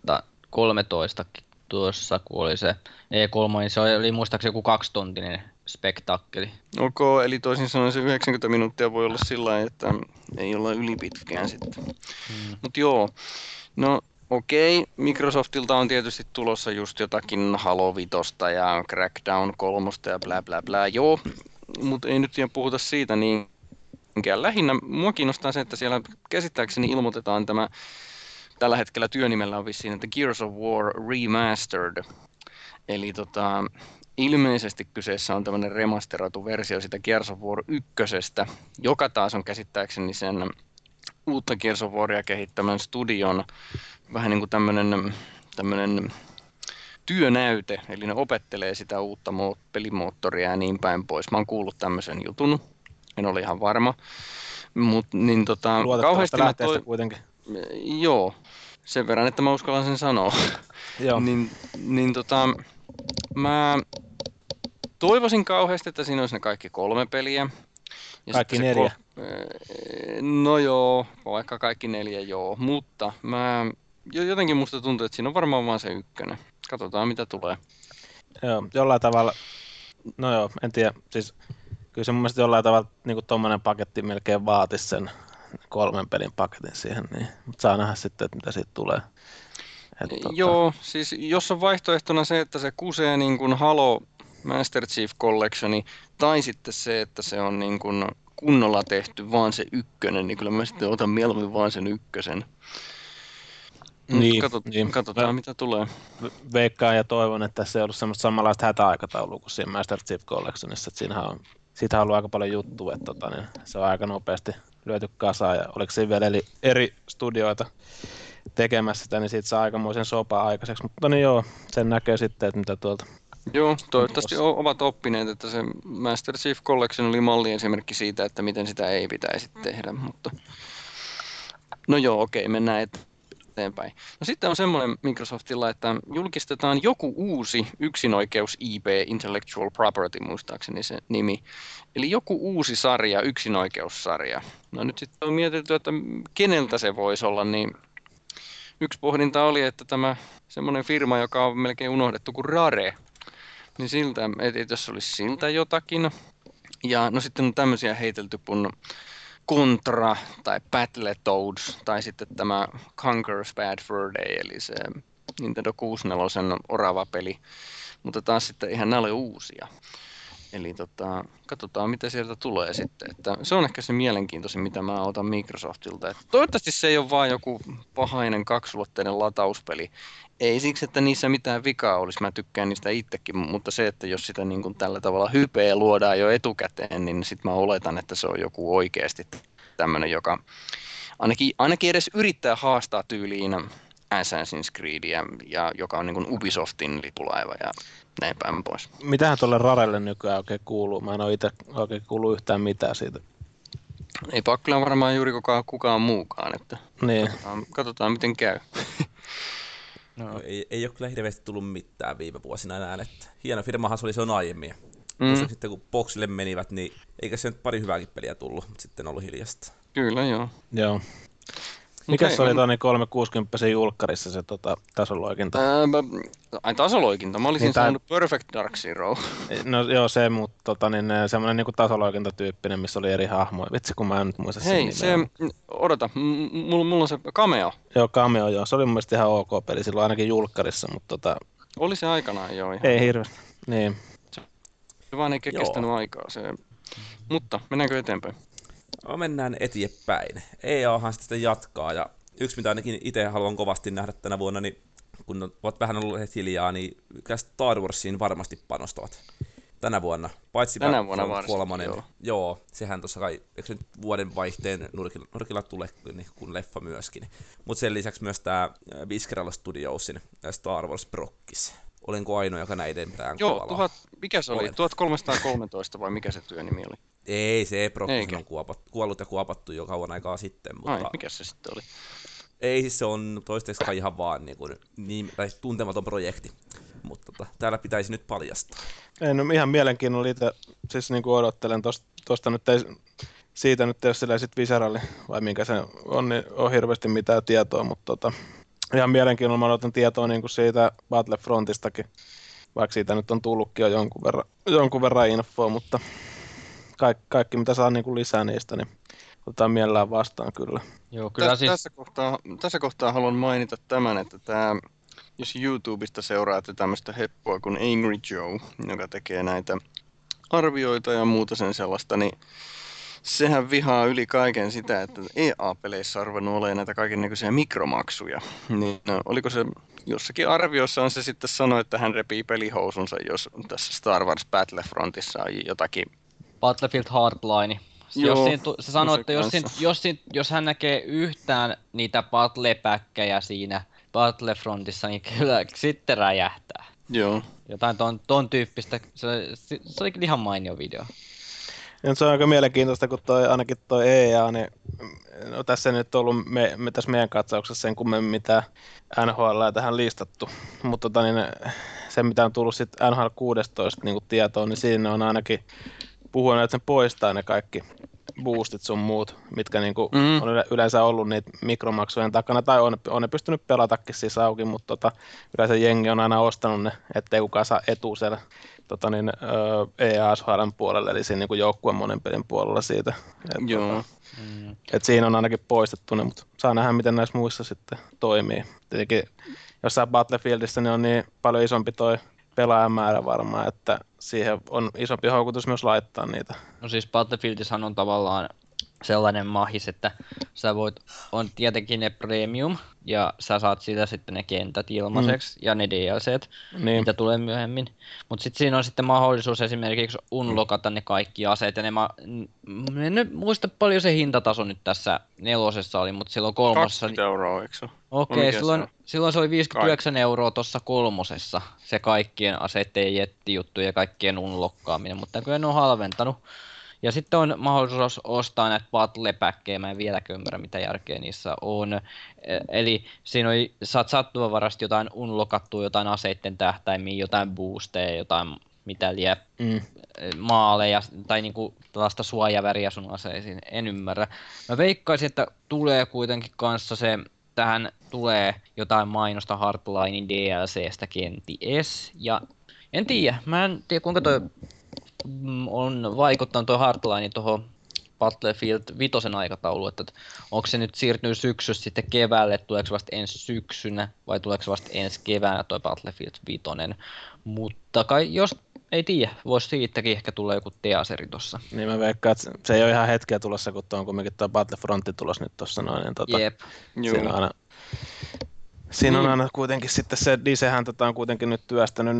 2013 tuossa, kun oli se E3, niin se oli muistaakseni joku 2-tuntinen spektaakkeli. Ok, eli toisin sanoen se 90 minuuttia voi olla sillä lailla, että ei olla ylipitkään sitten. Mutta joo, no okei, Microsoftilta on tietysti tulossa just jotakin Halo 5 ja Crackdown 3 ja bla bla bla, joo, mutta ei nyt ihan puhuta siitä niinkään. Lähinnä mua kiinnostaa se, että siellä käsittääkseni ilmoitetaan tämä, tällä hetkellä työnimellä on vissiin, että Gears of War Remastered, eli ilmeisesti kyseessä on tämmöinen remasteroitu versio sitä Gears of War 1, joka taas on käsittääkseni sen uutta Gears of Waria kehittämän studion vähän niin kuin tämmöinen työnäyte, eli ne opettelee sitä uutta pelimoottoria ja niin päin pois. Mä oon kuullut tämmöisen jutun, en ole ihan varma. Niin luotettavasta lähteestä kuitenkin. Joo, sen verran, että mä uskallan sen sanoa. Joo. Mä toivoisin kauheasti, että siinä olisi ne kaikki 3 peliä. Ja kaikki 4. No joo, vaikka kaikki 4 joo, mutta jotenkin musta tuntuu, että siinä on varmaan vaan se 1. Katsotaan mitä tulee. Joo, jollain tavalla, no joo, en tiedä, siis kyllä se mun mielestä jollain tavalla niin tommonen paketti melkein vaatisi sen 3 pelin paketin siihen, niin, mutta saa nähdä sitten, että mitä siitä tulee. Joo, siis jos on vaihtoehtona se, että se kusee niin kuin Halo Master Chief Collectioni Tai sitten se, että se on niin kuin kunnolla tehty vaan se ykkönen, niin kyllä mä sitten otan mieluummin vaan sen ykkösen. Niin, Katsotaan mitä tulee. Veikkaan ja toivon, että se ei ollut semmoista samanlaista hätäaikataulua kuin siinä Master Chief Collectionissa, että siitähän on ollut aika paljon juttua, että niin se on aika nopeasti lyöty kasaan, ja oliko siinä vielä eri studioita tekemässä sitä, niin siitä saa aikamoisen sopa aikaiseksi, mutta niin joo, sen näkee sitten, että mitä tuolta. Joo, toivottavasti ovat oppineet, että se Master Chief Collection oli malliesimerkki siitä, että miten sitä ei pitäisi tehdä, mutta no joo, okei, mennään eteenpäin. No sitten on semmoinen Microsoftilla, että julkistetaan joku uusi yksinoikeus IP, Intellectual Property muistaakseni se nimi, eli joku uusi sarja, yksinoikeussarja. No nyt sitten on mietitty, että keneltä se voisi olla, niin yksi pohdinta oli, että tämä semmoinen firma, joka on melkein unohdettu kuin Rare, niin siltä, että jos olisi siltä jotakin. Ja no sitten on tämmöisiä heitelty kuin Contra tai Battletoads tai sitten tämä Conker's Bad Fur Day, eli se Nintendo 64 orava peli. Mutta taas sitten eihän nämä ole uusia. Eli katsotaan mitä sieltä tulee sitten. Että se on ehkä se mielenkiintoisin, mitä mä otan Microsoftilta. Että toivottavasti se ei ole vaan joku pahainen kaksulotteinen latauspeli. Ei siksi, että niissä mitään vikaa olisi, mä tykkään niistä itsekin, mutta se, että jos sitä niin kuin tällä tavalla hypeä luodaan jo etukäteen, niin sitten mä oletan, että se on joku oikeasti tämmöinen, joka ainakin edes yrittää haastaa tyyliin Assassin's Creedia, ja joka on niin kuin Ubisoftin lipulaiva ja näin päin pois. Mitähän tuolle Rarelle nykyään oikein kuuluu? Mä en ole itse oikein kuullut yhtään mitään siitä. Ei kyllä varmaan juuri kukaan muukaan, että niin. katsotaan miten käy. No, ei ole kyllä hirveästi tullut mitään viime vuosina enää. Että hieno firmahan se oli se on aiemmin. Sitten kun boxille menivät, niin eikä se nyt pari hyvääkin peliä tullut, mutta sitten on ollut hiljasta. Kyllä, joo. Mikäs oli tuonne 360 julkkarissa se tasoloikinta? Tasoloikinta? Mä olisin sanonut Perfect Dark Zero. No joo, se, mutta semmoinen niinku tasoloikintatyyppinen, missä oli eri hahmoja. Vitsi, kun mä en nyt muista sen nimeä. Odota, mulla on se Cameo. Joo, Cameo, joo. Se oli mun mielestä ihan ok peli silloin ainakin julkkarissa, mutta oli se aikanaan joo ihan. Ei hirveästi, niin. Se vaan ei kestänyt aikaa se. Mutta mennäänkö eteenpäin? No, mennään eteenpäin. EAhan sitten jatkaa, ja yksi mitä ainakin itse haluan kovasti nähdä tänä vuonna, niin kun ovat vähän olleet hiljaa, niin Star Warsiin varmasti panostavat tänä vuonna. Paitsi tänä vuonna varmasti, joo, sehän tuossa kai, eikö se nyt vuoden vaihteen nurkilla tule, niin kun leffa myöskin. Mutta sen lisäksi myös tämä Visceral Studiosin Star Wars Brokkis. Olenko ainoa, joka näiden perään kovalla? Mikä se oli? 1313 vai mikä se työnimi oli? Ei, se Brokkis on kuollut ja kuopattu jo kauan aikaa sitten. Mutta mikä se sitten oli? Ei, siis se on toistaiseksi kai ihan vaan tai tuntematon projekti. Mutta täällä pitäisi nyt paljastaa. Ei, no ihan mielenkiinnolla itse siis niin kuin odottelen tuosta nyt ei, siitä nyt ei ole sillä sit Visceralli vai minkä se on, niin on hirveästi mitään tietoa, mutta ihan mielenkiinnolla mä odotan tietoa niin kuin siitä Battlefrontistakin, vaikka siitä nyt on tullutkin jo jonkun verran infoa, mutta kaikki mitä saa niin kuin lisää niistä, niin otetaan mielellään vastaan kyllä. Joo, kyllä tässä kohtaa haluan mainita tämän, että jos YouTubesta seuraatte tämmöistä heppoa kuin Angry Joe, joka tekee näitä arvioita ja muuta sen sellaista, niin sehän vihaa yli kaiken sitä, että EA-peleissä on ruvennut olemaan näitä kaikennäköisiä mikromaksuja. Niin, oliko se jossakin arviossaan se sitten sanoi, että hän repii pelihousunsa, jos tässä Star Wars Battlefrontissa on jotakin. Battlefield Hardline. Se sanoi, että jos hän näkee yhtään niitä battlepäkkejä siinä Battlefrontissa, niin kyllä sitten räjähtää. Joo. Jotain ton tyyppistä. Se oli ihan mainio video. Ja se on aika mielenkiintoista, kun ainakin toi EA, niin no tässä ei nyt ollut tässä meidän katsauksessa sen kummemmin mitä NHL tähän listattu, mutta niin se mitä on tullut sitten NHL 16 niin tietoon, niin siinä on ainakin puhunut, että sen poistaa ne kaikki boostit sun muut, mitkä niin on yleensä ollut niitä mikromaksujen takana, tai on ne pystynyt pelatakin siis auki, mutta yleensä jengi on aina ostanut ne, ettei kukaan saa etua siellä EA-SHL:n puolelle, eli siinä niin joukkueen monen pelin puolella siitä. Et siinä on ainakin poistettu ne, mutta saa nähdä, miten näissä muissa sitten toimii. Tietenkin jossain Battlefieldissä niin on niin paljon isompi toi pelaajamäärä varmaan, että siihen on isompi houkutus myös laittaa niitä. No siis Battlefieldissahan on tavallaan sellainen mahis, että sä on tietenkin ne premium, ja sä saat siitä sitten ne kentät ilmaiseksi, ja ne DLCt, mitä tulee myöhemmin. Mutta sitten siinä on sitten mahdollisuus esimerkiksi unlockata ne kaikki aseet, ja en nyt muista paljon se hintataso nyt tässä 4 oli, mutta silloin 3. 20 €, eikö se ole? Okei, silloin se oli 59 € tuossa 3, se kaikkien aseiden jettijuttu ja kaikkien unlockkaaminen, mutta näköjään ne on halventanut. Ja sitten on mahdollisuus ostaa näitä battle-päkkejä, mä en vieläkään ymmärrä mitä järkeä niissä on. Eli siinä saat sattumanvaraisesti jotain unlockattua, jotain aseitten tähtäimiä, jotain boosteja, jotain mitä liian maaleja tai niinku tällaista suojaväriä sun aseisiin, en ymmärrä. Mä veikkaisin, että tulee kuitenkin kanssa tähän tulee jotain mainosta Hardlinein DLCstä kenties, ja en tiedä, mä en tiedä kuinka toi on vaikuttanut tuo Hardline tuohon Battlefield 5 aikatauluun, että onko se nyt siirtynyt syksystä sitten keväälle, tuleeko se vasta ensi syksynä vai tuleeko se vasta ensi keväänä tuo Battlefield 5, mutta kai jos ei tiedä, voisi siitäkin ehkä tulla joku teaseri tossa. Niin mä veikkaan, että se ei ole ihan hetkeä tulossa, kun tuo on kumminkin tuo Battlefrontti tulos nyt tossa noin, niin Jep. Siinä on aina kuitenkin sitten se Disehän on kuitenkin nyt työstänyt,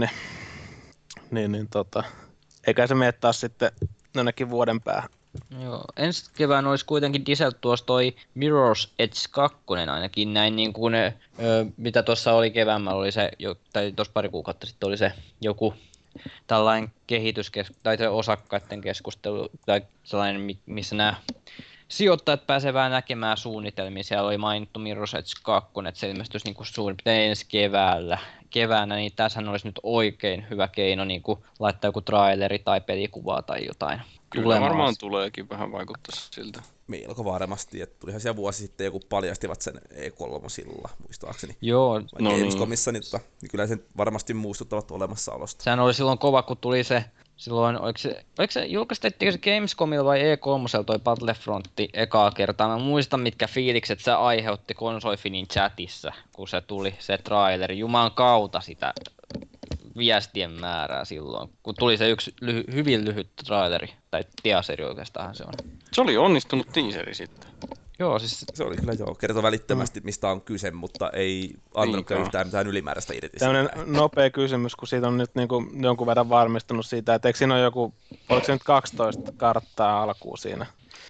niin eikä se mene taas sitten jonnekin vuoden päähän. Joo, ensi kevään olisi kuitenkin Diesel tuossa toi Mirror's Edge 2 ainakin näin niin kuin mitä tuossa oli keväämällä oli se, tai tuossa pari kuukautta sitten oli se joku tällainen tai se osakkaiden keskustelu tai sellainen, missä nämä sijoittajat pääsevät näkemään suunnitelmia. Siellä oli mainittu Mirror's Edge 2, että se ilmestyisi niin kuin suurin piirtein ensi keväänä, niin tässähän olisi nyt oikein hyvä keino niin kuin laittaa joku traileri tai pelikuvaa tai jotain. Kyllä varmaan tuleekin vähän vaikuttaa siltä. Melko varmasti, että tulihan siellä vuosi sitten joku paljastivat sen E3-silla, muistaakseni. Joo. No Gamescomissa, niin kyllä sen varmasti muistuttavat olemassaolosta. Sehän oli silloin kova, kun tuli se, silloin, oliko se julkaistettiin se Gamescomilla vai E3 toi Battlefrontti ekaa kertaa. Mä muistan, mitkä fiilikset se aiheutti Konsolifinin chatissa, kun se tuli se traileri. Juman kautta sitä viestien määrää silloin, kun tuli se yksi hyvin lyhyt traileri, tai teaseri oikeastaan se on. Se oli onnistunut teaseri sitten. Joo, siis se oli kyllä kertoi välittömästi, mistä on kyse, mutta ei antanutkaan yhtään mitään ylimääräistä irti. Tällainen nopea kysymys, kun siitä on nyt niin kuin jonkun verran varmistunut siitä, että eikö siinä ole joku, oliko se nyt 12 karttaa alkuun siinä?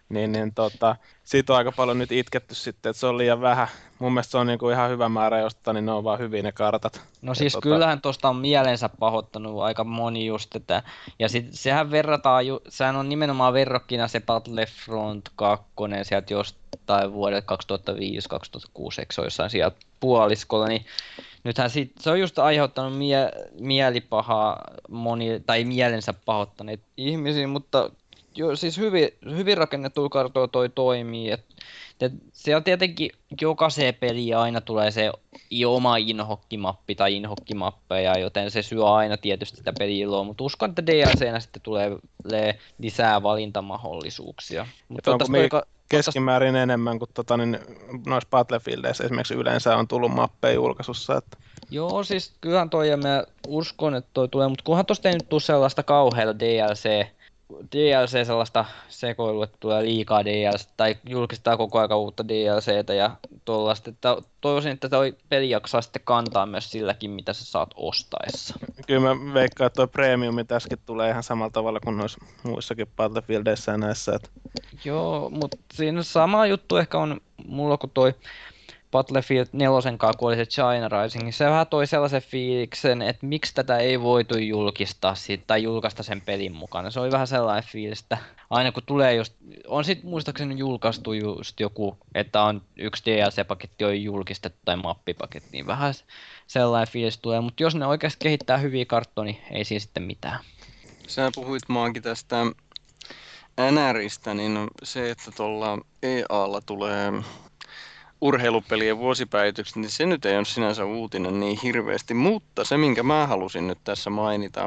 Siitä on aika paljon nyt itketty sitten, että se on liian vähän. Mun mielestä se on niinku ihan hyvä määrä jostain, niin ne on vaan hyviä ne kartat. No siis kyllähän tuosta on mielensä pahoittanut aika moni just tätä. Ja sehän verrataan, sehän on nimenomaan verrokkina se Battlefront 2 sieltä jostain vuodelta 2005-2006, eikö se on jossain siellä puoliskolla, niin nythän se on just aiheuttanut mielipahaa tai mielensä pahoittaneet ihmisiä, mutta joo, siis hyvin rakennettu kartoja toi toimii. Siellä tietenkin jokaiseen peliin aina tulee se oma inhokkimappi tai inhokkimappeja, joten se syö aina tietysti sitä peliiloa, mutta uskon, että DLC:nä sitten tulee lisää valintamahdollisuuksia. Mutta keskimäärin enemmän kuin noissa Battlefieldeissa esimerkiksi yleensä on tullut mappeja julkaisussa. Että. Joo, siis kyllähän toi ja mä uskon, että toi tulee, mutta kunhan tosta ei nyt tule sellaista kauhealla DLC sellaista sekoilua, että tulee liikaa DLC tai julkistaa koko ajan uutta DLCtä ja tollaista. Toivoisin, että toi peli jaksaa sitten kantaa myös silläkin, mitä sä saat ostaessa. Kyllä mä veikkaan, että toi premiumi tässäkin tulee ihan samalla tavalla kuin noissa muissakin Battlefieldeissa ja näissä. Että. Joo, mutta siinä sama juttu ehkä on mulla kuin toi Battlefield 4, kun oli se China Rising, se vähän toi sellaisen fiiliksen, että miksi tätä ei voitu julkistaa siitä, tai julkaista sen pelin mukana. Se oli vähän sellainen fiilis, että aina kun tulee on sitten muistaakseni julkaistu just joku, että on yksi DLC-paketti on julkistettu tai mappipaketti, niin vähän sellainen fiilis tulee, mutta jos ne oikeasti kehittää hyviä karttoja, niin ei siinä sitten mitään. Sä puhuit maankin tästä NRistä, niin se, että tuolla EA:lla tulee urheilupelien vuosipäivitykset, niin se nyt ei ole sinänsä uutinen niin hirveästi, mutta se, minkä mä halusin nyt tässä mainita,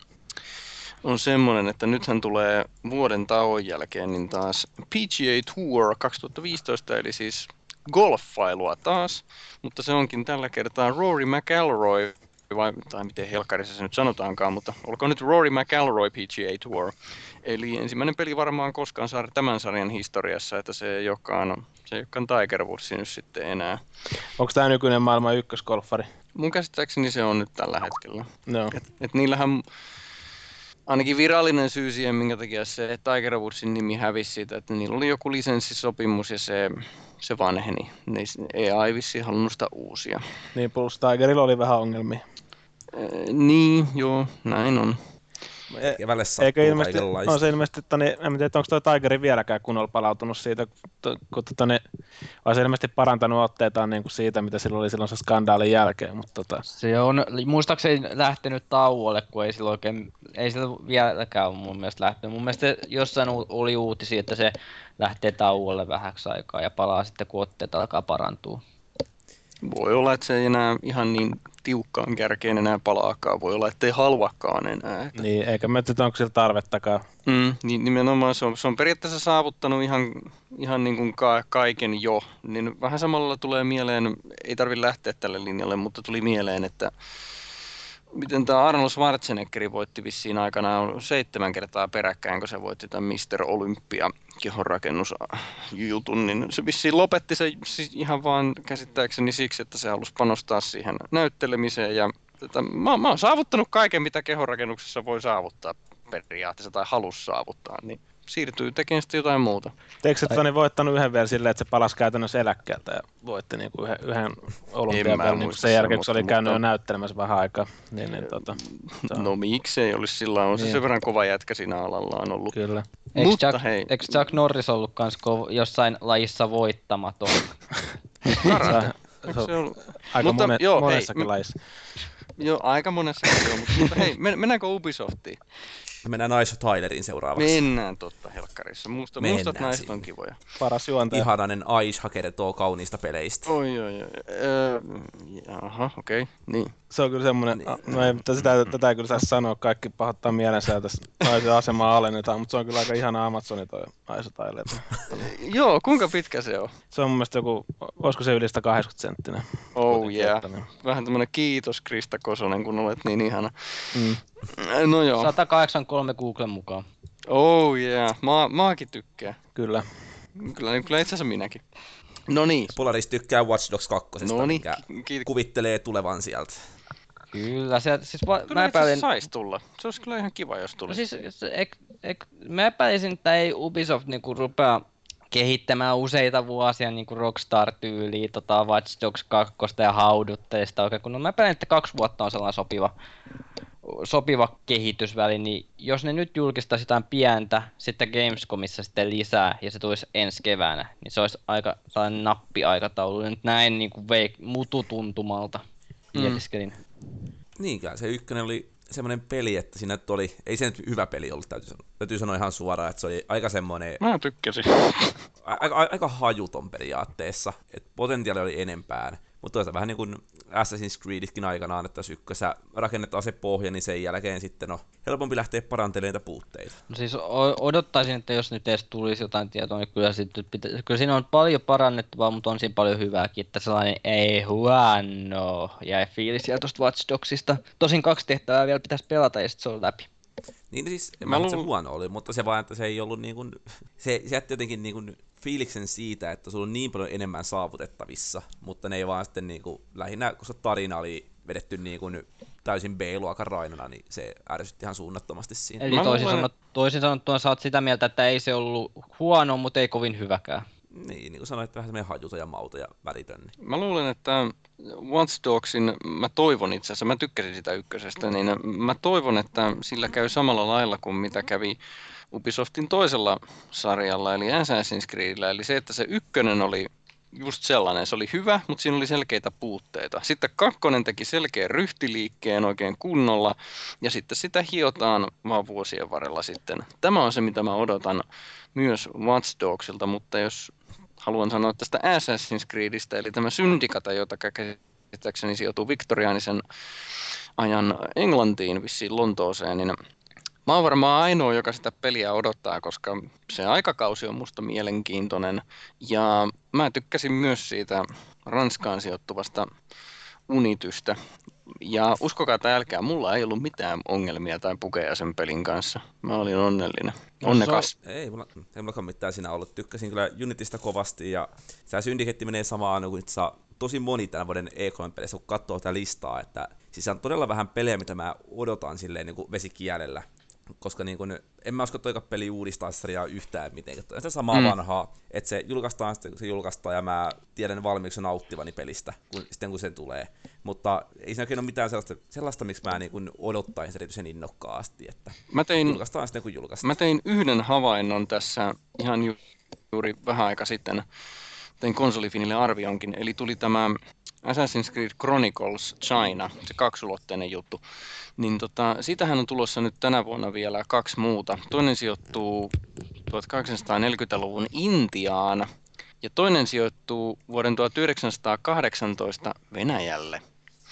on semmoinen, että nythän tulee vuoden tauon jälkeen niin taas PGA Tour 2015, eli siis golffailua taas, mutta se onkin tällä kertaa Rory McIlroy tai miten helkkarissa se nyt sanotaankaan, mutta olkoon nyt Rory McIlroy PGA Tour. Eli ensimmäinen peli varmaan koskaan tämän sarjan historiassa, että se ei olekaan Tiger Woods nyt sitten enää. Onko tämä nykyinen maailman ykkösgolfari? Mun käsittääkseni se on nyt tällä hetkellä. No. Et niillähän ainakin virallinen syy siihen, minkä takia se Tiger Woodsin nimi hävisi siitä, että niillä oli joku lisenssisopimus ja se vanheni. EA ei vissiin halunnut sitä uusia. Niin, plus Tigerilla oli vähän ongelmia. Niin, joo, näin on. Kevälle sattuu Eikö ilmeisesti, kaikenlaista. on se ilmeisesti, en tiedä, onko toi Tigeri vieläkään kunnolla palautunut siitä, kun olisi ilmeisesti parantanut otteitaan niin kuin siitä, mitä sillä oli silloin se skandaalin jälkeen. Mutta Se on muistaakseni lähtenyt tauolle, kun ei sillä vieläkään ole mun mielestä lähtenyt. Mun mielestä jossain oli uutisia, että se lähtee tauolle vähäksi aikaa ja palaa sitten, kun otteet alkaa parantua. Voi olla, että se ei enää ihan niin tiukkaan kärkeen enää palaakaan. Voi olla, että ei haluakaan enää. niin, eikä mä tiedä, onko sillä tarvettakaan. Niin nimenomaan se on periaatteessa saavuttanut ihan niin kuin kaiken jo. Niin vähän samalla tulee mieleen, ei tarvitse lähteä tälle linjalle, mutta tuli mieleen, että miten tämä Arnold Schwarzenegger voitti vissiin aikanaan 7 kertaa peräkkäin, kun se voitti tämän Mr. Olympia kehonrakennusjutun, niin se vissiin lopetti se siis ihan vaan käsittääkseni siksi, että se halusi panostaa siihen näyttelemiseen. Ja mä oon saavuttanut kaiken, mitä kehonrakennuksessa voi saavuttaa periaatteessa tai halus saavuttaa, niin siirtyy tekemään sitten jotain muuta. Eikö se voittanut yhden vielä silleen, että se palasi käytännössä eläkkeeltä ja voitti niinku yhden olympiapelin niin sen jälkeen, kun se oli käynyt jo näyttelemässä vähän aikaa. No miksei olisi sillä on se sen verran kova jätkä siinä alallaan ollut. Kyllä. Eikö Chuck Norris ollut kans jossain lajissa voittamaton? Karate. Aika Mutta, monessakin lajissa. Joo, aika monessakin joo, mutta hei, mennäänkö Ubisoftiin? Mennään Ice Tylerin seuraavaksi. Mennään totta helkkarissa. Mustat naiset sinne. on kivoja. Paras juontaja. Ihanainen Aisha kertoo kauniista peleistä. Oi. Jaha, okei. Niin. Se on kyllä semmoinen, tätä ei kyllä saa sanoa, kaikki pahoittaa mielensä, että naisen asemaa alennetaan, mutta se on kyllä aika ihana Amazoni toi Aisha Tyler. Joo, kuinka pitkä se on? Se on mun mielestä joku, olisiko se yli 180 senttinen? Oh yeah. Vähän tämmönen kiitos Krista Kosonen, kun olet niin ihana. No joo. 183 Googlen mukaan. Oh yeah, maakin tykkää. Kyllä. Kyllä itse asiassa minäkin. No niin. Polaris tykkää Watch Dogs 2, mikä kiitos. kuvittelee tulevan sieltä. Kyllä, siis Kyllä mä epäilin... saisi tulla. Se olisi kyllä ihan kiva, jos tulisi. No siis, mä epäilisin, että ei Ubisoft niinku rupea kehittämään useita vuosia niinku Rockstar-tyyliä, Watch Dogs 2 ja hauduttelee sitä oikein, kun mä epäilen, että 2 vuotta on sellainen sopiva kehitysväli, niin jos ne nyt julkistaisi jotain pientä, sitten Gamescomissa sitten lisää, ja se tulisi ensi keväänä, niin se olisi aika sellainen nappiaikataulu, nyt näin niinku mututuntumalta mietiskelin. Niinkään, se ykkönen oli semmoinen peli, että siinä oli, ei se nyt hyvä peli ollut, täytyy sanoa ihan suoraan, että se oli aika semmoinen... Mä tykkäsin. Aika hajuton periaatteessa, että potentiaali oli enempään. Mutta toisaalta vähän niin kuin Assassin's Creeditkin aikanaan, että jos ykkössä rakennetaan se pohja, niin sen jälkeen sitten on helpompi lähteä parantelemaan niitä puutteita. No siis odottaisin, että jos nyt edes tulisi jotain tietoa, niin kyllä siinä on paljon parannettavaa, mutta on siinä paljon hyvääkin, että sellainen ei huono jäi fiilis sieltä tuosta Watch Dogsista. Tosin 2 tehtävää vielä pitäisi pelata ja sitten se on läpi. Niin siis, se huono oli, mutta se vaan, että se ei ollut niin kuin, se jätti jotenkin niin kuin fiiliksen siitä, että sulla on niin paljon enemmän saavutettavissa, mutta ne ei vaan sitten niin kuin, lähinnä, koska tarina oli vedetty niin kuin täysin B-luokan rainana, niin se ärsytti ihan suunnattomasti siinä. Eli toisin sanottuna sä oot sitä mieltä, että ei se ollut huono, mutta ei kovin hyväkään. Niin kuin sanoit, vähän semmoinen hajuta ja mauta ja välitön. Niin. Mä luulen, että Watch Dogsin, mä toivon itse asiassa, mä tykkäsin sitä ykkösestä, niin mä toivon, että sillä käy samalla lailla kuin mitä kävi Ubisoftin toisella sarjalla, eli Assassin's Creedillä, eli se, että se ykkönen oli just sellainen, se oli hyvä, mutta siinä oli selkeitä puutteita. Sitten 2 teki selkeän ryhtiliikkeen oikein kunnolla, ja sitten sitä hiotaan vaan vuosien varrella sitten. Tämä on se, mitä mä odotan myös Watch Dogsilta, mutta jos haluan sanoa tästä Assassin's Creedistä, eli tämä Syndicata, jota käsittääkseni sijoituu viktoriaanisen ajan Englantiin, vissiin Lontooseen, niin mä oon varmaan ainoa, joka sitä peliä odottaa, koska se aikakausi on musta mielenkiintoinen. Ja mä tykkäsin myös siitä Ranskaan sijoittuvasta Unitystä. Ja uskokaa tai älkää, mulla ei ollut mitään ongelmia tai pukeja sen pelin kanssa. Mä olin onnellinen. No Onnekas. Ei mullakaan mitään siinä ollut. Tykkäsin kyllä Unitista kovasti ja tämä Syndicate menee samaan kuin itse tosi moni tämän vuoden E3-peleissä, kun katsoo tätä listaa, että siis on todella vähän pelejä, mitä mä odotan silleen niin kuin vesikielellä. Koska niin kun, en mä usko, että toika peli uudistaa sarjaa yhtään mitenkään. Se samaa vanhaa, että se julkaistaan sitten, kun se julkaistaan, ja mä tiedän valmiiksi nauttivani pelistä, kun se tulee. Mutta ei siinä oikein ole mitään sellaista miksi mä niin kun odottaisin erityisen innokkaasti, että julkaistaan sitten, kun julkaistaan. Mä tein yhden havainnon tässä ihan juuri vähän aika sitten. Tein Konsolifinille arvionkin, eli tuli tämä Assassin's Creed Chronicles China, se kaksulotteinen juttu. Niin siitähän on tulossa nyt tänä vuonna vielä 2 muuta. Toinen sijoittuu 1840-luvun Intiaan ja toinen sijoittuu vuoden 1918 Venäjälle.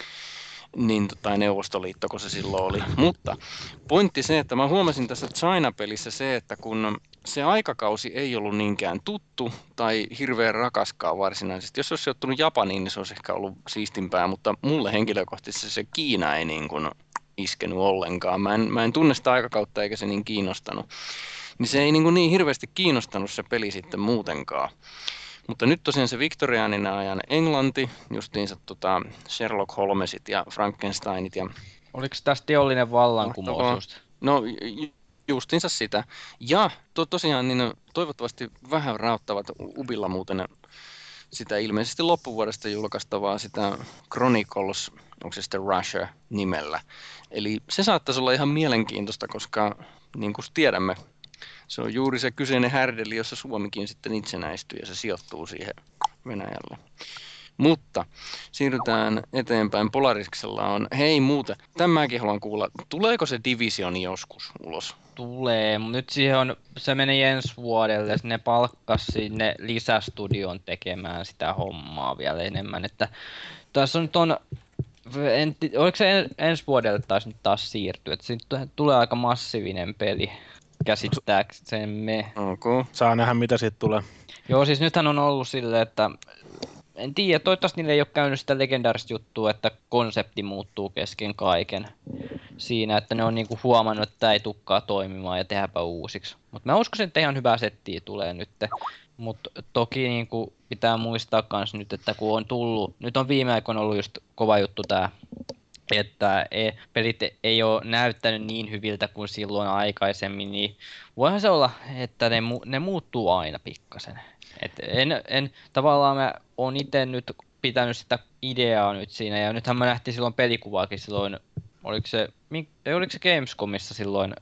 Niin Neuvostoliitto, kun se silloin oli. Mutta pointti se, että mä huomasin tässä China-pelissä se, että kun se aikakausi ei ollut niinkään tuttu tai hirveän rakaskaan varsinaisesti. Jos olisi sijoittunut Japaniin, niin se olisi ehkä ollut siistimpää, mutta mulle henkilökohtaisesti se Kiina ei niin kuin iskenyt ollenkaan. Mä en tunne sitä aikakautta eikä se niin kiinnostanut. Niin se ei niin hirveästi kiinnostanut se peli sitten muutenkaan. Mutta nyt tosiaan se viktoriaaninen ajan Englanti, justiinsa Sherlock Holmesit ja Frankensteinit. Ja oliko tässä teollinen vallankumous just? No justiinsa sitä. Ja tosiaan niin toivottavasti vähän rauttavat Ubilla muuten sitä ilmeisesti loppuvuodesta julkaistavaa sitä Chronicles, onko se sitten Russia nimellä. Eli se saattaisi olla ihan mielenkiintoista, koska niin kuin tiedämme, se on juuri se kyseinen härdeli, jossa Suomikin sitten itsenäistyy ja se sijoittuu siihen Venäjälle. Mutta siirrytään eteenpäin. Polariksella on, hei muuten, tämän mäkin haluan kuulla, tuleeko se Division joskus ulos? Tulee, mutta nyt se meni ensi vuodelle, ne palkkasi sinne lisästudion tekemään sitä hommaa vielä enemmän, että tässä nyt on, oliko se ensi vuodelle taisi nyt taas siirtyä, että siitä tulee aika massiivinen peli käsittääksemme. Okay. Saa nähdä mitä siitä tulee. Joo, siis nythän on ollut silleen, että en tiedä, toivottavasti niille ei ole käynyt sitä legendaarista juttua, että konsepti muuttuu kesken kaiken siinä, että ne on niinku huomannut, että tämä ei tukkaa toimimaan ja tehdäpä uusiksi. Mutta mä uskoisin, että ihan hyvää settiä tulee nyt. Mutta toki niinku pitää muistaa kans nyt, että kun on tullut, nyt on viime aikoina ollut just kova juttu tää, että pelit ei ole näyttänyt niin hyviltä kuin silloin aikaisemmin, niin voihan se olla, että ne muuttuu aina pikkasen. Tavallaan mä oon itse nyt pitänyt sitä ideaa nyt siinä, ja nythän mä nähtiin silloin pelikuvaakin silloin, oliko se Gamescomissa silloin,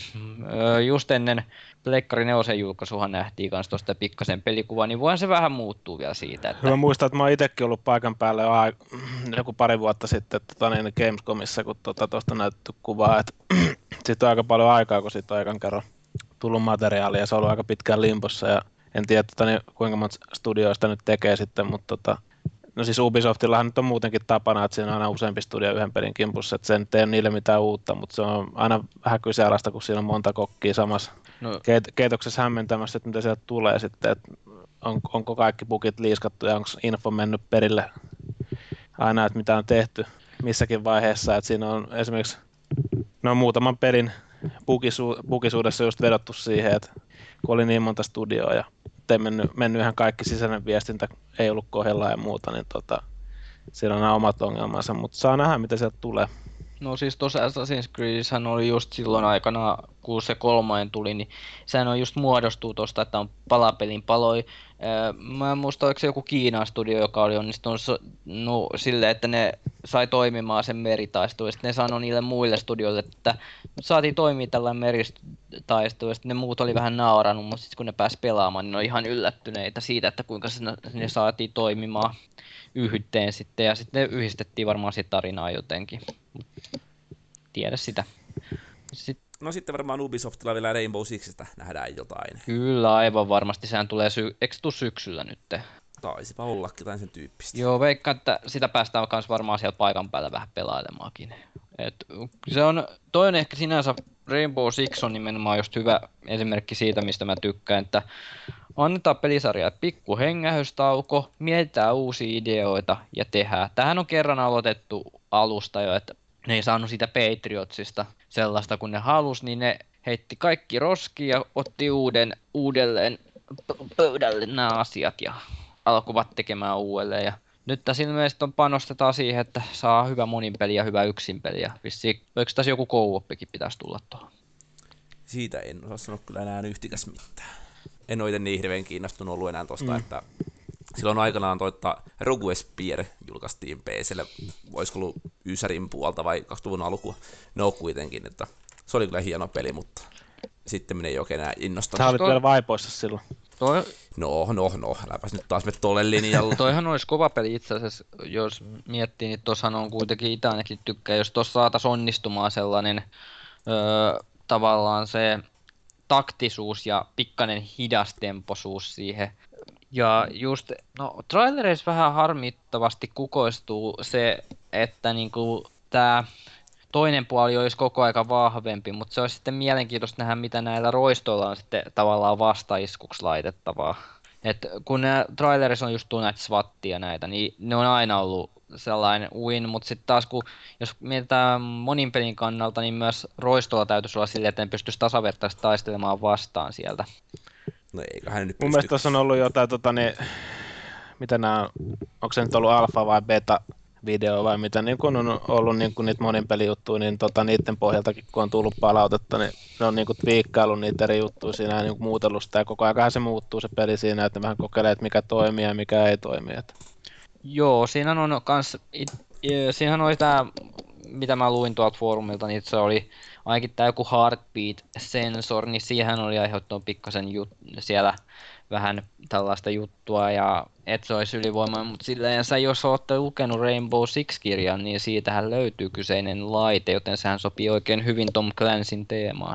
just ennen Pleikkari 4 julkaisuhan nähtiin kans tosta pikkasen pelikuvaa, niin voihan se vähän muuttuu vielä siitä. Että... Mä muistan, että mä oon itsekin ollut paikan päällä joku pari vuotta sitten Gamescomissa, kun tuosta näytetty kuvaa, että siitä on aika paljon aikaa, kun siitä on ekan kerran tullut materiaalia, ja se on ollut aika pitkään limpossa, ja en tiedä kuinka monta studioista nyt tekee sitten, mutta no siis Ubisoftillahan nyt on muutenkin tapana, että siinä on aina useampi studio yhden pelin kimpussa, että se nyt ei ole niille mitään uutta, mutta se on aina vähän kyseenalaista, kun siinä on monta kokkia samassa keitoksessa hämmentämässä, että mitä sieltä tulee sitten, että onko kaikki bugit liiskattu ja onko info mennyt perille aina, että mitä on tehty missäkin vaiheessa, että siinä on esimerkiksi muutaman pelin bugisuudessa just vedottu siihen, että kun oli niin monta studioa ja ei mennyt ihan kaikki sisäinen viestintä, ei ollut kohdallaan ja muuta, niin siinä on nämä omat ongelmansa, mutta saa nähdä, mitä sieltä tulee. No siis tuossa Assassin's Creedissähän oli just silloin aikana, kun se 3 tuli, niin sehän on just muodostuu tosta, että on palapelin paloi. Mä en muista, oliko se joku Kiinan studio, joka oli onnistunut silleen, että ne sai toimimaan sen meritaistu, ja sitten ne sanoi niille muille studioille, että saatiin toimia tällainen meritaistu, ja sitten ne muut oli vähän naurannut, mutta sitten kun ne pääsi pelaamaan, niin ne oli ihan yllättyneitä siitä, että kuinka ne saatiin toimimaan yhteen sitten, ja sitten ne yhdistettiin varmaan siitä tarinaa jotenkin. Tiedä sitä. No sitten varmaan Ubisoftilla vielä Rainbow Sixistä nähdään jotain. Kyllä, aivan varmasti. Sehän tulee eikö tuu syksyllä nyt? Taisipa ollakin jotain sen tyyppistä. Joo, veikkaan, että sitä päästään myös varmaan siellä paikan päällä vähän pelailemaankin. Se on toinen ehkä sinänsä Rainbow Six on nimenomaan just hyvä esimerkki siitä, mistä mä tykkään, että annetaan pelisarjalle pikku hengähystauko, mietitään uusia ideoita ja tehdään. Tähän on kerran aloitettu alusta jo, että ne ei saanut sitä Patriotsista sellaista kun ne halus, niin ne heitti kaikki roskiin ja otti uudelleen pöydälle nämä asiat ja alkuvat tekemään uudelleen. Ja nyt tässä ilmeisesti panostetaan siihen, että saa hyvä moninpeli ja hyvä yksinpeli. Ja vissiin, eikö tässä joku co-oppikin pitäisi tulla tuohon? Siitä en osaa sanoa kyllä enää yhtikäs mitään. En ole itse niin hirveän kiinnostunut ollut enää tosta, että silloin aikanaan Rogue Spear julkaistiin PC:lle, olisiko ollut Ysärin puolta vai 2000-luvun alkua. No kuitenkin, että se oli kyllä hieno peli, mutta sitten minä ei oikein enää innostanut. Sä olit vielä vaipoissa silloin. No, äläpäs nyt taas me tolle linjalla. Toihan olisi kova peli itse asiassa, jos miettii, niin tuossahan on kuitenkin itse ainakin tykkää, jos tuossa saataisiin onnistumaan sellainen tavallaan se taktisuus ja pikkainen hidastempoisuus siihen. Ja just, trailereissa vähän harmittavasti kukoistuu se, että niinku tää toinen puoli olisi koko aika vahvempi, mutta se olisi sitten mielenkiintoista nähdä, mitä näillä roistoilla on sitten tavallaan vastaiskuksi laitettavaa. Et kun nämä trailerissa on just tullut näitä SWATia näitä, niin ne on aina ollut sellainen win, mutta sitten taas jos mietitään monin pelin kannalta, niin myös roistolla täytyisi olla silleen, että ne pystyisi tasavertaisesti taistelemaan vastaan sieltä. No eiköhän nyt Mun mielestä tuossa on ollut jotain, mitä nämä, onko se nyt ollut alfa vai beta video vai mitä niin kun on ollut niin kun niitä monin pelijuttuja, niin niiden pohjaltakin kun on tullut palautetta, niin ne on niin kun twiikkaillut niitä eri juttuja siinä ja niin muutellut sitä ja koko ajan se muuttuu se peli siinä, että ne vähän kokeilee, että mikä toimii ja mikä ei toimi. Joo, siinä on kans, siinähän oli tää, mitä mä luin tuolta foorumilta, niin se oli ainakin tää joku heartbeat-sensor, niin siihen oli aiheuttanut pikkasen siellä vähän tällaista juttua ja et se olisi ylivoimainen, mutta silleensä jos olette lukenut Rainbow Six-kirjan, niin siitähän löytyy kyseinen laite, joten sehän sopii oikein hyvin Tom Clancyn teemaan.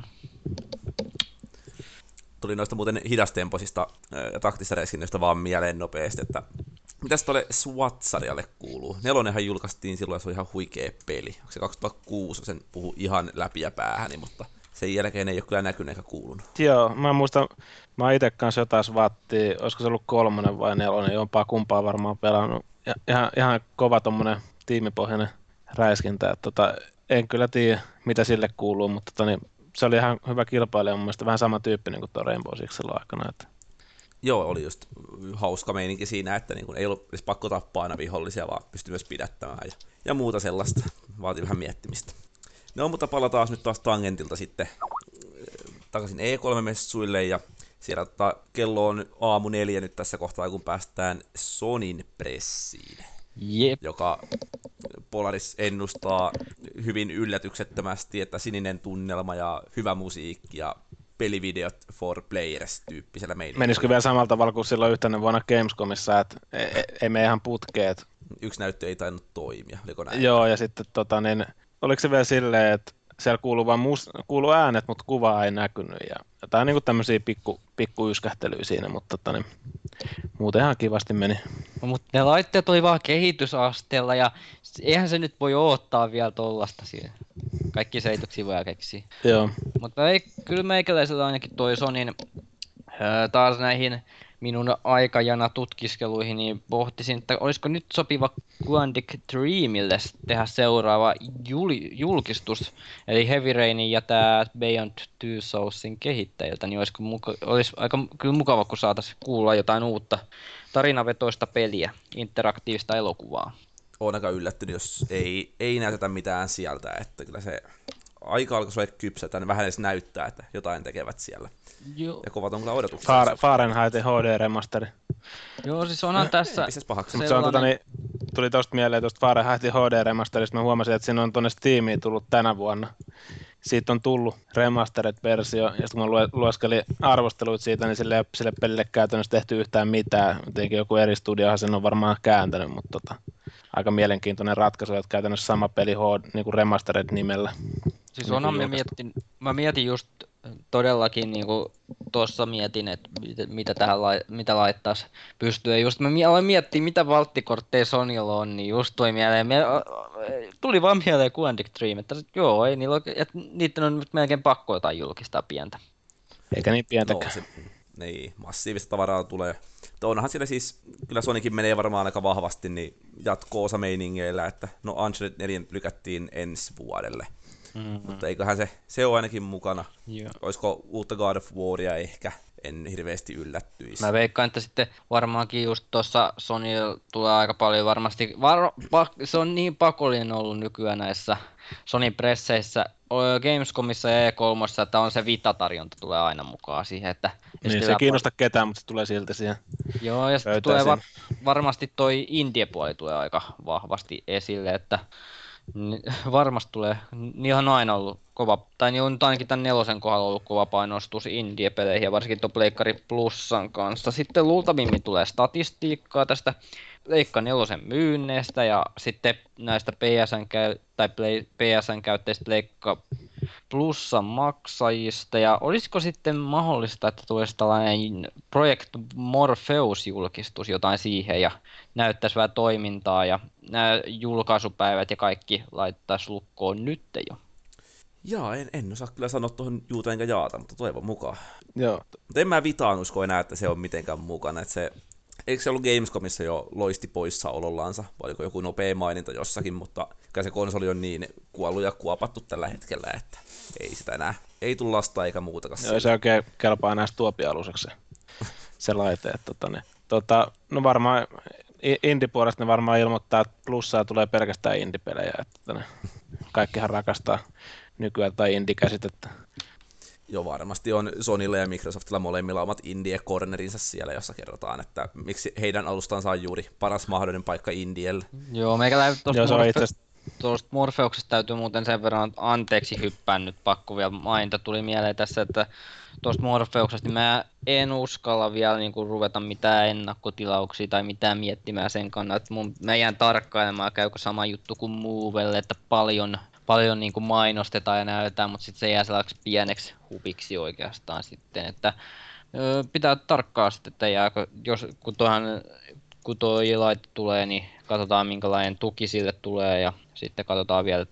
Tuli noista muuten hidastempoisista ja taktisista reskinnöistä vaan mieleen nopeasti, että mitäs tuolle SWAT-sarjalle kuuluu? 4 julkaistiin silloin, se oli ihan huikea peli. Onko se 2006, sen puhu ihan läpi ja päähäni, mutta sen jälkeen ei ole kyllä näkynyt eikä kuulunut. Joo, mä muistan, mä oon itse kanssa jotain SWATia, olisiko se ollut 3 vai 4, jompaa kumpaa varmaan pelannut. Ja ihan kova tommonen tiimipohjainen räiskintä, että en kyllä tiedä mitä sille kuuluu, mutta niin, se oli ihan hyvä kilpailija mun mielestä, vähän sama tyyppi niin kuin tuo Rainbow Six aikana. Että. Joo, oli just hauska meininki siinä, että niin kun ei ollut edes pakko tappaa aina vihollisia, vaan pystyi myös pidättämään ja muuta sellaista. Vaati vähän miettimistä. No, mutta palataan nyt taas tangentilta sitten takaisin E3-messuille ja siellä kello on 4:00 nyt tässä kohtaa, kun päästään Sonyn pressiin. Jep. Joka Polaris ennustaa hyvin yllätyksettömästi, että sininen tunnelma ja hyvä musiikki ja pelivideot for players -tyyppisellä meiningillä. Menisikö vielä samalla tavalla kuin silloin yhtenä vuonna Gamescomissa, että ei mene ihan putkeet. Yksi näyttö ei tainnut toimia, oliko näin? Joo, ja sitten niin, oliko se vielä silleen, että siellä kuuluu äänet, mutta kuvaa ei näkynyt. Ja jotain niin tämmöisiä pikku yskähtelyjä siinä, mutta niin, muuten ihan kivasti meni. No, mutta ne laitteet oli vaan kehitysasteella ja eihän se nyt voi odottaa vielä tollasta siellä. Kaikki 70 sivuja keksii. Joo. Mutta kyllä meikäläisellä ainakin toi Sonyn taas näihin minun aikajana tutkiskeluihin, niin pohtisin, että olisiko nyt sopiva Quantic Dreamille tehdä seuraava julkistus, eli Heavy Rainin ja tämä Beyond Two Soulsin kehittäjiltä, niin olisi aika kyllä mukava, kun saataisiin kuulla jotain uutta tarinavetoista peliä, interaktiivista elokuvaa. Olen aika yllättynyt, jos ei näytetä mitään sieltä, että kyllä se aika alkoi olla kypsätä, niin vähän edes näyttää, että jotain tekevät siellä. Joo. Ja kovat on kyllä odotukset. Fahrenheitin HD-remasteri. Joo, siis onhan tässä pahaksi. Se on, tuli tuosta mieleen tuosta Fahrenheitin HD-remasterista. Mä huomasin, että siinä on tuonne Steamiin tullut tänä vuonna. Siitä on tullut remastered-versio, ja sitten kun mä lueskelin arvosteluita siitä, niin sille pelille käytännössä tehty yhtään mitään. Jotenkin joku eri studiohan sen on varmaan kääntänyt, mutta aika mielenkiintoinen ratkaisu, että käytännössä sama peli niin kuin remastered-nimellä. Siis onhan mä mietin just todellakin niinku tuossa mietin, että mitä laittaisi pystyyn. Just mä aloin miettiä, mitä valttikortteja Sonylla on, niin just toi mieleen. Tuli vaan mieleen Quantic Dream, että joo, ei niillä niiden on nyt melkein pakko jotain julkistaa pientä. Eikä niin pientäkään. Niin, massiivista tavaraa tulee. Onhan siellä siis, kyllä Sonicin menee varmaan aika vahvasti, niin jatko-osa meiningeillä, että no Uncharted 4 lykättiin ensi vuodelle. Mutta eiköhän se ole ainakin mukana. Joo. Olisiko uutta God of Waria ehkä? En hirveästi yllättyisi. Mä veikkaan, että sitten varmaankin just tuossa Sonylla tulee aika paljon varmasti, se on niin pakollinen ollut nykyään näissä Sonyn presseissä, Gamescomissa ja E3, että on se Vita-tarjonta tulee aina mukaan siihen, että... Niin, se ei kiinnosta ketään, mutta se tulee silti siihen. Joo, ja sitten tulee varmasti toi indie-puoli tulee aika vahvasti esille, että varmasti tulee, niinhän on aina ollut kova, tai niin on ainakin tämän 4 kohdalla ollut kova painostus indie-peleihin ja varsinkin tuon Pleikkari Plusan kanssa. Sitten luultavimmin tulee statistiikkaa tästä Pleikka 4 myynneistä ja sitten näistä PSN käyttäjistä Pleikka Plusan maksajista. Ja olisiko sitten mahdollista, että tulisi tällainen Project Morpheus-julkistus jotain siihen ja näyttäisi vähän toimintaa ja nämä julkaisupäivät ja kaikki laittaisi lukkoon nyt jo. Jaa, en osaa kyllä sanoa tuohon juuta enkä jaata, mutta toivon mukaan. Joo. Mutta en mä Vitaan usko enää, että se on mitenkään mukana. Että eikö se ollut Gamescomissa jo loisti poissaolollansa, vai oliko joku nopea maininta jossakin, mutta kyllä se konsoli on niin kuollut ja kuopattu tällä hetkellä, että ei sitä enää, ei tule lasta eikä muutakaan. Joo, se oikein kelpaa enää tuopialuseksi se laite. No varmaan indie-puolesta ne varmaan ilmoittaa, että plussaa tulee pelkästään indie-pelejä, että kaikkihan rakastaa nykyään tai indie-käsitettä. Joo, varmasti on Sonylla ja Microsoftilla molemmilla omat indie-cornerinsa siellä, jossa kerrotaan, että miksi heidän alustansa on juuri paras mahdollinen paikka indielle. Joo, meikä tuosta Morpheuksesta täytyy muuten sen verran anteeksi hyppään nyt, pakko vielä mainita. Tuli mieleen tässä, että tuosta Morpheuksesta niin mä en uskalla vielä niin kuin ruveta mitään ennakkotilauksia tai mitään miettimään sen kannalta. Mä jään tarkkailemaan, käykö sama juttu kuin Movelle, että paljon niin kuin mainostetaan ja näytetään, mutta sitten se jää sellaiseksi pieneksi hupiksi oikeastaan sitten, että pitää tarkkaa sitten, että jääkö, kun tuo laite tulee, niin katsotaan minkälainen tuki sille tulee ja sitten katsotaan vielä,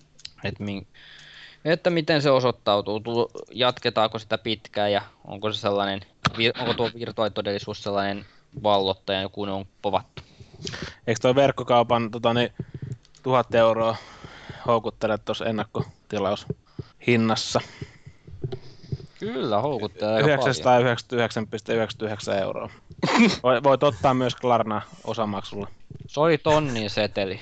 että miten se osoittautuu, jatketaanko sitä pitkään ja onko tuo virtuaalitodellisuus sellainen vallottaja, kun on povattu. Eikö tuo verkkokaupan 1000 euroa houkuttele tuossa ennakkotilaushinnassa? Kyllä, houkuttelee aika paljon. 999,99 euroa. Voit ottaa myös Klarna osamaksulla. Se oli tonnin seteli.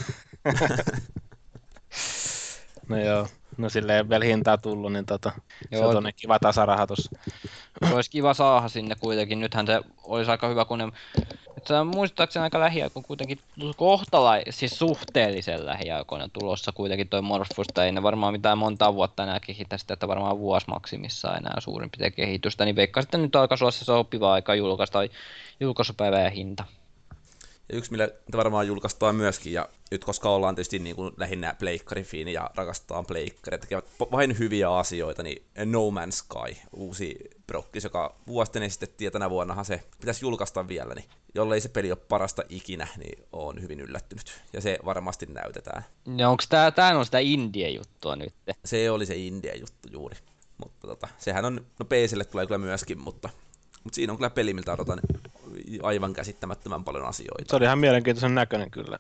No joo, no silleen vielä hintaa tullut, niin se on tonne kiva tasaraha tossa. Se olisi kiva saada sinne kuitenkin, nythän se olisi aika hyvä, kun ne... Että muistaakseni aika lähiaikoina kuitenkin siis suhteellisen lähiaikoina tulossa kuitenkin toi Morphusta, ei ne varmaan mitään montaa vuotta enää kehitä sitä, että varmaan vuosi maksimissaan enää suurin piirtein kehitystä, niin veikkaan sitten nyt alkaisi olla se sopiva aika julkaista julkaisupäivä ja hinta. Ja yksi, millä varmaan julkaistaan myöskin, ja nyt koska ollaan tietysti niin kuin lähinnä pleikkarifiini ja rakastetaan pleikkaria, tekevät vain hyviä asioita, niin No Man's Sky, uusi prokkis, joka vuosten esitettiin, ja tänä vuonnahan se pitäisi julkaista vielä, niin jollei se peli ole parasta ikinä, niin on hyvin yllättynyt, ja se varmasti näytetään. Ja onko tää on sitä indie-juttua nyt? Se oli se indie-juttu juuri, mutta sehän on, no PC:lle tulee kyllä myöskin, mutta siinä on kyllä peli, miltä odotan aivan käsittämättömän paljon asioita. Se oli ihan mielenkiintoisen näköinen kyllä.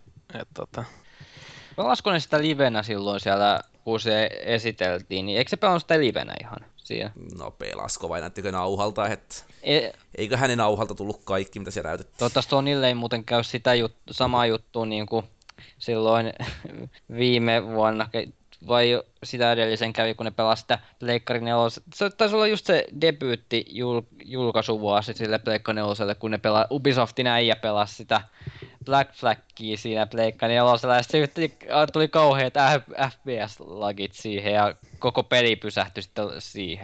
Pelasko ne sitä livenä silloin siellä, kun se esiteltiin, niin eikö se pelannut sitä livenä ihan siinä? No pelasko vai näyttikö nauhalta, että eikö hänen nauhalta tullut kaikki, mitä se näytettiin? Toivottavasti Sonille ei muuten käy sitä samaa juttua niin kuin silloin viime vuonna, vai sitä edellisen kävi, kun ne pelasi sitä Pleikkari 4. Se taisi olla just se debyytti julkaisuvuosi sille Pleikkari 4, kun ne Ubisoftin äijä pelasi sitä Black Flagia siinä Pleikkari 4, ja sitten tuli kauheat FPS-lagit siihen, ja koko peli pysähtyi sitten siihen.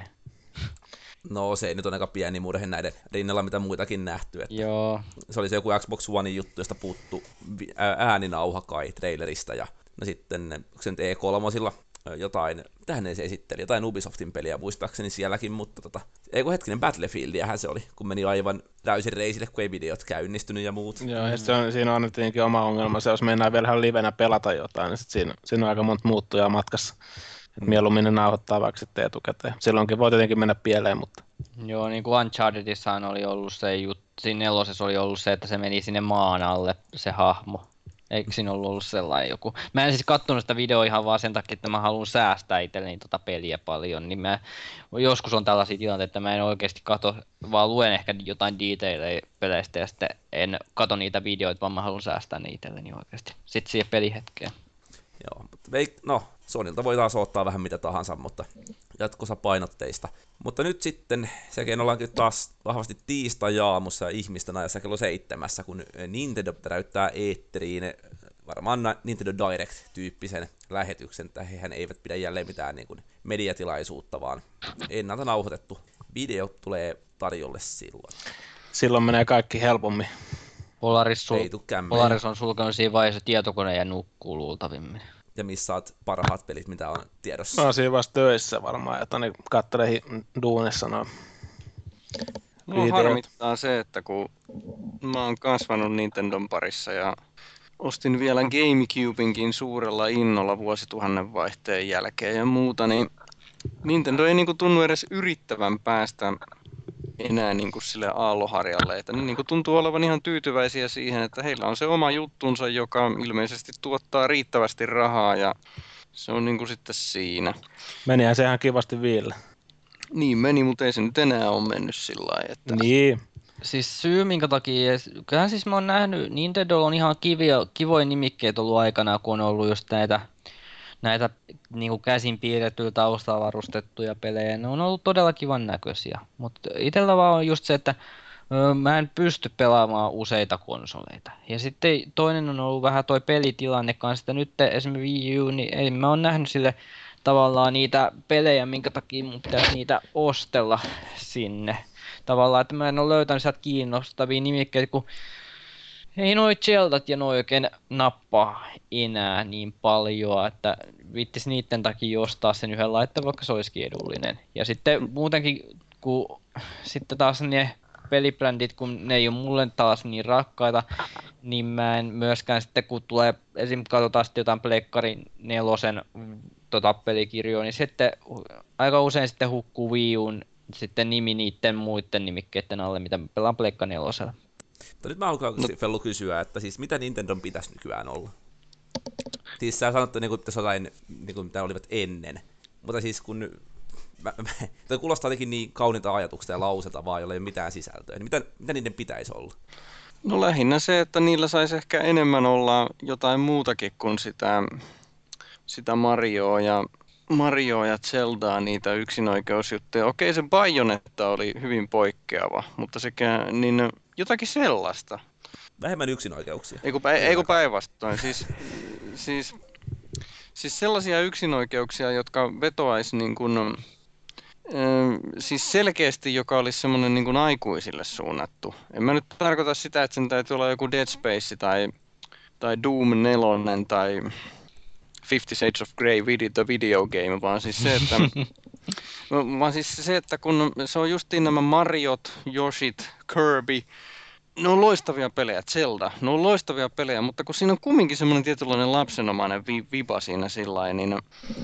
No se ei nyt on aika pieni murhe näiden rinnalla, mitä muitakin nähty. Että joo. Se oli se joku Xbox One juttu, josta puuttu ääninauha kai trailerista, ja no sitten sen E3 jotain, tähän se esitteli, jotain Ubisoftin peliä muistaakseni sielläkin, mutta hetkinen Battlefieldiähän se oli, kun meni aivan täysin reisille, kun ei videot käynnistynyt ja muut. Joo, ja siinä on nyt oma ongelma, se jos mennään vielä ihan livenä pelata jotain, niin siinä on aika monta muuttujaa matkassa. Mieluummin ne nauhoittaa vaikka sitten etukäteen. Silloinkin voi tietenkin mennä pieleen, mutta... Joo, niin kuin Unchartedissahan oli ollut se juttu, siinä 4 oli ollut se, että se meni sinne maan alle, se hahmo. Eikö siinä ollut sellainen joku? Mä en siis kattonut sitä videoa ihan vaan sen takia, että mä haluan säästää itselleni peliä paljon, niin joskus on tällaisia tilanteita, että mä en oikeasti katso, vaan luen ehkä jotain detaileja peleistä ja sitten en katso niitä videoita, vaan mä haluan säästää ne itselleni oikeasti. Sitten siihen pelihetkeen. Joo, mutta Sonylta voi taas ottaa vähän mitä tahansa, mutta jatkossa painotteista. Mutta nyt sitten, sekin ollaankin taas vahvasti tiistai-aamussa ja ihmisten ajassa kello 7, kun Nintendo täräyttää eetteriin varmaan Nintendo Direct-tyyppisen lähetyksen, että hehän eivät pidä jälleen mitään niin kuin mediatilaisuutta, vaan ennalta nauhoitettu video tulee tarjolle silloin. Silloin menee kaikki helpommin. Polaris on sulkenut siinä vaiheessa tietokoneen ja nukkuu luultavimmin. Ja missä oot parhaat pelit, mitä on tiedossa? Mä oon siinä vasta töissä varmaan, että ne kattelee duunissa noin. Mua harmittaa se, että kun mä oon kasvanut Nintendon parissa ja ostin vielä GameCubinkin suurella innolla vuosituhannen vaihteen jälkeen ja muuta, niin Nintendo ei niinku tunnu edes yrittävän päästä enää niinku sille aalloharjalle, että ne niinku tuntuu olevan ihan tyytyväisiä siihen, että heillä on se oma juttunsa, joka ilmeisesti tuottaa riittävästi rahaa ja se on niinku sitten siinä. Menihän se ihan kivasti viille. Niin meni, mutta ei se nyt enää ole mennyt sillä lailla, että... Niin. Siis syy minkä takia, kyllähän siis mä oon nähnyt, Nintendo on ihan kivoja nimikkeet ollut aikana, kun on ollut just näitä niinku käsin piirrettyjä taustalla varustettuja pelejä, ne on ollut todella kivan näköisiä, mutta itsellä vaan on just se, että mä en pysty pelaamaan useita konsoleita. Ja sitten toinen on ollut vähän toi pelitilanne kanssa, että nyt esimerkiksi Wii U, niin en mä oon nähnyt sille tavallaan niitä pelejä, minkä takia mun pitäisi niitä ostella sinne. Tavallaan, että mä en ole löytänyt sieltä kiinnostavia nimikkeitä, kun ei noi Zeldat ja noi oikein nappaa enää niin paljon, että vittis niitten takia ostaa sen yhden laitteen, vaikka se olisikin edullinen. Ja sitten muutenkin, kun sitten taas ne pelibrändit, kun ne ei ole mulle taas niin rakkaita, niin mä en myöskään sitten, kun tulee esimerkiksi katsotaan sitten jotain Pleikkari 4 pelikirjoa, niin sitten aika usein sitten hukkuu Wii U:n sitten nimi niiden muiden nimikkeiden alle, mitä mä pelaan Pleikka 4. Mutta nyt mä haluan Fellu kysyä, että siis mitä Nintendon pitäisi nykyään olla? Siis sä sanoit, että pitäisi jotain, mitä olivat ennen. Mutta siis kun... Tämä kuulostaa jotenkin niin kauniita ajatuksia ja lauseta vaan, jolla ei ole mitään sisältöä. Niin mitä niiden pitäisi olla? No lähinnä se, että niillä saisi ehkä enemmän olla jotain muutakin kuin sitä Marioa ja Zeldaa, niitä yksinoikeusjuttuja. Okei, se Bayonetta oli hyvin poikkeava, mutta niin jotakin sellaista. Vähemmän yksinoikeuksia. Ei kun päinvastoin. Siis sellaisia yksinoikeuksia, jotka vetoaisi niin kuin, siis selkeästi, joka olisi semmoinen niin kuin aikuisille suunnattu. En mä nyt tarkoita sitä, että sen täytyy olla joku Dead Space tai Doom 4 tai 50 Shades of Grey the video game, vaan siis se, että kun se on justiin nämä Mariot, Yoshit, Kirby, ne on loistavia pelejä, Zelda, ne on loistavia pelejä, mutta kun siinä on kumminkin semmoinen tietynlainen lapsenomainen viba siinä sillain, niin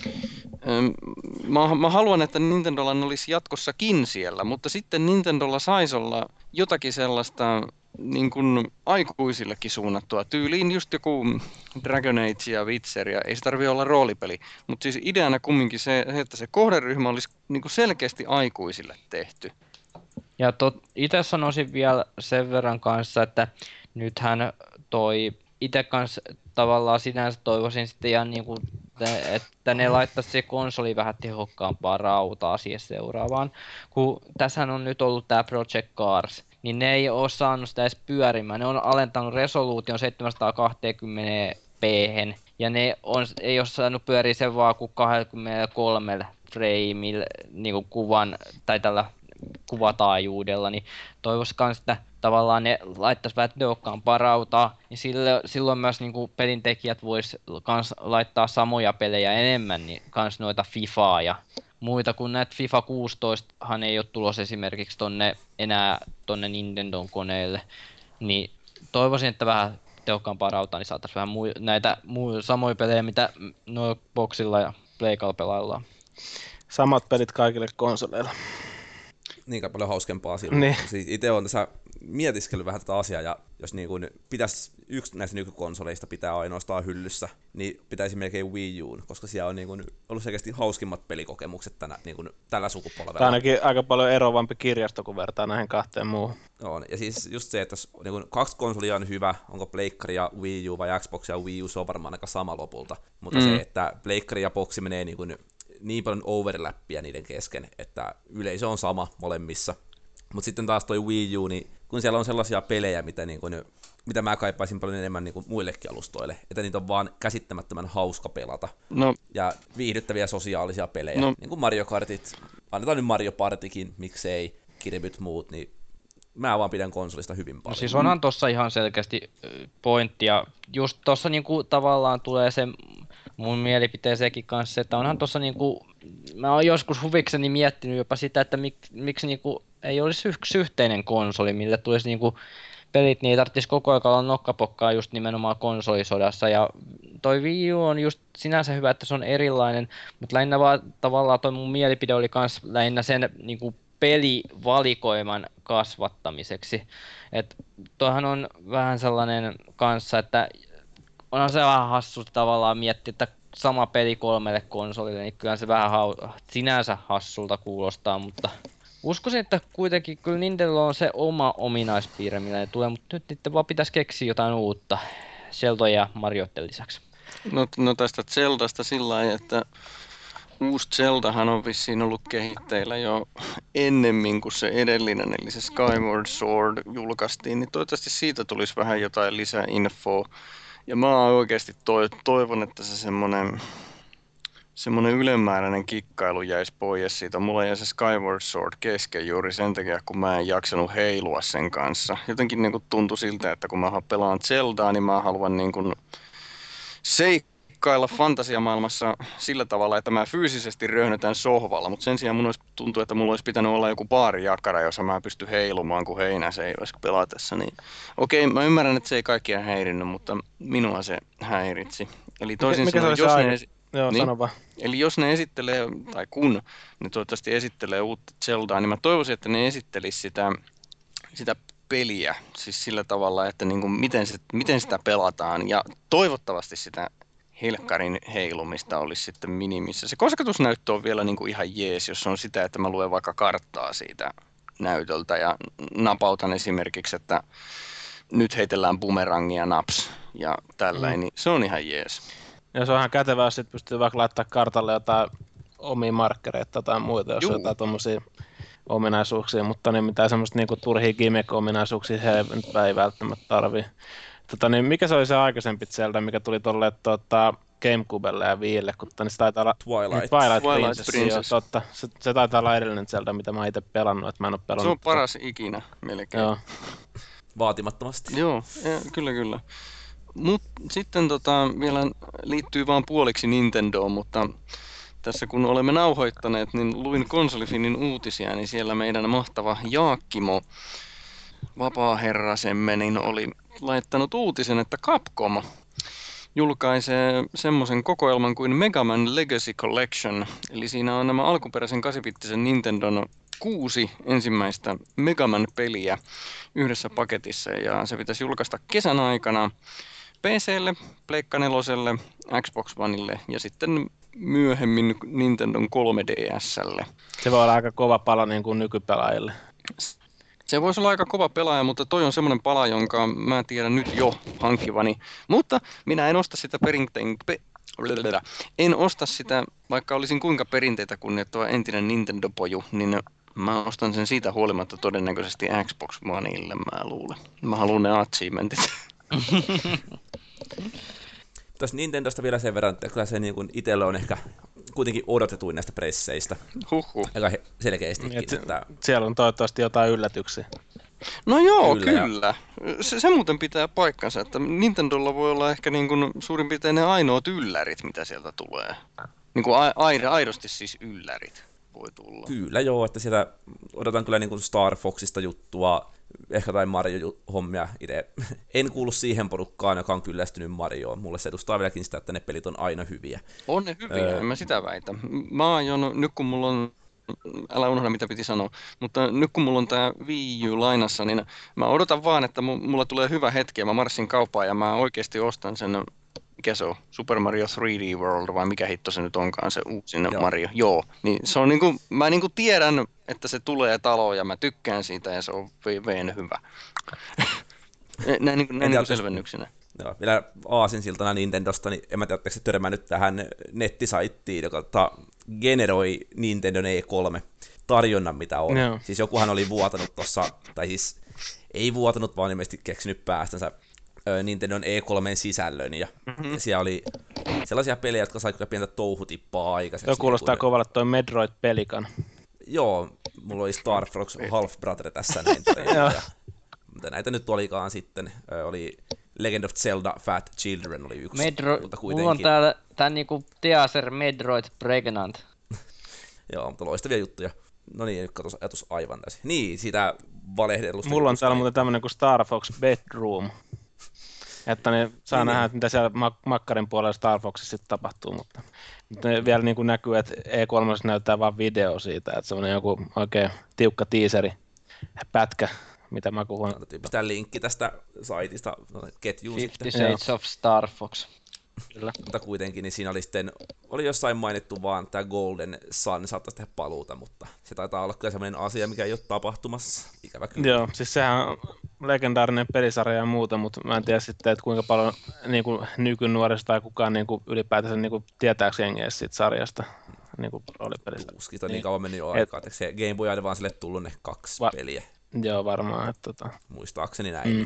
mä haluan, että Nintendolla olisi jatkossakin siellä, mutta sitten Nintendolla saisi olla jotakin sellaista niin kuin aikuisillekin suunnattua tyyliin, just joku Dragon Age ja Witcher, ja ei se tarvitse olla roolipeli, mutta siis ideana kumminkin se, että se kohderyhmä olisi niin kuin selkeästi aikuisille tehty. Ja itse sanoisin vielä sen verran kanssa, että nythän itse kanssa tavallaan sinänsä toivoisin sitten ihan niin kuin, että ne laittaisi se konsoli vähän tehokkaampaa rautaa siihen seuraavaan. Kun tässähän on nyt ollut tämä Project Cars, niin ne ei ole saanut sitä edes pyörimään. Ne on alentanut resoluution 720p, ja ne ei ole saanut pyöriä sen vaan kuin 23 frameilla niin kuin kuvan tai tällä kuvataajuudella, niin toivoisi myös, että tavallaan ne laittaisi vähän tehokkaampaa rautaa, niin silloin myös niin kuin pelintekijät vois kans laittaa samoja pelejä enemmän, niin kans noita FIFAa ja muita, kun näitä FIFA 16han ei ole tulossa esimerkiksi enää tonne Nintendon koneelle, niin toivoisin, että vähän tehokkaampaa rautaa, niin saataisiin vähän näitä samoja pelejä, mitä no boxilla ja Pleikalla pelaillaan. Samat pelit kaikille konsoleilla. Niin paljon hauskempaa silloin. Niin. Siis itse olen tässä mietiskellyt vähän tätä asiaa, ja jos niin kuin pitäisi yksi näistä nykykonsoleista pitää ainoastaan hyllyssä, niin pitäisi melkein Wii U:n, koska siellä on niin kuin ollut selkeästi hauskimmat pelikokemukset niin kuin tällä sukupolvella. Tämä on ainakin aika paljon eroavampi kirjasto, kun vertaa näihin kahteen muuhun. On. Ja siis just se, että jos niin kuin kaksi konsolia on hyvä, onko Pleikkari ja Wii U vai Xbox ja Wii U, se on varmaan aika sama lopulta. Mutta se, että Pleikkari ja Boxi menee niin paljon overlappia niiden kesken, että yleisö on sama molemmissa. Mutta sitten taas toi Wii U, niin kun siellä on sellaisia pelejä, mitä mä kaipaisin paljon enemmän niin kuin muillekin alustoille, että niitä on vaan käsittämättömän hauska pelata. No, Ja viihdyttäviä sosiaalisia pelejä, niin kuin Mario Kartit, annetaan nyt Mario Partikin, miksei, kirbyt muut, niin mä vaan pidän konsolista hyvin paljon. No siis onhan tossa ihan selkeästi pointti, ja just tossa niinku tavallaan tulee se mun mielipiteeseenkin kanssa, että onhan tossa niinku, mä oon joskus huvikseni miettinyt jopa sitä, että miksi niinku ei olisi yksi yhteinen konsoli, millä tulisi niinku pelit, niin ei tarvitsisi koko ajan olla nokkapokkaa just nimenomaan konsolisodassa, ja toi Wii U on just sinänsä hyvä, että se on erilainen, mutta lähinnä vaan tavallaan toi mun mielipide oli kans lähinnä sen niinku pelivalikoiman kasvattamiseksi. Et toihan on vähän sellainen kanssa, että onhan se vähän hassu tavallaan miettiä, että sama peli 3 konsolille, niin kyllä se vähän sinänsä hassulta kuulostaa, mutta uskoisin, että kuitenkin kyllä Nintendo on se oma ominaispiirre, millä ne tulee, mutta nyt niiden vaan pitäisi keksiä jotain uutta Zelda ja Marioiden lisäksi. no tästä Zeldasta sillä lailla, että uusi Zeldahan on vissiin ollut kehitteillä jo ennemmin kuin se edellinen, eli se Skyward Sword julkaistiin, niin toivottavasti siitä tulisi vähän jotain lisäinfoa. Ja mä oikeasti toivon, että se semmoinen ylimääräinen kikkailu jäisi pois siitä. Mulla jäi se Skyward Sword kesken juuri sen takia, kun mä en jaksanut heilua sen kanssa. Jotenkin niin kuin tuntui siltä, että kun mä pelaan Zeldaa, niin mä haluan niin kuin seikkailla fantasiamaailmassa sillä tavalla, että mä fyysisesti röhnötän sohvalla, mutta sen sijaan tuntuu, että mulla olisi pitänyt olla joku baarijakara, jossa mä pystyn heilumaan kuin heinäseiväs pelatessa. Niin, okei, mä ymmärrän, että se ei kaikkia häirinnyt, mutta minua se häiritsi. Eli toisin sanoen, jos ne... Joo, niin. sano vaan. Eli jos ne esittelee, tai kun ne toivottavasti esittelee uutta Zeldaa, niin mä toivoisin, että ne esittelisi sitä peliä, siis sillä tavalla, että niin kuin miten sitä pelataan, ja toivottavasti sitä helkkarin heilumista olisi sitten minimissä. Se kosketusnäyttö on vielä niin kuin ihan jees, jos on sitä, että mä luen vaikka karttaa siitä näytöltä, ja napautan esimerkiksi, että nyt heitellään bumerangia naps, ja tällainen, niin se on ihan jees. Ja se on ihan kätevää, jos sit pystyy vaikka laittaa kartalle jotain omia markkereita tai muita, jos on jotain tommosia ominaisuuksia, mutta niin mitään semmoista niinku turhia gimmick-ominaisuuksia he nyt ei välttämättä tarvii. Niin mikä se oli se aikaisempi Zelda, mikä tuli tolle Gamecubelle ja Wiille, kun se taitaa olla Twilight Princess. Totta. Se taitaa olla edellinen Zelda, mitä mä oon itse pelannut, että mä en oo pelannut. Se on paras ikinä melkein. Joo. Vaatimattomasti. Joo, kyllä. Mut sitten vielä liittyy vaan puoliksi Nintendoon, mutta tässä kun olemme nauhoittaneet, niin luin Konsolifinin uutisia, niin siellä meidän mahtava Jaakkimo, vapaaherrasemme, niin oli laittanut uutisen, että Capcom julkaisee semmoisen kokoelman kuin Mega Man Legacy Collection, eli siinä on nämä alkuperäisen 8-bittisen Nintendon 6 ensimmäistä Mega Man-peliä yhdessä paketissa, ja se pitäisi julkaista kesän aikana PC:lle, Pleikka 4:lle, Xbox Oneille ja sitten myöhemmin Nintendon 3DS:lle. Se voi olla aika kova pala niin kuin nykypelaajille. Se voisi olla aika kova pelaaja, mutta toi on semmoinen pala, jonka mä tiedän nyt jo hankkivani. Mutta minä en osta sitä en osta sitä, vaikka olisin kuinka perinteitä kunnioittava entinen Nintendo-poju, niin mä ostan sen siitä huolimatta todennäköisesti Xbox Oneille, mä luulen. Mä haluan ne achievementit. Tästä Nintendosta vielä sen verran, että kyllä se niin itsellä on ehkä kuitenkin odotetuin näistä presseistä. Aika selkeästikin. Että... Siellä on toivottavasti jotain yllätyksiä. No joo, kyllä. Se muuten pitää paikkansa, että Nintendolla voi olla ehkä niin kuin suurin piirtein ne ainoat yllärit, mitä sieltä tulee. Niin kuin aidosti siis yllärit voi tulla. Kyllä joo, että sieltä odotan kyllä niin kuin Star Foxista juttua, ehkä jotain Mario-hommia itse. En kuulu siihen porukkaan, joka on kyllästynyt Marioon. Mulle se edustaa vieläkin sitä, että ne pelit on aina hyviä. On ne hyviä, en mä sitä väitä. Mä aion, nyt kun mulla on, älä unohda mitä piti sanoa, mutta nyt kun mulla on tää Wii U lainassa, niin mä odotan vaan, että mulla tulee hyvä hetki ja mä marssin kauppaan ja mä oikeasti ostan sen, mikä se on, Super Mario 3D World vai mikä hitto se nyt onkaan, se uusin Mario. Joo, niin se on niinku, mä niinku tiedän, että se tulee taloon ja mä tykkään siitä ja se on veen hyvä. Näin niinku selvennyksenä. Joo, vielä aasinsiltana Nintendosta, niin en mä tiedä, oletteko törmännyt tähän nettisaittiin, joka generoi Nintendon E3-tarjonnan, mitä on. Joo. Siis jokuhan oli vuotanut tuossa, tai siis ei vuotanut, vaan ilmeisesti keksinyt päästänsä Nintendon E3 sisällön, ja siellä oli sellaisia pelejä, jotka sai kyllä pientä touhutippaa aikaiseksi. Tuo kuulostaa kovalle toi Metroid Pelican. Joo, mulla oli Star Fox Half Brother tässä näin. Mutta näitä nyt olikaan sitten, oli Legend of Zelda Fat Children oli yksi, mutta kuitenkin. Mulla on täällä tän niinku Teaser Metroid Pregnant. Joo, mutta loistavia juttuja. No niin, nyt katos ajatus aivan täysin. Niin, siitä valehdellusta. Mulla on täällä muuten tämmönen kuin Star Fox Bedroom. Että ne saa nähdä, että mitä siellä makkarin puolella Star Foxissa sitten tapahtuu, mutta ne vielä niin kuin näkyy, että E3 näyttää vaan video siitä, että semmoinen joku oikein tiukka teaseri pätkä, mitä mä puhun. Pistää linkki tästä saitista ketjuun 50 sitten. Shades of Star Fox. Kyllä. Mutta kuitenkin, niin siinä oli sitten, oli jossain mainittu vaan, että tämä Golden Sun saattaisi tehdä paluuta, mutta se taitaa olla kyllä semmoinen asia, mikä ei ole tapahtumassa. Ikävä kyllä. Joo, siis sehän on legendaarinen pelisarja ja muuta, mutta mä en tiedä sitten, että kuinka paljon niin kuin nykynuorista tai kukaan niin kuin ylipäätänsä niin kuin tietääkö jengiä siitä sarjasta niin kuin roolipelisarjasta. Tuskista niin kauan mennyt jo aikaa, että se Game Boy Advancelle tullut ne 2 peliä. Joo, varmaan. Että muistaakseni näin.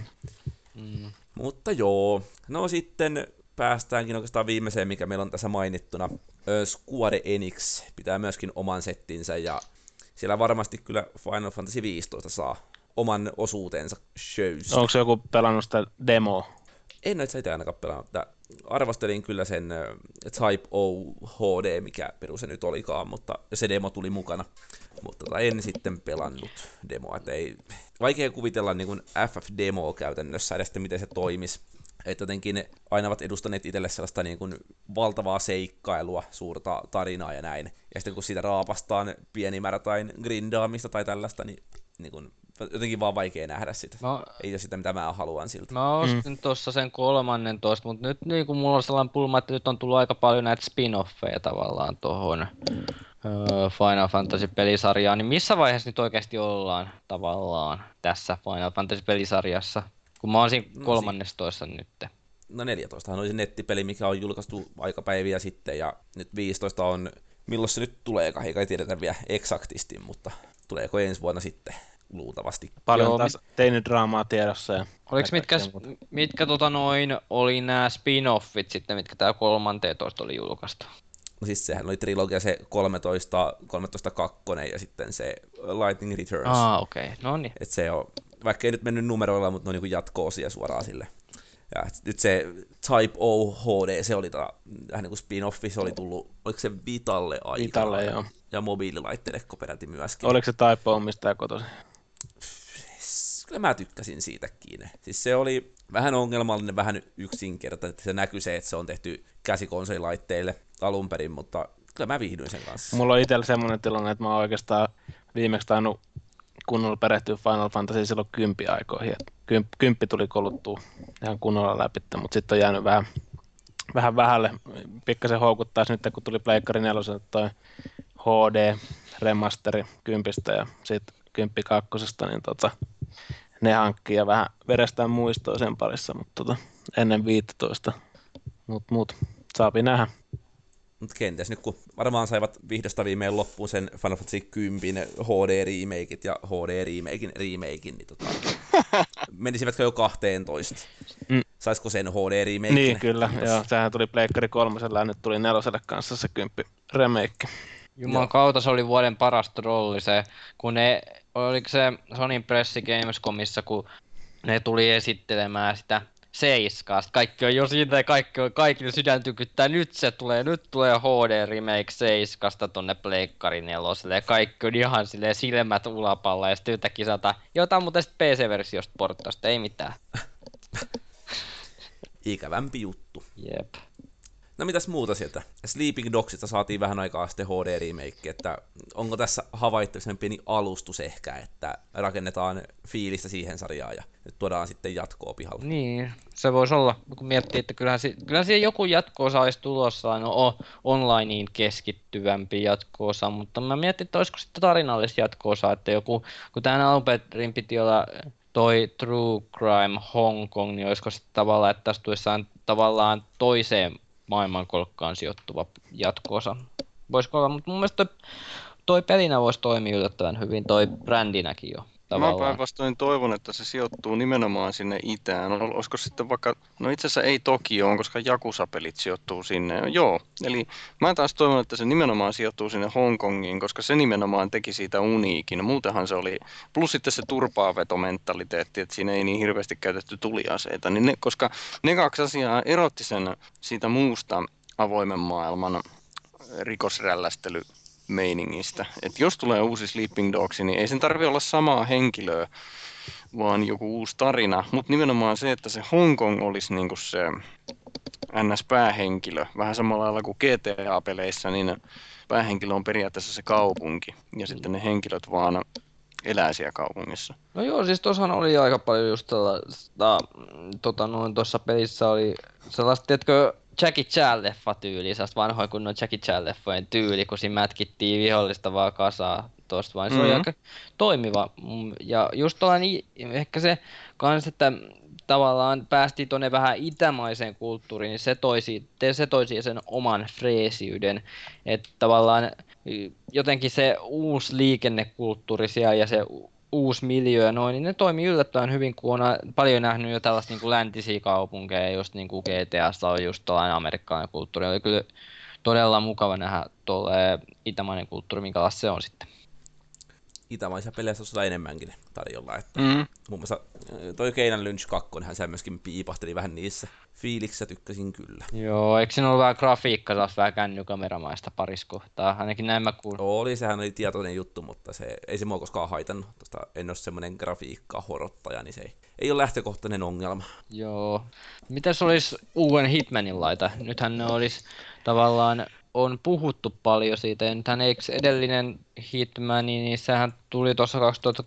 Mutta joo, no sitten päästäänkin oikeastaan viimeiseen, mikä meillä on tässä mainittuna. Square Enix pitää myöskin oman settinsä, ja siellä varmasti kyllä Final Fantasy 15 saa oman osuutensa showsta. Onko se joku pelannut sitä demoa? En ole itse ainakaan pelannut. Arvostelin kyllä sen Type O HD, mikä perus se nyt olikaan, mutta se demo tuli mukana. Mutta en sitten pelannut demoa. Ei, vaikea kuvitella niin kuin FF-demoa käytännössä edes, miten se toimisi. Että jotenkin aina ovat edustaneet itselle sellaista niin kuin valtavaa seikkailua, suurta tarinaa ja näin. Ja sitten kun siitä raapastaan pieni määrä tai grindaamista tai tällaista, niin kuin, jotenkin vaan vaikea nähdä sitä. Ei ole sitä, mitä mä haluan siltä. Mä ostin tuossa sen 13, mutta nyt niin kuin mulla on sellainen pulma, että nyt on tullut aika paljon näitä spin-offeja tavallaan tuohon Final Fantasy-pelisarjaan. Niin missä vaiheessa nyt oikeasti ollaan tavallaan tässä Final Fantasy-pelisarjassa? Kun mä oon siinä 13 nyt. No 14 oli se nettipeli, mikä on julkaistu aikapäiviä sitten, ja nyt 15 on, milloin se nyt tulee, ei kai tiedetä vielä eksaktisti, tuleeko ensi vuonna sitten luultavasti. Paljon taas teinidraamaa tiedossa. Ja oliko mitkä oli nämä spin-offit sitten, mitkä tää 13 oli julkaistu? No siis sehän oli trilogia se 13 2 ja sitten se Lightning Returns. Okei. No niin. Et se on, vaikka ei nyt mennyt numeroilla, mutta ne on niin jatko-osia suoraan sille. Ja nyt se Type O HD, se oli vähän niin kuin spin-offi, se oli tullut, oliko se Vitalle aikaan? Vitalle, joo. Ja mobiililaitteille peräti myöskin. Oliko se Type O mistä kotoisin? Kyllä mä tykkäsin siitäkin. Siis se oli vähän ongelmallinen, vähän yksinkertainen, että se näkyy se, että se on tehty käsikonsolilaitteille alun perin, mutta kyllä mä viihdyin sen kanssa. Mulla on itsellä semmoinen tilanne, että mä oon oikeastaan viimeksi tainnut kunnolla perehtyä Final Fantasy silloin 10 aikoihin. 10 tuli koluttua ihan kunnolla läpi, mutta sitten on jäänyt vähän vähälle. Pikkasen houkuttaisi nyt, kun tuli Pleikkari 4 toi HD remasteri 10 ja sitten 10 kakkosesta, niin ne hankkii ja vähän verestään muistoa sen parissa, mutta ennen 15. Mut saapi nähdä. Mutta kenties nyt kun varmaan saivat vihdosta viimein loppuun sen Final Fantasy 10 HD-remakeit ja HD-remakein, niin menisivätkö jo 12? Saisiko sen HD-remakein? Niin kyllä, joo. Sehän tuli Pleikkari 3 ja nyt tuli 4 kanssa se 10 remake. Juman kautta se oli vuoden paras trolli se, kun oliko se Sonyn pressi Gamescomissa, kun ne tuli esittelemään sitä 7. Kaikki on jo siitä ja kaikki sydän tykyttää. Nyt tulee HD Remake 7 tonne Pleikkari 4:lle ja kaikki on ihan silleen silmät ulapalla ja sitten yhtäkkiä jotain muuten sitten PC-versiosta porttausta, ei mitään. Ikävämpi juttu. Jep. No mitäs muuta sieltä? Sleeping Dogsista saatiin vähän aikaa sitten HD-remake, että onko tässä havaittu sellainen pieni alustus ehkä, että rakennetaan fiilistä siihen sarjaan ja nyt tuodaan sitten jatkoa pihalle. Niin, se voisi olla, kun miettii, että kyllähän siihen joku jatko-osa olisi tulossa, no onlineen keskittyvämpi jatko-osa, mutta mä mietin, että olisiko sitten tarinallista jatko-osa, että joku, kun tähän alun perin piti olla toi True Crime Hong Kong, niin olisiko sitten tavallaan, että tässä tulisi tavallaan toiseen maailmankolkkaan sijoittuva jatko-osa. Voisiko olla, mutta mun mielestä toi pelinä voisi toimia yllättävän hyvin, toi brändinäkin jo. Mä päinvastoin toivon, että se sijoittuu nimenomaan sinne itään. Olisiko sitten vaikka, no itse asiassa ei Tokioon, koska Yakuza-pelit sijoittuu sinne. Joo, eli mä taas toivon, että se nimenomaan sijoittuu sinne Hongkongiin, koska se nimenomaan teki siitä uniikin. Muutenhan se oli, plus sitten se turpaavetomentaliteetti, että siinä ei niin hirveästi käytetty tuliaseita. Niin koska ne kaksi asiaa erotti sen siitä muusta avoimen maailman rikosrällästely meiningistä. Et jos tulee uusi Sleeping Dogs, niin ei sen tarvitse olla samaa henkilöä, vaan joku uusi tarina. Mutta nimenomaan se, että se Hong Kong olisi niinku se NS-päähenkilö, vähän samalla lailla kuin GTA-peleissä, niin päähenkilö on periaatteessa se kaupunki, ja sitten ne henkilöt vaan elää siellä kaupungissa. No joo, siis tossahan oli aika paljon just tällaista, tuossa pelissä oli sellaista, tiedätkö, Jackie Chan-leffa-tyyli, sellaista vanhoja kunnon Jackie Chan-leffojen tyyli, kun siinä mätkittiin vihollista vaan kasaa tosta vaan. Se oli aika toimiva. Ja just tollainen, ehkä se kans, että tavallaan päästiin tonne vähän itämaiseen kulttuuriin, niin se toi siihen sen oman freesiyden. Että tavallaan jotenkin se uusi liikennekulttuuri siellä ja se uusi miljöö ja noin, niin ne toimii yllättävän hyvin, kun on paljon nähnyt jo tällaista niin kuin läntisiä kaupunkeja, just niin kuin GTA:ssa on just tällainen amerikkalainen kulttuuri. Oli kyllä todella mukava nähdä tuolle itämainen kulttuuri, minkälaista se on sitten. Itämaisia pelejä on enemmänkin tarjolla, että muun muassa toi Keinan Lynch 2, hän siellä myöskin piipahteli vähän niissä fiiliksissä, tykkäsin kyllä. Joo, eikö siinä ollut vähän grafiikka taas vähän kännykameramaista pariskohtaa, ainakin näin mä kuulin. Sehän oli tietoinen juttu, mutta ei se mua koskaan haitannut, en ole semmoinen grafiikkaa horottaja, niin se ei ole lähtökohtainen ongelma. Joo, mitäs olisi uuden Hitmanin laita? Nythän ne olisi tavallaan, on puhuttu paljon siitä, ja nythän eikö edellinen Hitman, niin sehän tuli tuossa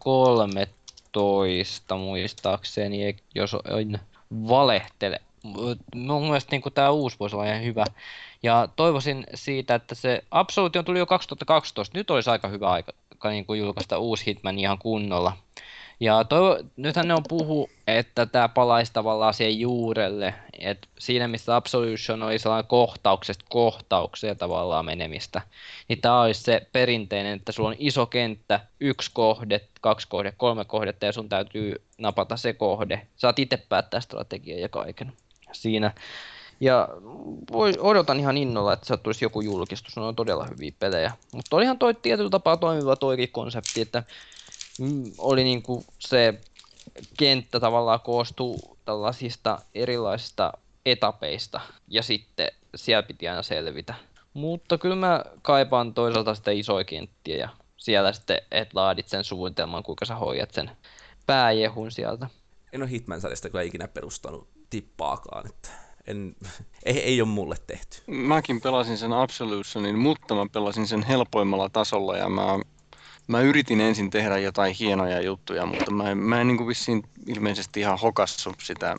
2013 muistaakseni, jos en valehtele. Mun mielestä niin tämä uusi voisi olla ihan hyvä. Ja toivoisin siitä, että se Absolution tuli jo 2012, nyt olisi aika hyvä aika niin kuin julkaista uusi Hitman ihan kunnolla. Ja nythän ne on puhu, että tämä palaisi tavallaan siihen juurelle, että siinä missä Absolution oli sellainen kohtauksesta kohtaukseen tavallaan menemistä, niin tämä olisi se perinteinen, että sulla on iso kenttä, 1 kohde, 2 kohde, 3 kohdetta ja sun täytyy napata se kohde. Saat itse päättää strategiaa ja kaiken siinä. Ja odotan ihan innolla, että se tulisi joku julkistus, ne on todella hyviä pelejä. Mutta olihan toi tietyllä tapaa toimiva toikin konsepti, että oli niinku se kenttä tavallaan koostuu tällaisista erilaisista etapeista ja sitten siellä piti aina selvitä. Mutta kyllä mä kaipaan toisaalta sitten isoja kenttiä ja siellä sitten, että laadit sen suunnitelman, kuinka sä hoidat sen pääjehun sieltä. En ole Hitman-sarjasta kyllä ikinä perustanut tippaakaan, että ei ole mulle tehty. Mäkin pelasin sen Absolutionin, mutta mä pelasin sen helpoimmalla tasolla ja mä yritin ensin tehdä jotain hienoja juttuja, mutta mä en niin kuin vissiin ilmeisesti ihan hokassu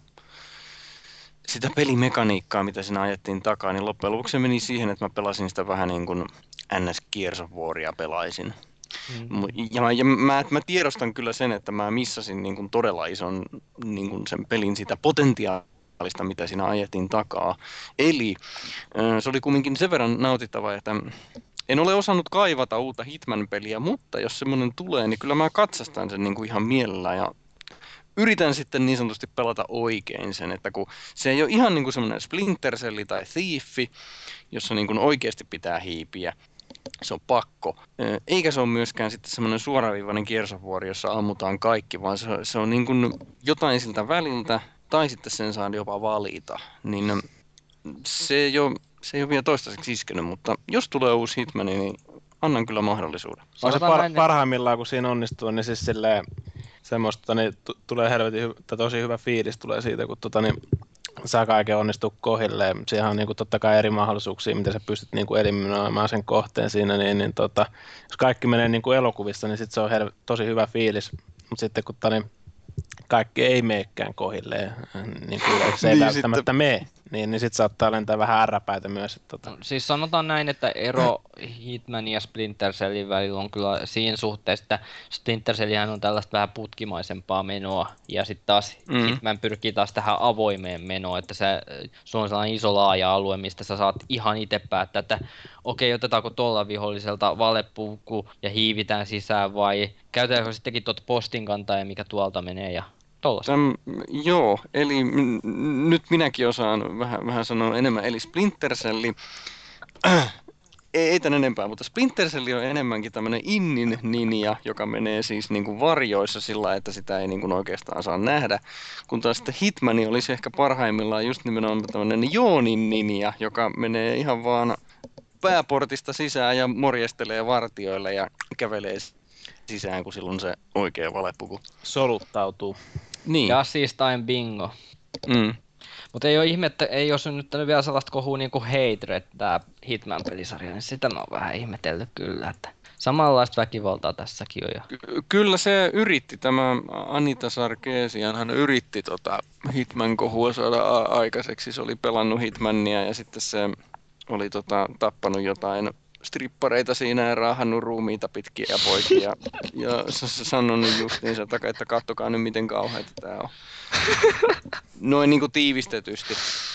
sitä pelimekaniikkaa, mitä siinä ajettiin takaa, niin loppujen lopuksi se meni siihen, että mä pelasin sitä vähän niin kuin NS Gears of Waria pelaisin. Ja mä tiedostan kyllä sen, että mä missasin niin kuin todella ison niin kuin sen pelin sitä potentiaalista, mitä siinä ajettiin takaa. Eli se oli kumminkin sen verran nautittava, että en ole osannut kaivata uutta Hitman-peliä, mutta jos semmoinen tulee, niin kyllä mä katsastan sen niin kuin ihan mielellään ja yritän sitten niin sanotusti pelata oikein sen, että kun se ei ole ihan niin kuin semmoinen Splinter Cell tai Thiefi, jossa niin kuin oikeasti pitää hiipiä, se on pakko. Eikä se ole myöskään sitten semmoinen suoraviivainen Gears of War, jossa ammutaan kaikki, vaan se on niin kuin jotain siltä väliltä, tai sitten sen saa jopa valita, niin se ei ole vielä toistaiseksi iskenyt, mutta jos tulee uusi Hitman, niin annan kyllä mahdollisuuden. On se Sanotaan näin, parhaimmillaan, kun siinä onnistuu, niin siis silleen semmoista, niin tulee tosi hyvä fiilis tulee siitä, kun niin, saa kaiken onnistua kohilleen. Siihen on niin kuin, totta kai eri mahdollisuuksia, miten sä pystyt niin kuin eliminoimaan sen kohteen siinä, niin jos kaikki menee niin kuin elokuvissa, niin sit se on tosi hyvä fiilis, mutta sitten kun niin, kaikki ei meekään kohilleen, niin kuin se ei Niin välttämättä mene, niin sitten saattaa lentää vähän ärräpäitä myös. Että, Siis sanotaan näin, että ero Hitmanin ja Splinter Cellin välillä on kyllä siinä suhteessa, että Splinter Cellihän on tällaista vähän putkimaisempaa menoa, ja sitten taas Hitman pyrkii taas tähän avoimeen menoon, että sulla on sellainen iso laaja alue, mistä sä saat ihan itse päättää, että okei, otetaanko tuolla viholliselta valepuukku ja hiivitään sisään, vai käytetäänkö sittenkin tuota postin kantaa, mikä tuolta menee, ja tollaista. Joo, eli nyt minäkin osaan vähän sanoa enemmän. Eli Splinter Cell, ei tän enempää, mutta Splinter Cell on enemmänkin tämmöinen innin ninja, joka menee siis niin kuin varjoissa sillä, että sitä ei niin kuin oikeastaan saa nähdä. Kun taas sitten Hitman olisi ehkä parhaimmillaan just nimenomaan tämmöinen joonin ninja, joka menee ihan vaan pääportista sisään ja morjestelee vartioille ja kävelee sisään, kun silloin se oikea valepuku soluttautuu. Niin. Ja siis time bingo. Mutta ei ole ihme, että ei ole synnyttänyt vielä sellaista kohua niin kuin Hatred, tämä Hitman-pelisarja, niin sitä mä oon vähän ihmetellyt kyllä, että samanlaista väkivaltaa tässäkin on. Kyllä se yritti, tämä Anita Sarkeesian, hän yritti Hitman-kohua saada aikaiseksi, se oli pelannut Hitmania ja sitten se oli tappanut jotain strippareita siinä ja raahannut ruumiita pitkiä ja poikia ja sanonut justiinsa takaa, että kattokaa nyt miten kauheita tää on. Noin niinku tiivistetysti.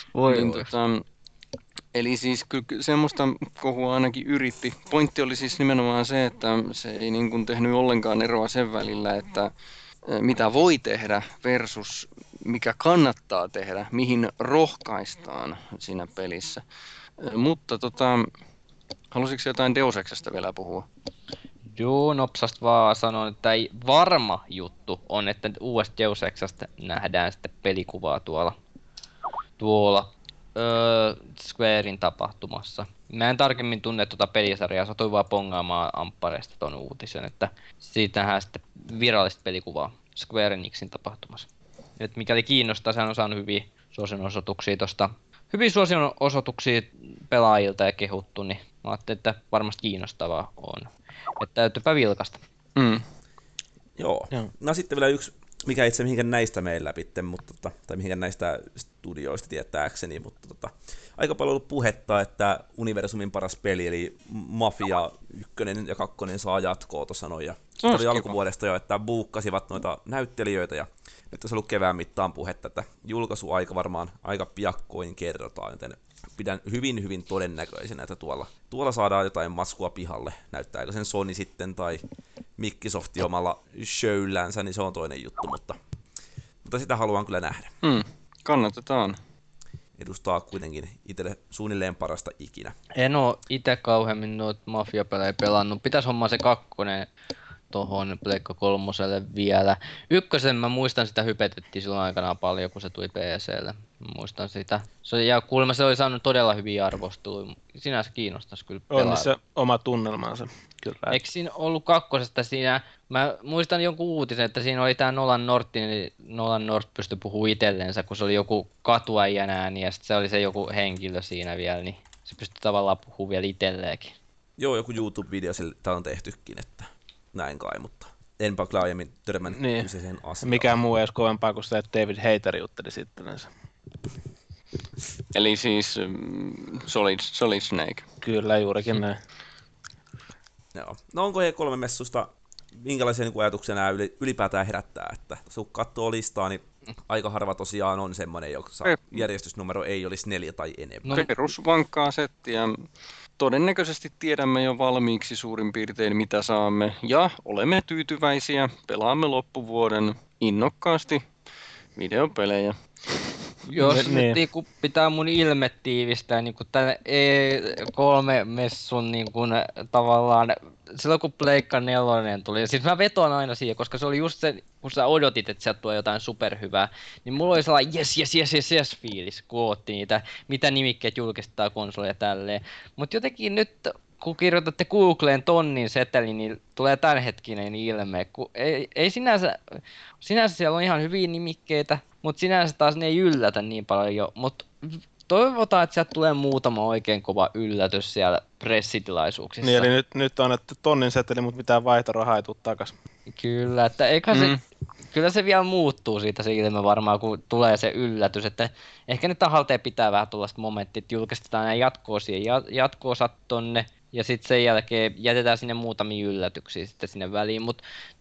Eli siis kyllä semmoista kohua ainakin yritti. Pointti oli siis nimenomaan se, että se ei niin kuin tehnyt ollenkaan eroa sen välillä, että mitä voi tehdä versus mikä kannattaa tehdä, mihin rohkaistaan siinä pelissä. Mutta halusitko jotain Deus Exasta vielä puhua? Joo, nopsasti vaan sanon, että ei varma juttu on, että uudesta Deus Exasta nähdään sitten pelikuvaa tuolla Squarein tapahtumassa. Mä en tarkemmin tunne tuota pelisarjaa, satuin vaan pongaamaan amppareista ton uutisen, että siitä nähdään sitten virallista pelikuvaa Square Enixin tapahtumassa. Et mikäli kiinnostaa, sehän on saanut hyviä suosionosoituksia pelaajilta ja kehuttu, niin mä ajattelin, että varmasti kiinnostavaa on. Että täytyypä vilkasta. Joo. No sitten vielä yksi, mikä itse mihinkään näistä meillä läpitte, mutta tai mihinkään näistä studioista tietääkseni, mutta aika paljon ollut puhetta, että universumin paras peli, eli Mafia 1 ja 2 saa jatkoa tuossa noin. Ja oli alkuvuodesta jo, että buukkasivat noita näyttelijöitä, ja nyt on ollut kevään mittaan puhetta, että julkaisuaika varmaan aika piakkoin kerrotaan, joten pidän hyvin todennäköisenä, että tuolla saadaan jotain maskua pihalle. Näyttääkö sen Sony sitten tai Microsoft omalla showllänsä, niin se on toinen juttu, mutta sitä haluan kyllä nähdä. Kannatetaan. Edustaa kuitenkin itselle suunnilleen parasta ikinä. En oo ite kauheammin noita Mafia-pelejä pelannut. Pitäis hommaa se 2 tohon Pleikka 3:lle vielä. 1 mä muistan, sitä hypetettiin silloin aikanaan paljon, kun se tuli PC:lle. Muistan sitä. Ja kuulemma se oli saanut todella hyviä arvosteluja. Sinänsä kiinnostaisi kyllä pelaa. On se oma tunnelmansa. Kyllä. Eikö siinä ollut 2 siinä, mä muistan jonkun uutisen, että siinä oli tää Nolan North, niin Nolan North pystyi puhumaan itsellensä, kun se oli joku katuajan ääni ja sitten se oli se joku henkilö siinä vielä, niin se pystyi tavallaan puhumaan vielä itselleenkin. Joo, joku YouTube-video sillä on tehtykin, että näin kai, mutta enpä kyllä aiemmin törmännyt kyseiseen asiaan. Mikään muu ei olisi kovempaa kuin se, että David Hayter jutteli sitten. Eli siis Solid Snake. Kyllä, juurikin näin. Joo. No onko E3-messusta, minkälaisia ajatuksia nämä ylipäätään herättää? Että kun katsoo listaa, niin aika harva tosiaan on semmoinen, jossa järjestysnumero ei olisi 4 tai enemmän. Perusvankkaa settiä. Todennäköisesti tiedämme jo valmiiksi suurin piirtein mitä saamme ja olemme tyytyväisiä. Pelaamme loppuvuoden innokkaasti videopelejä. Jos nyt Niin. niinku pitää mun ilme tiivistää niinku tän E3-messun niinku tavallaan silloin kun Pleikka 4 tuli, siis mä vetoan aina siihen, koska se oli just se, kun sä odotit, että sieltä tulee jotain superhyvää, niin mulla oli sellainen yes fiilis, kun ootti niitä, mitä nimikkeet julkistetaan konsoleja tälleen. Mut jotenkin nyt, kun kirjoitatte Googleen tonnin seteli, niin tulee tämänhetkinen ilme, kun ei sinänsä siellä on ihan hyviä nimikkeitä, mutta sinänsä taas ne ei yllätä niin paljon, mutta toivotaan, että sieltä tulee muutama oikein kova yllätys siellä pressitilaisuuksissa. Niin, eli nyt on annettu tonnin seteli, mutta mitään vaihtorahaa ei tule takaisin. Kyllä, että kyllä se vielä muuttuu siitä se ilme varmaan, kun tulee se yllätys, että ehkä nyt halteen pitää vähän tuollaista momenttia, että julkistetaan nämä jatko-osat tonne, ja sitten sen jälkeen jätetään sinne muutamia yllätyksiä sitten sinne väliin, mutta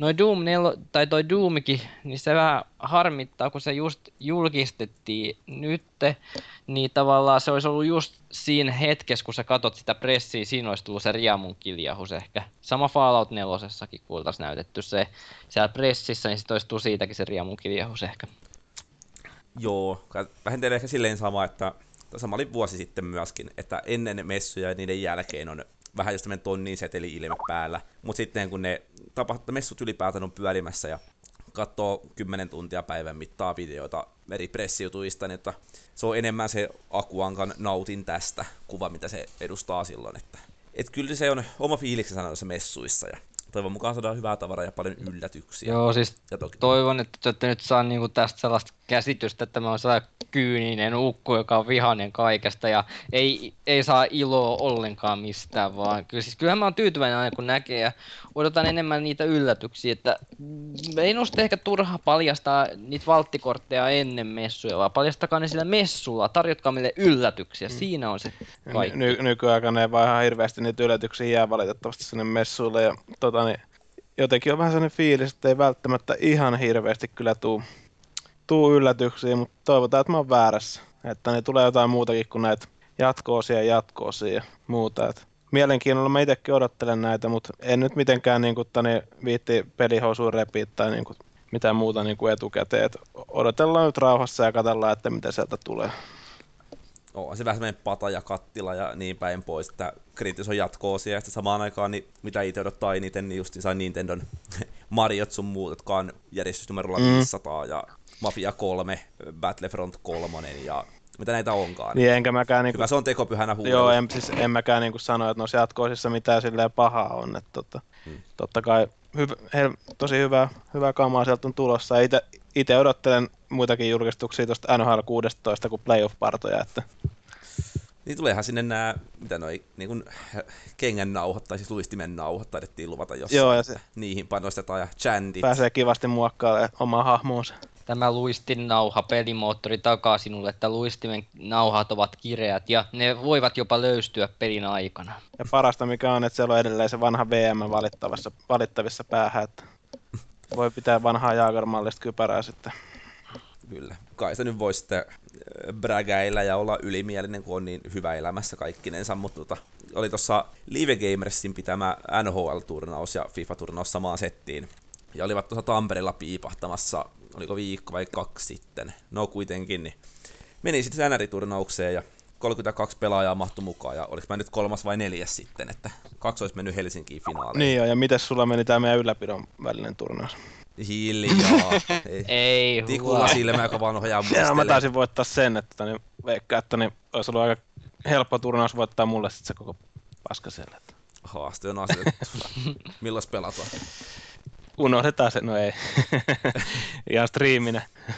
toi Doomikin, niin se vähän harmittaa, kun se just julkistettiin nytte, niin tavallaan se olisi ollut just siinä hetkessä, kun sä katot sitä pressiä, siinä olisi tullut se riemun kiljahus ehkä. Sama Fallout 4:ssakin, kun oltaisiin näytetty se siellä pressissä, niin sitten olisi tullut siitäkin se riemun kiljahus ehkä. Joo, vähintään ehkä silleen sama, että sama oli vuosi sitten myöskin, että ennen messuja ja niiden jälkeen on vähän just tämmöinen tonnin seteli-ilme päällä, mutta sitten kun ne messut ylipäätään on pyörimässä ja katsoo 10 tuntia päivän mittaa videoita eri pressijutuista, niin että se on enemmän se Akuankan nautin tästä kuva, mitä se edustaa silloin. Että kyllä se on oma fiiliksensä noissa messuissa ja toivon mukaan saadaan hyvää tavaraa ja paljon yllätyksiä. Joo, siis ja toki toivon, että te ette nyt saa niinku tästä sellaista käsitystä, että mä oon sellainen kyyninen ukko, joka on vihainen kaikesta ja ei saa iloa ollenkaan mistään, vaan kyllähän mä oon tyytyväinen aina kun näkee ja odotan enemmän niitä yllätyksiä, että ei nosta ehkä turha paljastaa niitä valttikortteja ennen messuja, vaan paljastakaa ne sillä messulla, tarjotkaa meille yllätyksiä, siinä on se kaikki. Nykyaikana ei vaan ihan hirveästi niitä yllätyksiä jää valitettavasti sinne messuille ja niin jotenkin on vähän sellainen fiilis, että ei välttämättä ihan hirveästi kyllä tuu yllätyksiä, mutta toivotaan, että mä oon väärässä. Että ne tulee jotain muutakin kuin näitä jatko-osia ja muuta. Et mielenkiinnolla mä itsekin odottelen näitä, mutta en nyt mitenkään viitti pelihousuun repiä tai mitään muuta etukäteen. Et odotellaan nyt rauhassa ja katsellaan, että mitä sieltä tulee. On se vähän semmoinen pata ja kattila ja niin päin pois, että kritisoi jatko-osia ja sitten samaan aikaan, niin mitä itse odottaa eniten, niin just sai Nintendon Mariot sun muut, jotka on järjestysnumerolla 500 ja Mafia 3, Battlefront 3 ja mitä näitä onkaan. Niin enkä mäkään hyvä se on tekopyhänä huudella. Joo, en mäkään sano, että noissa jatko-osissa mitään silleen pahaa on. Että totta kai tosi hyvä kamaa sieltä on tulossa. Itse odottelen muitakin julkistuksia tuosta NHL 16 kuin playoff-partoja. Että Niin tuleehan sinne nämä, mitä noi, niin kuin kengän nauhat tai siis luistimen nauhat taidettiin luvata jossain. Joo, ja niihin panostetaan ja chantit. Pääsee kivasti muokkaamaan omaa hahmoonsa. Tämä luistin nauha pelimoottori takaa sinulle, että luistimen nauhat ovat kireät ja ne voivat jopa löystyä pelin aikana. Ja parasta mikä on, että siellä on edelleen se vanha VM valittavissa päähän, että voi pitää vanhaa Jaager-mallista kypärää sitten. Kyllä. Kai se nyt voi sitten brägäillä ja olla ylimielinen, kun on niin hyvä elämässä kaikkinensa, mutta oli tuossa Live Gamersin pitämä NHL-turnaus ja FIFA-turnaus samaan settiin. Ja olivat tuossa Tampereella piipahtamassa, oliko viikko vai 2 sitten, no kuitenkin, niin meni sitten NR-turnaukseen ja 32 pelaajaa mahtui mukaan, ja oliko mä nyt 3. vai 4. sitten, että 2 olisi mennyt Helsinkiin finaaleihin. Niin joo, ja mites sulla meni tää meidän ylläpidon välinen turnaus? Hiljaa. Ei tikulla silmä, joka vaan ohjaa muistelee. Ja mä taisin voittaa sen, että veikkaan, että olisi ollut aika helppo turnaus voittaa mulle sit se koko paska siellä. Haaste on asetettu. Milloin pelataan? Unohdetaan se, no ei. Ihan striiminä.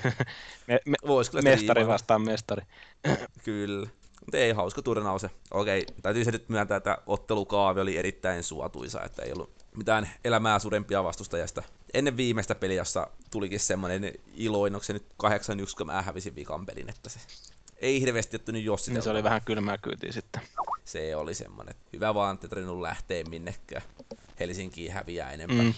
Mestari vastaan mestari. Kyllä. Mutta ei, hauska turnaus. Okei, täytyy se nyt myöntää, että ottelukaavi oli erittäin suotuisa, että ei ollut mitään elämää suurempia vastustajasta. Ennen viimeistä peliä, jossa tulikin semmoinen iloinnoksi nyt 8-1, kun mä hävisin vikan pelin, että se ei hirveästi ottanut jossitella. Niin se oli vähän kylmää kyytiä sitten. Se oli semmoinen, hyvä vaan, että treenun lähtee minnekään. Helsinkiin häviää enemmän.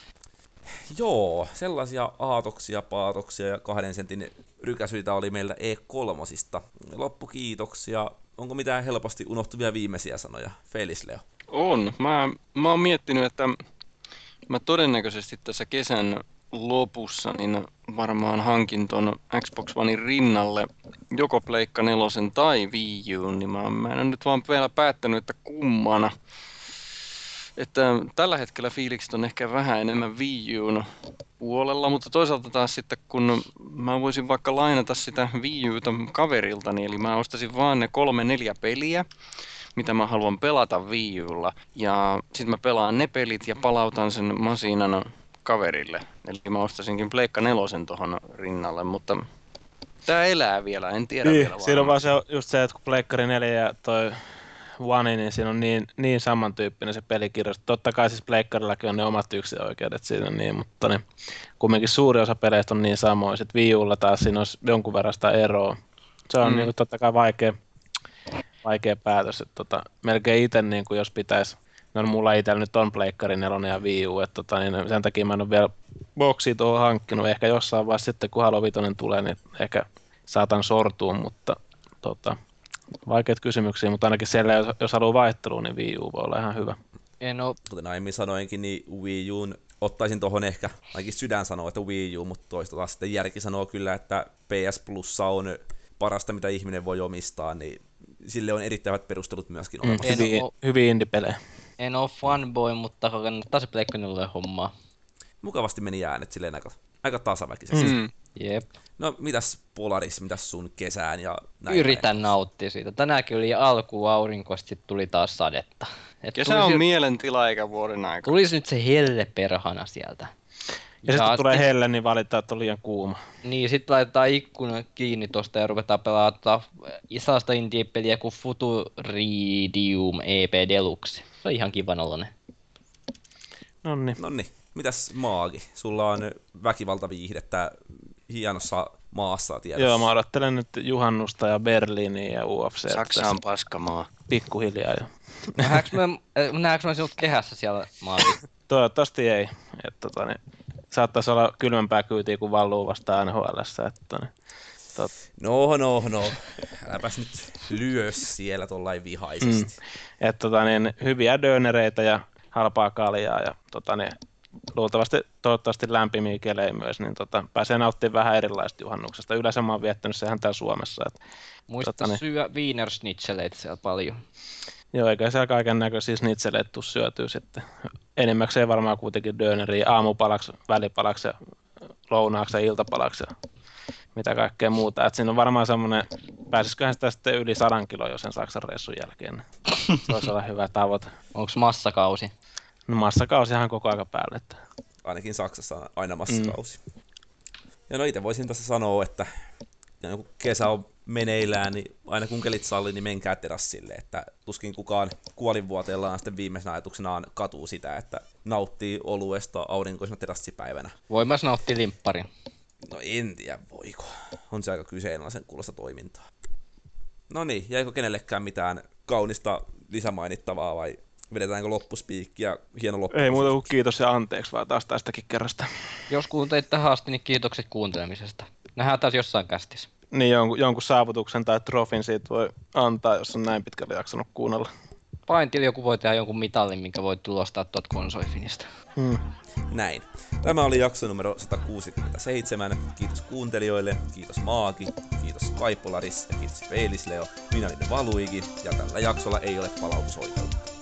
Joo, sellaisia aatoksia, paatoksia ja 2 sentin rykäsyitä oli meillä E3:sta. Loppukiitoksia. Onko mitään helposti unohtuvia viimeisiä sanoja? Felis Leo. On. Mä oon miettinyt, että mä todennäköisesti tässä kesän lopussa, niin varmaan hankin ton Xbox Onein rinnalle joko Pleikka 4 tai Wii U, niin mä en ole nyt vaan vielä päättänyt, että kummana. Että tällä hetkellä fiilikset on ehkä vähän enemmän Wii U:n puolella, mutta toisaalta taas sitten kun mä voisin vaikka lainata sitä Wii Uta kaveriltani, eli mä ostaisin vaan ne 3-4 peliä, mitä mä haluan pelata Wii Ulla, ja sitten mä pelaan ne pelit ja palautan sen masiinan kaverille. Eli mä ostaisinkin Pleikka 4 tohon rinnalle, mutta tää elää vielä, en tiedä Niin, vielä varmaan. siinä on vaan just se, että kun Pleikkari 4 ja toi One, niin siinä on niin samantyyppinen se pelikirjasto. Totta kai siis Pleikkarillakin on ne omat yksinoikeudet siinä, niin, mutta ne, kumminkin suuri osa peleistä on niin samoin. Sitten Wii Ulla taas siinä olisi jonkun verran sitä eroa. Se on niin kuin, totta kai vaikea päätös. Että, melkein itse, niin kuin, jos pitäisi, no mulla itsellä nyt on Pleikkari 4 ja Wii U, että, niin sen takia mä en ole vielä boksia tuohon hankkinut. Ehkä jossain vaiheessa sitten, kun Halo 5 tulee, niin ehkä saatan sortua, mutta vaikeat kysymyksiä, mutta ainakin siellä, jos haluaa vaihtelua, niin Wii U voi olla ihan hyvä. Kuten aiemmin sanoinkin, niin Wii U:n ottaisin tohon ehkä, ainakin sydän sanoo, että Wii U, mutta toista taas sitten järki sanoo kyllä, että PS Plus on parasta, mitä ihminen voi omistaa, niin sille on erittäin hyvät perustelut myöskin olemassa. Hyviä indie-pelejä. En oo fanboy, mutta kannattaa se Pleikka 4 hommaa. Mukavasti meni äänet silleen aika tasaväkisesti. Jep. No mitäs Polaris, mitäs sun kesään ja näin? Yritän nauttia siitä. Tänäänkin oli alku aurinkoista, sit tuli taas sadetta. Kesä on mielentila eikä vuoden aika. Tulisi nyt se helle perhana sieltä. Ja sitten kun tulee helle, niin valitaan, että on liian kuuma. Niin, sit laitetaan ikkuna kiinni tosta ja ruvetaan pelaamaan sellaista indie-peliä kuin Futuridium EP Deluxe. Se on ihan kivan oloinen. Nonni. Mitäs Maagi? Sulla on väkivaltaviihdettä hienossa maassa tiedossa. Joo, mä odottelen nyt juhannusta ja Berliiniä ja UFC. Saksa on paskamaa. Pikkuhiljaa jo. Nähdäänkö mä sinut kehässä siellä Maagi? Toivottavasti ei. Niin, saattaisi olla kylmempää kyytiä kuin valluu vastaan NHL:ssä. No. Äläpäs nyt lyö siellä tollain vihaisesti. Niin, hyviä dönereitä ja halpaa kaljaa ja toivottavasti lämpimiä kelejä myös, niin pääsee nauttimaan vähän erilaisesta juhannuksesta. Yleensä mä oon viettänyt sehän täällä Suomessa. Muista syö wienerschnitzeleitä siellä paljon. Joo, eikä siellä kaiken näköisiä schnitzeleitä tuu syötyä sitten. Enimmäkseen varmaan kuitenkin döneriä aamupalaksi, välipalaksi ja lounaaksi ja iltapalaksi ja mitä kaikkea muuta. Et siinä on varmaan semmoinen, pääsisiköhän sitä sitten yli 100 kiloa jo sen Saksan reissun jälkeen. Se voisi olla hyvä tavoite. Onks massakausi? No massakausihan koko aika päälle. Että Ainakin Saksassa on aina massakausi. Ja no itse voisin tässä sanoa, että kun kesä on meneillään, niin aina kun kelit sallii, niin menkää terassille. Että tuskin kukaan kuolinvuoteellaan sitten viimeisenä ajatuksenaan katuu sitä, että nauttii oluesta aurinkoisena terassipäivänä. Voi myös nauttia limpparin. No en tiedä voiko. On se aika kyseenalaisen kuulosta toimintaa. No niin, jäikö kenellekään mitään kaunista lisämainittavaa vai vedetäänkö loppuspiikki ja hieno loppu? Ei muuta kuin kiitos ja anteeksi vaan taas tästäkin kerrasta. Jos kuuntelit tähän asti, niin kiitokset kuuntelemisesta. Nähdään taas jossain kästissä. Niin jonkun saavutuksen tai trofin siitä voi antaa, jos on näin pitkälle jaksanut kuunnella. Paintilla joku voi tehdä jonkun mitallin, minkä voi tulostaa tuot konsoifinista. Näin. Tämä oli jakso numero 167. Kiitos kuuntelijoille, kiitos Maagi, kiitos Skypolaris ja kiitos Feilis Leo. Minä olin Valuigi ja tällä jaksolla ei ole palautusoikeutta.